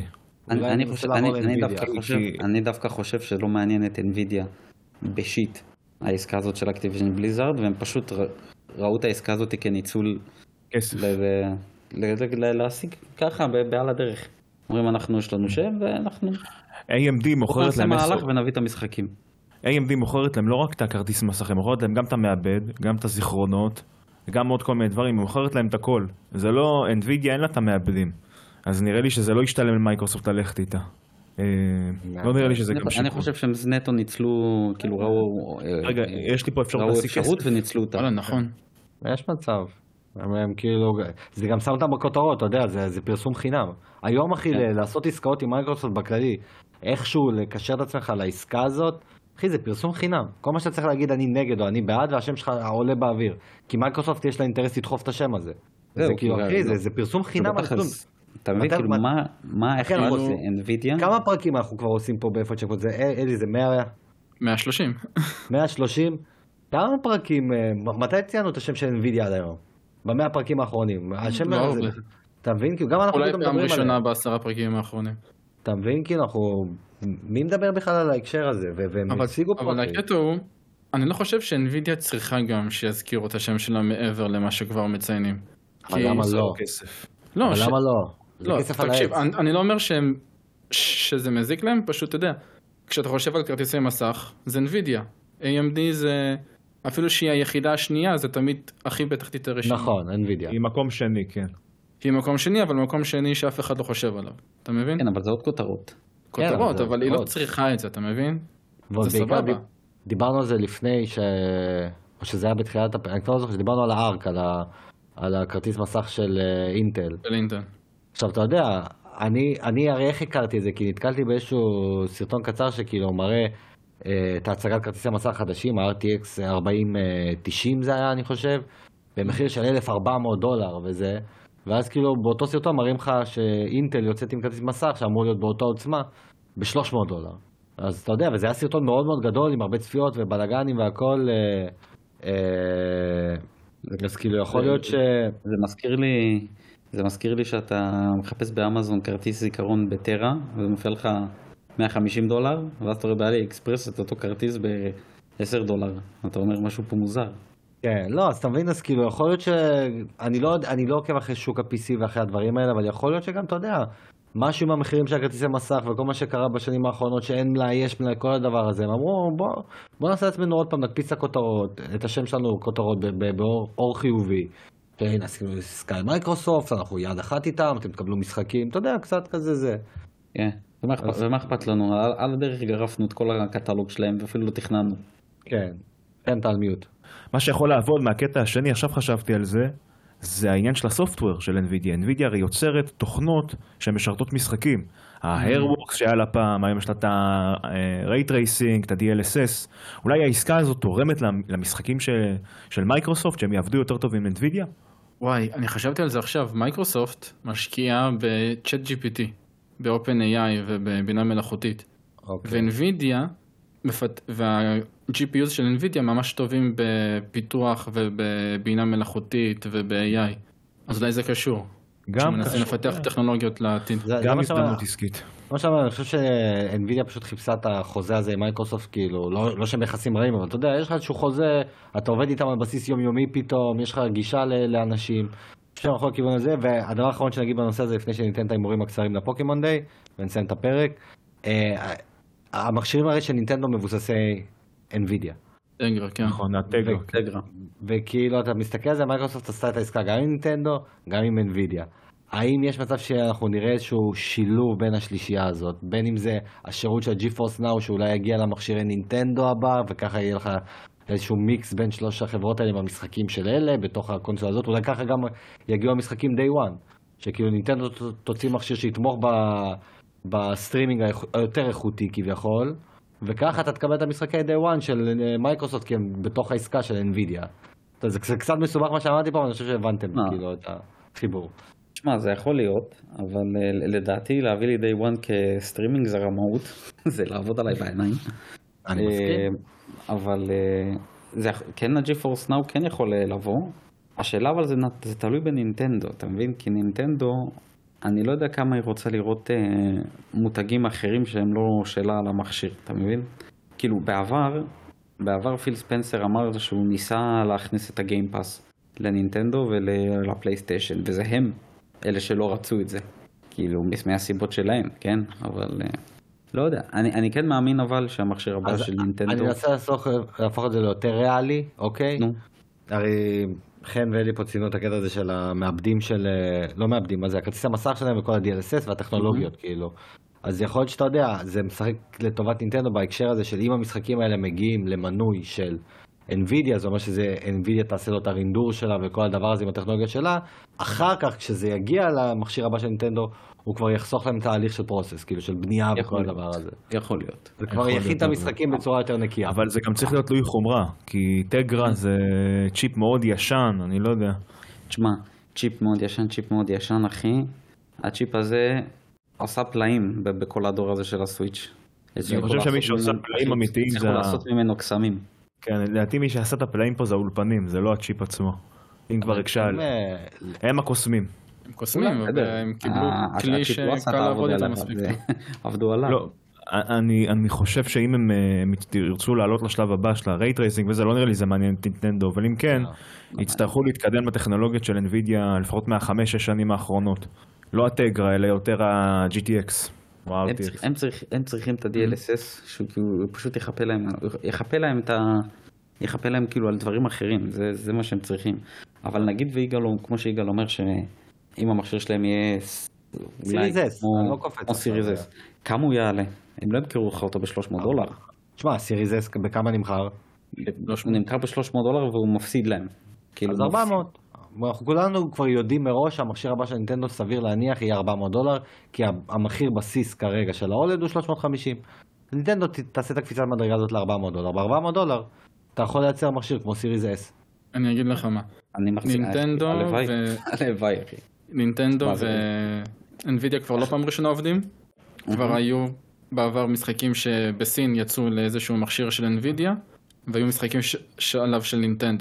אני דווקא חושב שלא מעניין את NVIDIA בשיט, העסקה הזאת של אקטיביז'ן בליזארד, והם פשוט ראו את העסקה הזאת כניצול... כסף. להשיג ככה בעל הדרך. אומרים אנחנו יש לנו שם ואנחנו איי אם די מוכרת להם מהלך ונביא את המשחקים. איי אם די מוכרת להם לא רק את הכרטיס מסך, הם מוכרת להם גם את המעבד, גם את הזיכרונות, גם עוד כל מיני דברים, הם מוכרת להם את הכל. זה לא, NVIDIA אין לה את המעבדים. אז נראה לי שזה לא ישתלם למייקרוסופט ללכת איתה. לא נראה לי שזה גם שיקול. אני חושב שהם נטו ניצלו, כאילו ראו... רגע, יש לי פה אפשרות להשיג כסף. ראו אפשרות וניצלו אותה. נכון. יש מצב. הם כאילו, זה גם שם אותם בכותרות, אתה יודע, זה, זה פרסום חינם. היום אחי, כן. לעשות עסקאות עם מייקרוסופט בכללי, איכשהו לקשר את עצמך לעסקה הזאת, אחי, זה פרסום חינם. כל מה שאתה צריך להגיד, אני נגד או אני בעד, והשם שלך עולה באוויר. כי מייקרוסופט יש לה אינטרס לדחוף את השם הזה. זה, זה כאילו, אחי, זה, זה פרסום חינם על כלום. אתה מבין, כאילו, מה איך זה NVIDIA? כמה פרקים אנחנו כבר עושים פה באיפה צ'קפוינט? זה, אלי, זה מאה? מאה ושלושים. מאה ושלושים? כמה פרקים, מתי ציינו את השם של NVIDIA עד היום? במאה הפרקים האחרונים. השם הזה, אתה מבין? גם אנחנו אולי פעם ראשונה בעשרה פרקים האחרונים. אתה מבין? כאילו, אנחנו... מי מדבר בכלל על ההקשר הזה? והם הציגו פרקים. אבל הקטע הוא, אני לא חושב ש-NVIDIA צריכה גם שיזכירו את השם שלה מעבר למה שכבר מציינים. אבל למה לא? לא, אבל למה לא? לא, תקשיב, אני לא אומר שזה מזיק להם, פשוט אתה יודע, כשאתה חושב על כרטיסי מסך, זה NVIDIA. איי אם די זה, אפילו שהיא היחידה השנייה, זה תמיד הכי בתחתית הרשימה. נכון, NVIDIA. היא מקום שני, כן. היא מקום שני, אבל מקום שני שאף אחד לא חושב עליו. אתה מבין? כן, אבל זה עוד כותרות. כותרות, אבל היא לא צריכה את זה, אתה מבין? זה סבבה. דיברנו על זה לפני ש... או שזה היה בתחילת הפ... אני כבר לא זוכר שדיברנו על הארק, על, ה... על הכרטיס מסך של אינטל. של אינטל. עכשיו, אתה יודע, אני, אני הרי איך הכרתי את זה? כי נתקלתי באיזשהו סרטון קצר שכאילו מראה אה, את ההצגת כרטיסי מסך חדשים, ה-אר טי אקס ארבעים תשעים זה היה, אני חושב, במחיר של אלף וארבע מאות דולר וזה, ואז כאילו באותו סרטון מראים לך שאינטל יוצאת עם כרטיס מסך שאמור להיות באותה עוצמה ב-שלוש מאות דולר. אז אתה יודע, וזה היה סרטון מאוד מאוד גדול עם הרבה צפיות ובלגנים והכל, אה, אה, אז כאילו יכול להיות ש... זה מזכיר לי, זה מזכיר לי שאתה מחפש באמזון כרטיס זיכרון בטרה, וזה מופיע לך מאה וחמישים דולר, ואז אתה רואה באלי אקספרס את אותו כרטיס ב-עשרה דולר. אתה אומר משהו פה מוזר. כן, לא, אז אתה מבין, אז כאילו יכול להיות שאני לא, אני לא עוקב אחרי שוק ה-פי סי ואחרי הדברים האלה, אבל יכול להיות שגם, אתה יודע, משהו עם המחירים של הכרטיסי מסך וכל מה שקרה בשנים האחרונות שאין לה, יש לה, כל הדבר הזה, הם אמרו, בוא, בוא נעשה עצמנו עוד פעם, נקפיץ את הכותרות, את השם שלנו כותרות באור חיובי. כן, אז כאילו, סקאי מייקרוסופט, אנחנו יד אחת איתם, אתם תקבלו משחקים, אתה יודע, קצת כזה זה. כן, ומה אכפת לנו? על הדרך גרפנו את כל הקטלוג שלהם ואפילו לא תכננו. כן, כן, אתה על מיוט. מה שיכול לעבוד מהקטע השני, עכשיו חשבתי על זה, זה העניין של הסופטוור של NVIDIA. NVIDIA הרי יוצרת תוכנות שמשרתות משחקים. ה-Hairworks שהיה לה פעם, היום יש לה את ה-Ray Tracing, את ה-די אל אס אס. אולי העסקה הזאת תורמת למשחקים של מייקרוסופט, שהם יעבדו יותר טוב עם NVIDIA? וואי, אני חשבתי על זה עכשיו. מייקרוסופט משקיעה ב-צ'אט ג'י פי טי, ב-OpenAI ובבינה מלאכותית. ו-NVIDIA וה-ג'י פי יו של NVIDIA ממש טובים בפיתוח ובבינה מלאכותית וב-איי איי. אז אולי זה קשור. גם שמנסים לפתח טכנולוגיות לעתיד. גם הזדמנות עסקית. כמו שאמר, אני חושב ש-NVIDIA פשוט חיפשה את החוזה הזה עם מייקרוסופט, כאילו, לא שהם יחסים רעים, אבל אתה יודע, יש לך איזשהו חוזה, אתה עובד איתם על בסיס יומיומי פתאום, יש לך גישה לאנשים, אפשר לחזור לכיוון הזה, והדבר האחרון שנגיד בנושא הזה, לפני שניתן את ההימורים הקצרים לפוקימון דיי, ונסיים את הפרק, המכשירים הרי של נינטנדו מבוססי NVIDIA. טגרה, כן. נכון, הטגרה. וכאילו אתה מסתכל על זה, מייקרוסופט עשתה את העסקה גם עם נינטנדו, גם עם NVIDIA. האם יש מצב שאנחנו נראה איזשהו שילוב בין השלישייה הזאת? בין אם זה השירות של GeForce Now שאולי יגיע למכשירי נינטנדו הבא, וככה יהיה לך איזשהו מיקס בין שלוש החברות האלה עם המשחקים של אלה, בתוך הקונסולה הזאת. אולי ככה גם יגיעו המשחקים day one, שכאילו נינטנדו תוציא מכשיר שיתמוך ב... בסטרימינג היותר איכותי כביכול, וככה אתה תקבל את המשחקי day one של מייקרוסופט, כי הם בתוך העסקה של NVIDIA. זה קצת מסובך מה שאמרתי פה, אבל אני חושב שהבנתם כאילו את החיבור. תשמע, זה יכול להיות, אבל לדעתי להביא לי day one כסטרימינג זה רמאות, זה לעבוד עליי בעיניים. אני מסכים. אבל כן, ה-GeForce Now כן יכול לבוא. השאלה אבל זה תלוי בנינטנדו, אתה מבין? כי נינטנדו, אני לא יודע כמה היא רוצה לראות אה, מותגים אחרים שהם לא שלה על המכשיר, אתה מבין? כאילו בעבר, בעבר פיל ספנסר אמר שהוא ניסה להכניס את הגיימפאס לנינטנדו ולפלייסטיישן, וזה הם אלה שלא רצו את זה. כאילו, מהסיבות שלהם, כן? אבל אה, לא יודע. אני, אני כן מאמין אבל שהמכשיר הבא של נינטנדו... אני מנסה להפוך את זה ליותר ריאלי, אוקיי? נו. הרי... חן ואלי פה ציינו את הקטע הזה של המעבדים של, לא מעבדים, מה זה, הכרטיס המסך שלהם וכל ה-די אל אס אס והטכנולוגיות, כאילו. אז יכול להיות שאתה יודע, זה משחק לטובת נינטנדו בהקשר הזה של אם המשחקים האלה מגיעים למנוי של NVIDIA, זאת אומרת שזה NVIDIA תעשה לו את הרינדור שלה וכל הדבר הזה עם הטכנולוגיות שלה, אחר כך כשזה יגיע למכשיר הבא של נינטנדו, הוא כבר יחסוך להם תהליך של פרוסס, כאילו של בנייה וכל הדבר הזה. יכול להיות. זה כבר יכין את המשחקים בצורה יותר נקייה. אבל זה גם צריך להיות תלוי חומרה, כי טגרה זה צ'יפ מאוד ישן, אני לא יודע. תשמע, צ'יפ מאוד ישן, צ'יפ מאוד ישן, אחי. הצ'יפ הזה עושה פלאים ב- בכל הדור הזה של הסוויץ'. אני חושב שמי שעושה פלאים אמיתיים זה... צריכו לעשות ממנו קסמים. כן, לדעתי מי שעשה את הפלאים פה זה האולפנים, זה לא הצ'יפ עצמו. אם כבר הקשה, הם הקוסמים. הם קוסמים, הם קיבלו כלי שקל לעבוד איתו מספיק. עבדו עליו. לא, אני, אני חושב שאם הם, הם ירצו לעלות לשלב הבא של ה-Ray Tracing, וזה לא נראה לי זה מעניין את נינטנדו, אבל אם כן, יצטרכו להתקדם בטכנולוגיות של NVIDIA לפחות מהחמש, שש שנים האחרונות. לא הטגרה, אלא יותר ה-ג'י טי אקס. הם, צריכ, הם, צריכ, הם צריכים את ה-די אל אס אס, שהוא פשוט יחפה להם, יחפה להם את ה... יחפה להם כאילו על דברים אחרים, זה, זה מה שהם צריכים. אבל נגיד ויגאל, כמו שיגאל אומר, שאם המכשיר שלהם יהיה... סיריז אס, אני לא קופץ. או סיריז אס. כמה הוא יעלה? הם לא ימכרו לך אותו ב-שלוש מאות דולר. תשמע, סיריז אס בכמה נמכר? הוא נמכר ב-שלוש מאות דולר והוא מפסיד להם. אז ארבע מאות. אנחנו כולנו כבר יודעים מראש שהמכשיר הבא של נינטנדו סביר להניח יהיה ארבע מאות דולר, כי המחיר בסיס כרגע של ה-אולד הוא שלוש מאות וחמישים. נינטנדו תעשה את הקפיצת מדרגה הזאת ל-ארבע מאות דולר. ב-ארבע מאות דולר אתה יכול לייצר מכשיר כמו סיריז אס. אני אגיד לך מה. נינטנדו הלוואי, אחי. נינטנדו ו-NVIDIA כבר לא פעם ראשונה עובדים. כבר היו בעבר משחקים שבסין יצאו לאיזשהו מכשיר של NVIDIA, והיו משחקים שעליו של נינטנדו.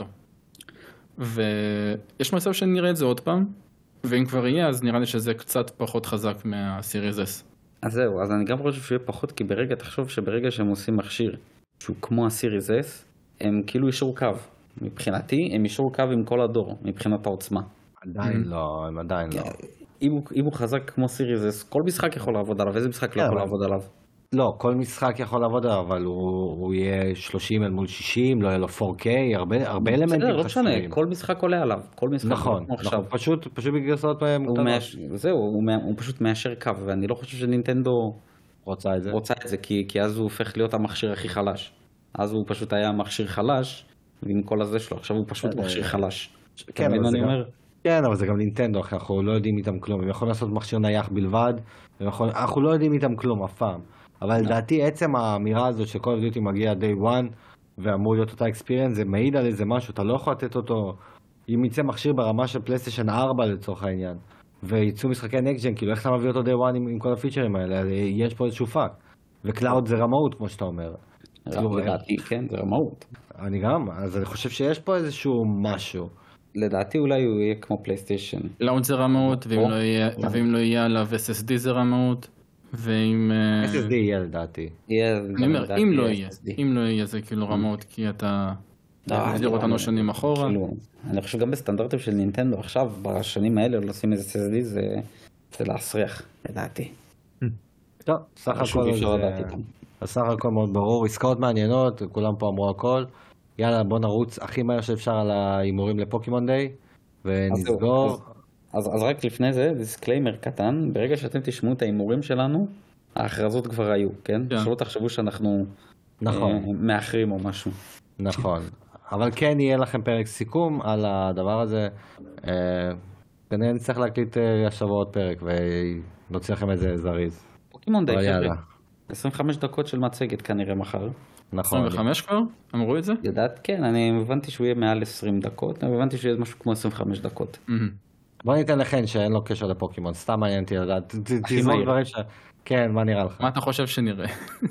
ויש מצב שנראה את זה עוד פעם, ואם כבר יהיה, אז נראה לי שזה קצת פחות חזק מהסיריז אס. אז זהו, אז אני גם חושב שהוא יהיה פחות, כי ברגע, תחשוב שברגע שהם עושים מכשיר שהוא כמו הסיריז אס, הם כאילו ישרו קו. מבחינתי, הם ישרו קו עם כל הדור, מבחינת העוצמה. עדיין לא, הם עדיין לא. אם הוא, אם הוא חזק כמו סיריז אס, כל משחק יכול לעבוד עליו, איזה משחק לא יכול לעבוד עליו? לא, כל משחק יכול לעבוד עליו, אבל הוא יהיה שלושים אל מול שישים, לא יהיה לו פור קיי, הרבה אלמנטים חשובים. לא משנה, כל משחק עולה עליו, כל משחק. נכון, נכון, פשוט, פשוט בגרסאות מותרות. זהו, הוא פשוט מיישר קו, ואני לא חושב שנינטנדו רוצה את זה, רוצה את זה, כי אז הוא הופך להיות המכשיר הכי חלש. אז הוא פשוט היה מכשיר חלש, ועם כל הזה שלו, עכשיו הוא פשוט מכשיר חלש. כן, כן, אבל זה גם נינטנדו, אנחנו לא יודעים איתם כלום, הם יכולים לעשות מכשיר נייח בלבד, אנחנו לא יודעים איתם כלום אף פעם. אבל לדעתי עצם האמירה הזאת שכל עבדותי מגיע day one ואמור להיות אותה experience, זה מעיד על איזה משהו, אתה לא יכול לתת אותו, אם יצא מכשיר ברמה של פלייסטיישן ארבע לצורך העניין, וייצאו משחקי נקסט ג'ן, כאילו איך אתה מביא אותו day one עם, עם כל הפיצ'רים האלה, יש פה איזשהו פאק, וקלאוד זה רמאות כמו שאתה אומר. לדעתי, כן, זה רמאות. אני גם, אז אני חושב שיש פה איזשהו משהו. לדעתי אולי הוא יהיה כמו פלייסטיישן. קלאוד זה רמאות, ואם לא יהיה עליו אס אס די זה רמאות. ואם... אס אס די יהיה לדעתי. אני אומר, אם לא יהיה, אם לא יהיה זה כאילו רמות, כי אתה מחזיר אותנו שנים אחורה. אני חושב גם בסטנדרטים של נינטנדו עכשיו, בשנים האלה, לשים איזה אס אס די זה להסריח, לדעתי. טוב, סך הכל הסך הכל מאוד ברור, עסקאות מעניינות, כולם פה אמרו הכל. יאללה, בוא נרוץ הכי מהר שאפשר על ההימורים לפוקימון דיי, ונסגור. אז, אז רק לפני זה, דיסקליימר קטן, ברגע שאתם תשמעו את האימורים שלנו, ההכרזות כבר היו, כן? Yeah. שלא תחשבו שאנחנו נכון. אה, מאחרים או משהו. נכון, אבל כן יהיה לכם פרק סיכום על הדבר הזה. אה, כנראה נצטרך להקליט אה, השבוע עוד פרק, ונוציא לכם את זה זריז. פוקימון דיי, חבר'ה. עשרים וחמש דקות של מצגת כנראה מחר. נכון. עשרים וחמש כבר? אמרו את זה? ידעת, כן, אני הבנתי שהוא יהיה מעל עשרים דקות, אבל הבנתי שהוא יהיה משהו כמו עשרים וחמש דקות. Mm-hmm. בוא ניתן לכן שאין לו קשר לפוקימון, סתם מעניין אותי לדעת, תזמור דברים ש... כן, מה נראה לך? מה אתה חושב שנראה?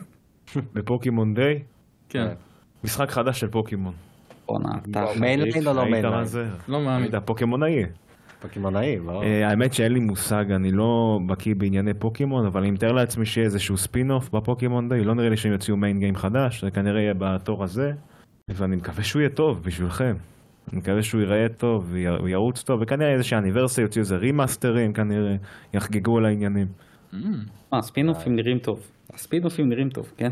בפוקימון דיי? כן. משחק חדש של פוקימון. מיינליין או לא מיינליין? לא מאמין. פוקימונאי. פוקימונאי, לא? האמת שאין לי מושג, אני לא בקיא בענייני פוקימון, אבל אני מתאר לעצמי שיהיה איזשהו ספין-אוף בפוקימון דיי, לא נראה לי שהם יוציאו מיין גיים חדש, זה כנראה יהיה בתור הזה, ואני מקווה שהוא יהיה טוב בשבילכם. אני מקווה שהוא ייראה טוב, הוא ירוץ טוב, וכנראה איזושהי אניברסיה יוציאו איזה רימאסטרים, כנראה יחגגו על העניינים. אה, הספינופים נראים טוב. הספינופים נראים טוב, כן?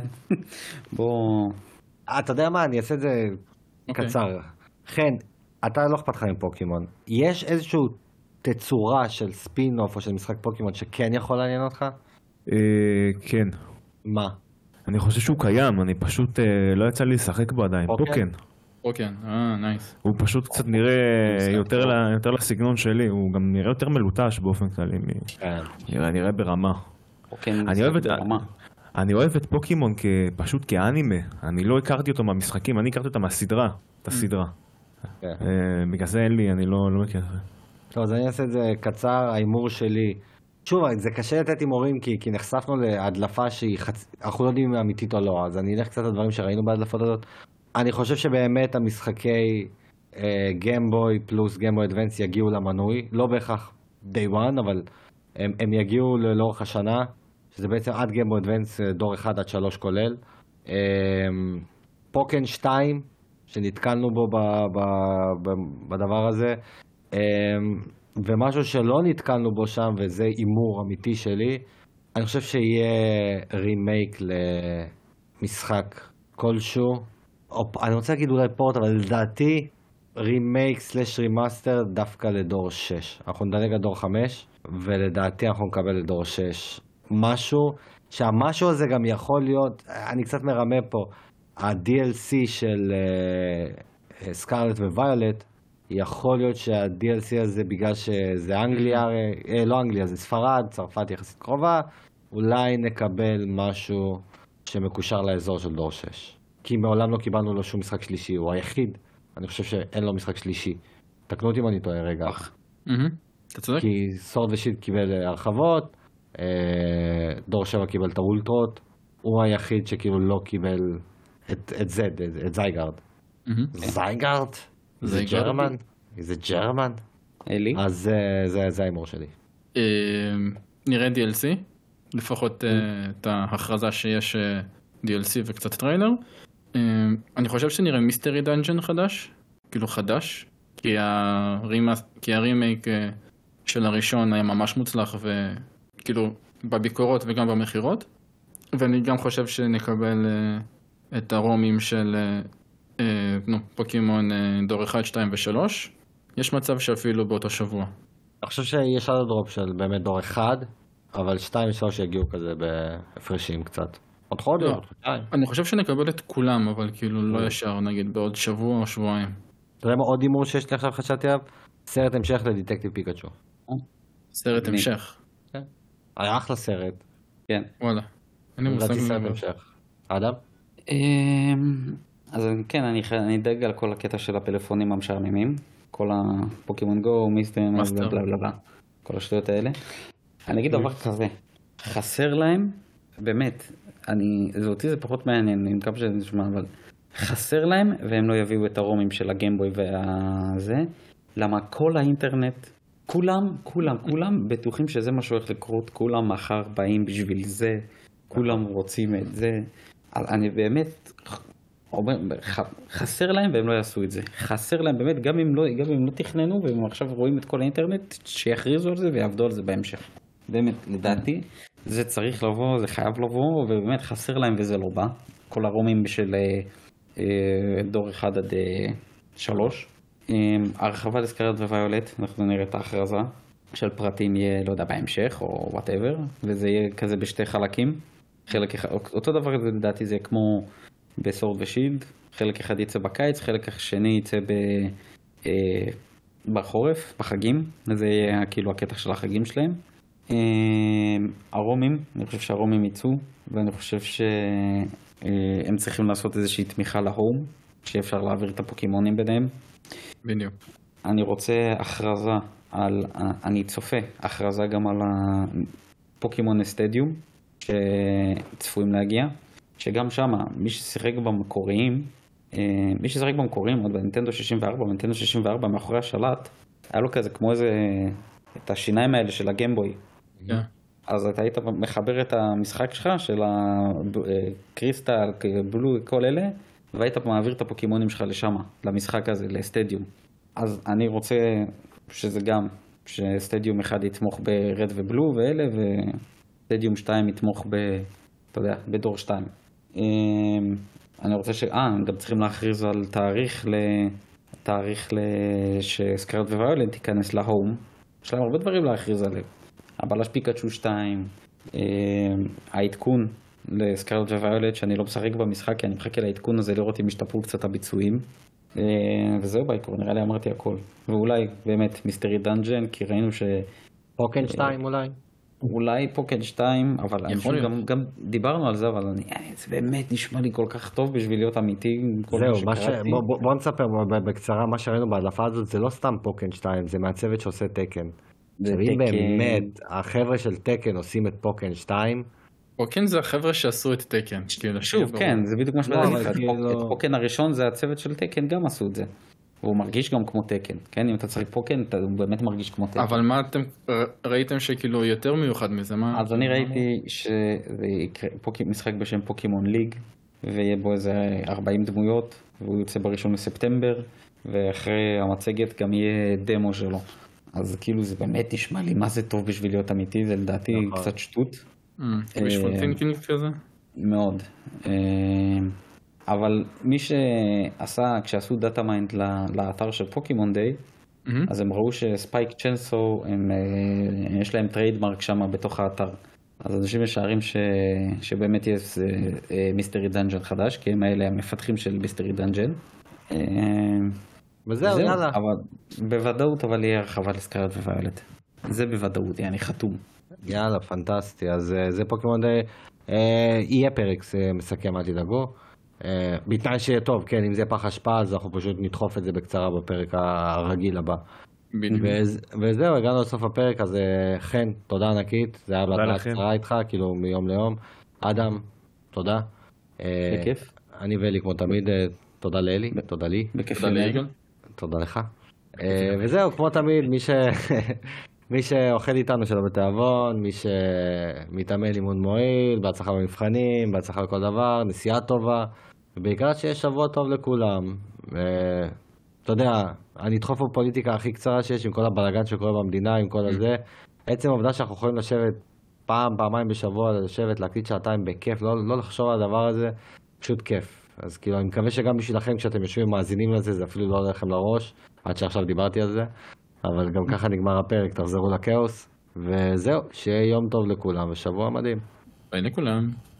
בוא... אתה יודע מה, אני אעשה את זה קצר. חן, אתה לא אכפת לך עם פוקימון. יש איזושהי תצורה של ספינוף או של משחק פוקימון שכן יכול לעניין אותך? כן. מה? אני חושב שהוא קיים, אני פשוט לא יצא לי לשחק בו עדיין. פוקן. פוקן, אה, נייס. הוא פשוט קצת נראה יותר לסגנון שלי, הוא גם נראה יותר מלוטש באופן כללי. נראה ברמה. אני אוהב את פוקימון פשוט כאנימה, אני לא הכרתי אותו מהמשחקים, אני הכרתי אותו מהסדרה, את הסדרה. בגלל זה אין לי, אני לא מכיר. טוב, אז אני אעשה את זה קצר, האימור שלי שוב, זה קשה לתת הימורים כי, כי נחשפנו להדלפה שהיא חצ... אנחנו לא יודעים אם היא אמיתית או לא, אז אני אלך קצת לדברים שראינו בהדלפות הזאת. אני חושב שבאמת המשחקי גיימבוי פלוס גיימבוי אדוונס יגיעו למנוי, לא בהכרח day one, אבל הם, הם יגיעו לאורך השנה, שזה בעצם עד גיימבוי אדוונס דור אחד עד שלוש כולל. פוקן שתיים, שנתקלנו בו ב, ב, ב, בדבר הזה, ומשהו שלא נתקלנו בו שם, וזה אימור אמיתי שלי, אני חושב שיהיה רימייק למשחק כלשהו, או, אני רוצה להגיד אולי פורט, אבל לדעתי רימייק סלש רימאסטר דווקא לדור שש. אנחנו נדלג לדור חמש, ולדעתי אנחנו נקבל לדור שש. משהו, שהמשהו הזה גם יכול להיות, אני קצת מרמה פה, ה-די אל סי של סקארלט uh, וויולט, יכול להיות שה-די אל סי הזה, בגלל שזה אנגליה, אה, לא אנגליה, זה ספרד, צרפת יחסית קרובה, אולי נקבל משהו שמקושר לאזור של דור שש. כי מעולם לא קיבלנו לו שום משחק שלישי, הוא היחיד. אני חושב שאין לו משחק שלישי. תקנו אותי אם אני טועה רגע. אתה צודק. כי סורד ושיד קיבל הרחבות, דור שבע קיבל את האולטרות, הוא היחיד שכאילו לא קיבל את זד, את זייגארד. זייגארד? זה ג'רמן? זה ג'רמן? אלי? אז זה ההימור שלי. נראה די אל סי, לפחות את ההכרזה שיש די אל סי וקצת טריילר. אני חושב שנראה מיסטרי דנג'ן חדש, כאילו חדש, כי הרימייק של הראשון היה ממש מוצלח, וכאילו בביקורות וגם במחירות, ואני גם חושב שנקבל את הרומים של נו, פוקימון דור אחד, שתיים ושלוש. יש מצב שאפילו באותו שבוע. אני חושב שיש עוד דרופ של באמת דור אחד, אבל שתיים ושלוש יגיעו כזה בהפרשים קצת. עוד חודש? אני חושב שנקבל את כולם, אבל כאילו לא ישר, נגיד בעוד שבוע או שבועיים. אתה יודע מה עוד הימור שיש לי עכשיו חשבתי עליו? סרט המשך לדיטקטיב פיקאצ'ו. סרט המשך? כן. היה אחלה סרט. כן. וואלה. אני מושג סרט המשך. אדם? אז כן, אני אדאג על כל הקטע של הפלאפונים המשעממים. כל הפוקימון גו, מיסטר, בלה בלה בלה. כל השטויות האלה. אני אגיד דבר כזה. חסר להם, באמת, אני, זה אותי זה פחות מעניין, אני מקווה שזה נשמע, אבל חסר להם, והם לא יביאו את הרומים של הגיימבוי והזה, למה כל האינטרנט, כולם, כולם, כולם בטוחים שזה מה שהולך לקרות, כולם מחר באים בשביל זה, כולם רוצים את זה, אני באמת, חסר להם והם לא יעשו את זה, חסר להם באמת, גם אם לא, גם אם לא תכננו, והם עכשיו רואים את כל האינטרנט, שיכריזו על זה ויעבדו על זה בהמשך. באמת, לדעתי, זה צריך לבוא, זה חייב לבוא, ובאמת חסר להם וזה לא בא. כל הרומים של אה, דור אחד עד אה, שלוש. אה, הרחבה לסקארלט וויולט, אנחנו נראה את ההכרזה של פרטים יהיה, לא יודע, בהמשך, או whatever, וזה יהיה כזה בשתי חלקים. חלק אחד, אותו דבר לדעתי זה כמו בסורד ושילד, חלק אחד יצא בקיץ, חלק השני יצא ב, אה, בחורף, בחגים, וזה יהיה כאילו הקטע של החגים שלהם. הרומים, אני חושב שהרומים יצאו, ואני חושב שהם צריכים לעשות איזושהי תמיכה להום, שאפשר להעביר את הפוקימונים ביניהם. בדיוק. אני רוצה הכרזה על, אני צופה הכרזה גם על הפוקימון סטדיום, שצפויים להגיע, שגם שם, מי ששיחק במקוריים, מי ששיחק במקוריים, עוד בנינטנדו שישים וארבע, בנינטנדו שישים וארבע מאחורי השלט, היה לו כזה כמו איזה, את השיניים האלה של הגיימבוי. כן. אז אתה היית מחבר את המשחק שלך, של הקריסטל, בלו, כל אלה, והיית מעביר את הפוקימונים שלך לשם, למשחק הזה, לסטדיום. אז אני רוצה שזה גם, שסטדיום אחד יתמוך ברד ובלו ואלה, וסטדיום שתיים יתמוך ב, אתה יודע, בדור שתיים. אני רוצה ש... אה, הם גם צריכים להכריז על תאריך ל... תאריך שסקארלט וויולט תיכנס להום. יש להם הרבה דברים להכריז עליהם. הבלש פיקאצ'ו שתיים, העדכון לסקארלט וויולט, שאני לא משחק במשחק, כי אני מחכה לעדכון הזה לראות אם השתפרו קצת הביצועים. וזהו בעיקר, נראה לי אמרתי הכל. ואולי באמת מיסטרי דנג'ן, כי ראינו ש... פוקן שתיים אולי? אולי פוקן שתיים, אבל אני חושב גם, גם דיברנו על זה, אבל אני, זה באמת נשמע לי כל כך טוב בשביל להיות אמיתי. זהו, מה ש... בוא, בוא, בוא נספר בקצרה, מה שראינו בהדלפה הזאת, זה לא סתם פוקן שתיים, זה מהצוות שעושה תקן. אם באמת החבר'ה של תקן עושים את פוקן שתיים, פוקן זה החבר'ה שעשו את תקן. שוב, כן, זה בדיוק מה שבאתי. את פוקן הראשון זה הצוות של תקן גם עשו את זה. והוא מרגיש גם כמו תקן, כן? אם אתה צריך פוקן, הוא באמת מרגיש כמו תקן. אבל מה אתם ראיתם שכאילו יותר מיוחד מזה? אז אני ראיתי שזה משחק בשם פוקימון ליג, ויהיה בו איזה ארבעים דמויות, והוא יוצא בראשון לספטמבר, ואחרי המצגת גם יהיה דמו שלו. אז כאילו זה באמת נשמע לי מה זה טוב בשביל להיות אמיתי, זה לדעתי קצת שטות. בשביל תינקינג כזה? מאוד. אבל מי שעשה, כשעשו דאטה מיינד לאתר של פוקימון דיי, אז הם ראו שספייק צ'נסו, יש להם טריידמרק שם בתוך האתר. אז אנשים משערים שבאמת יש מיסטרי דנג'ן חדש, כי הם האלה המפתחים של מיסטרי דנג'ן. וזהו, יאללה. בוודאות, אבל יהיה הרחבה לסקארלט וויולט. זה בוודאות, אני חתום. יאללה, פנטסטי. אז זה פוקימון דיי. יהיה פרק, מסכם, אל תדאגו. בתנאי שיהיה טוב, כן, אם זה פח השפעה, אז אנחנו פשוט נדחוף את זה בקצרה בפרק הרגיל הבא. וזהו, הגענו לסוף הפרק, אז חן, תודה ענקית, זה היה בהתחלה קצרה איתך, כאילו מיום ליום. אדם, תודה. בכיף. אני ואלי כמו תמיד, תודה לאלי, תודה לי. בכיף ליגל. תודה לך. וזהו, כמו תמיד, מי ש... מי שאוכל איתנו שלא בתיאבון, מי שמתאמן לימוד מועיל, בהצלחה במבחנים, בהצלחה בכל דבר, נסיעה טובה, ובעיקר שיש שבוע טוב לכולם. אתה יודע, אני אדחוף בפוליטיקה הכי קצרה שיש עם כל הבלגן שקורה במדינה, עם כל הזה. עצם העובדה שאנחנו יכולים לשבת פעם, פעמיים בשבוע, לשבת, להקליט שעתיים בכיף, לא, לא לחשוב על הדבר הזה, פשוט כיף. אז כאילו, אני מקווה שגם בשבילכם, כשאתם יושבים ומאזינים לזה, זה אפילו לא עולה לכם לראש, עד שעכשיו דיברתי על זה. אבל גם ככה נגמר הפרק, תחזרו לכאוס, וזהו, שיהיה יום טוב לכולם ושבוע מדהים. ביי לכולם.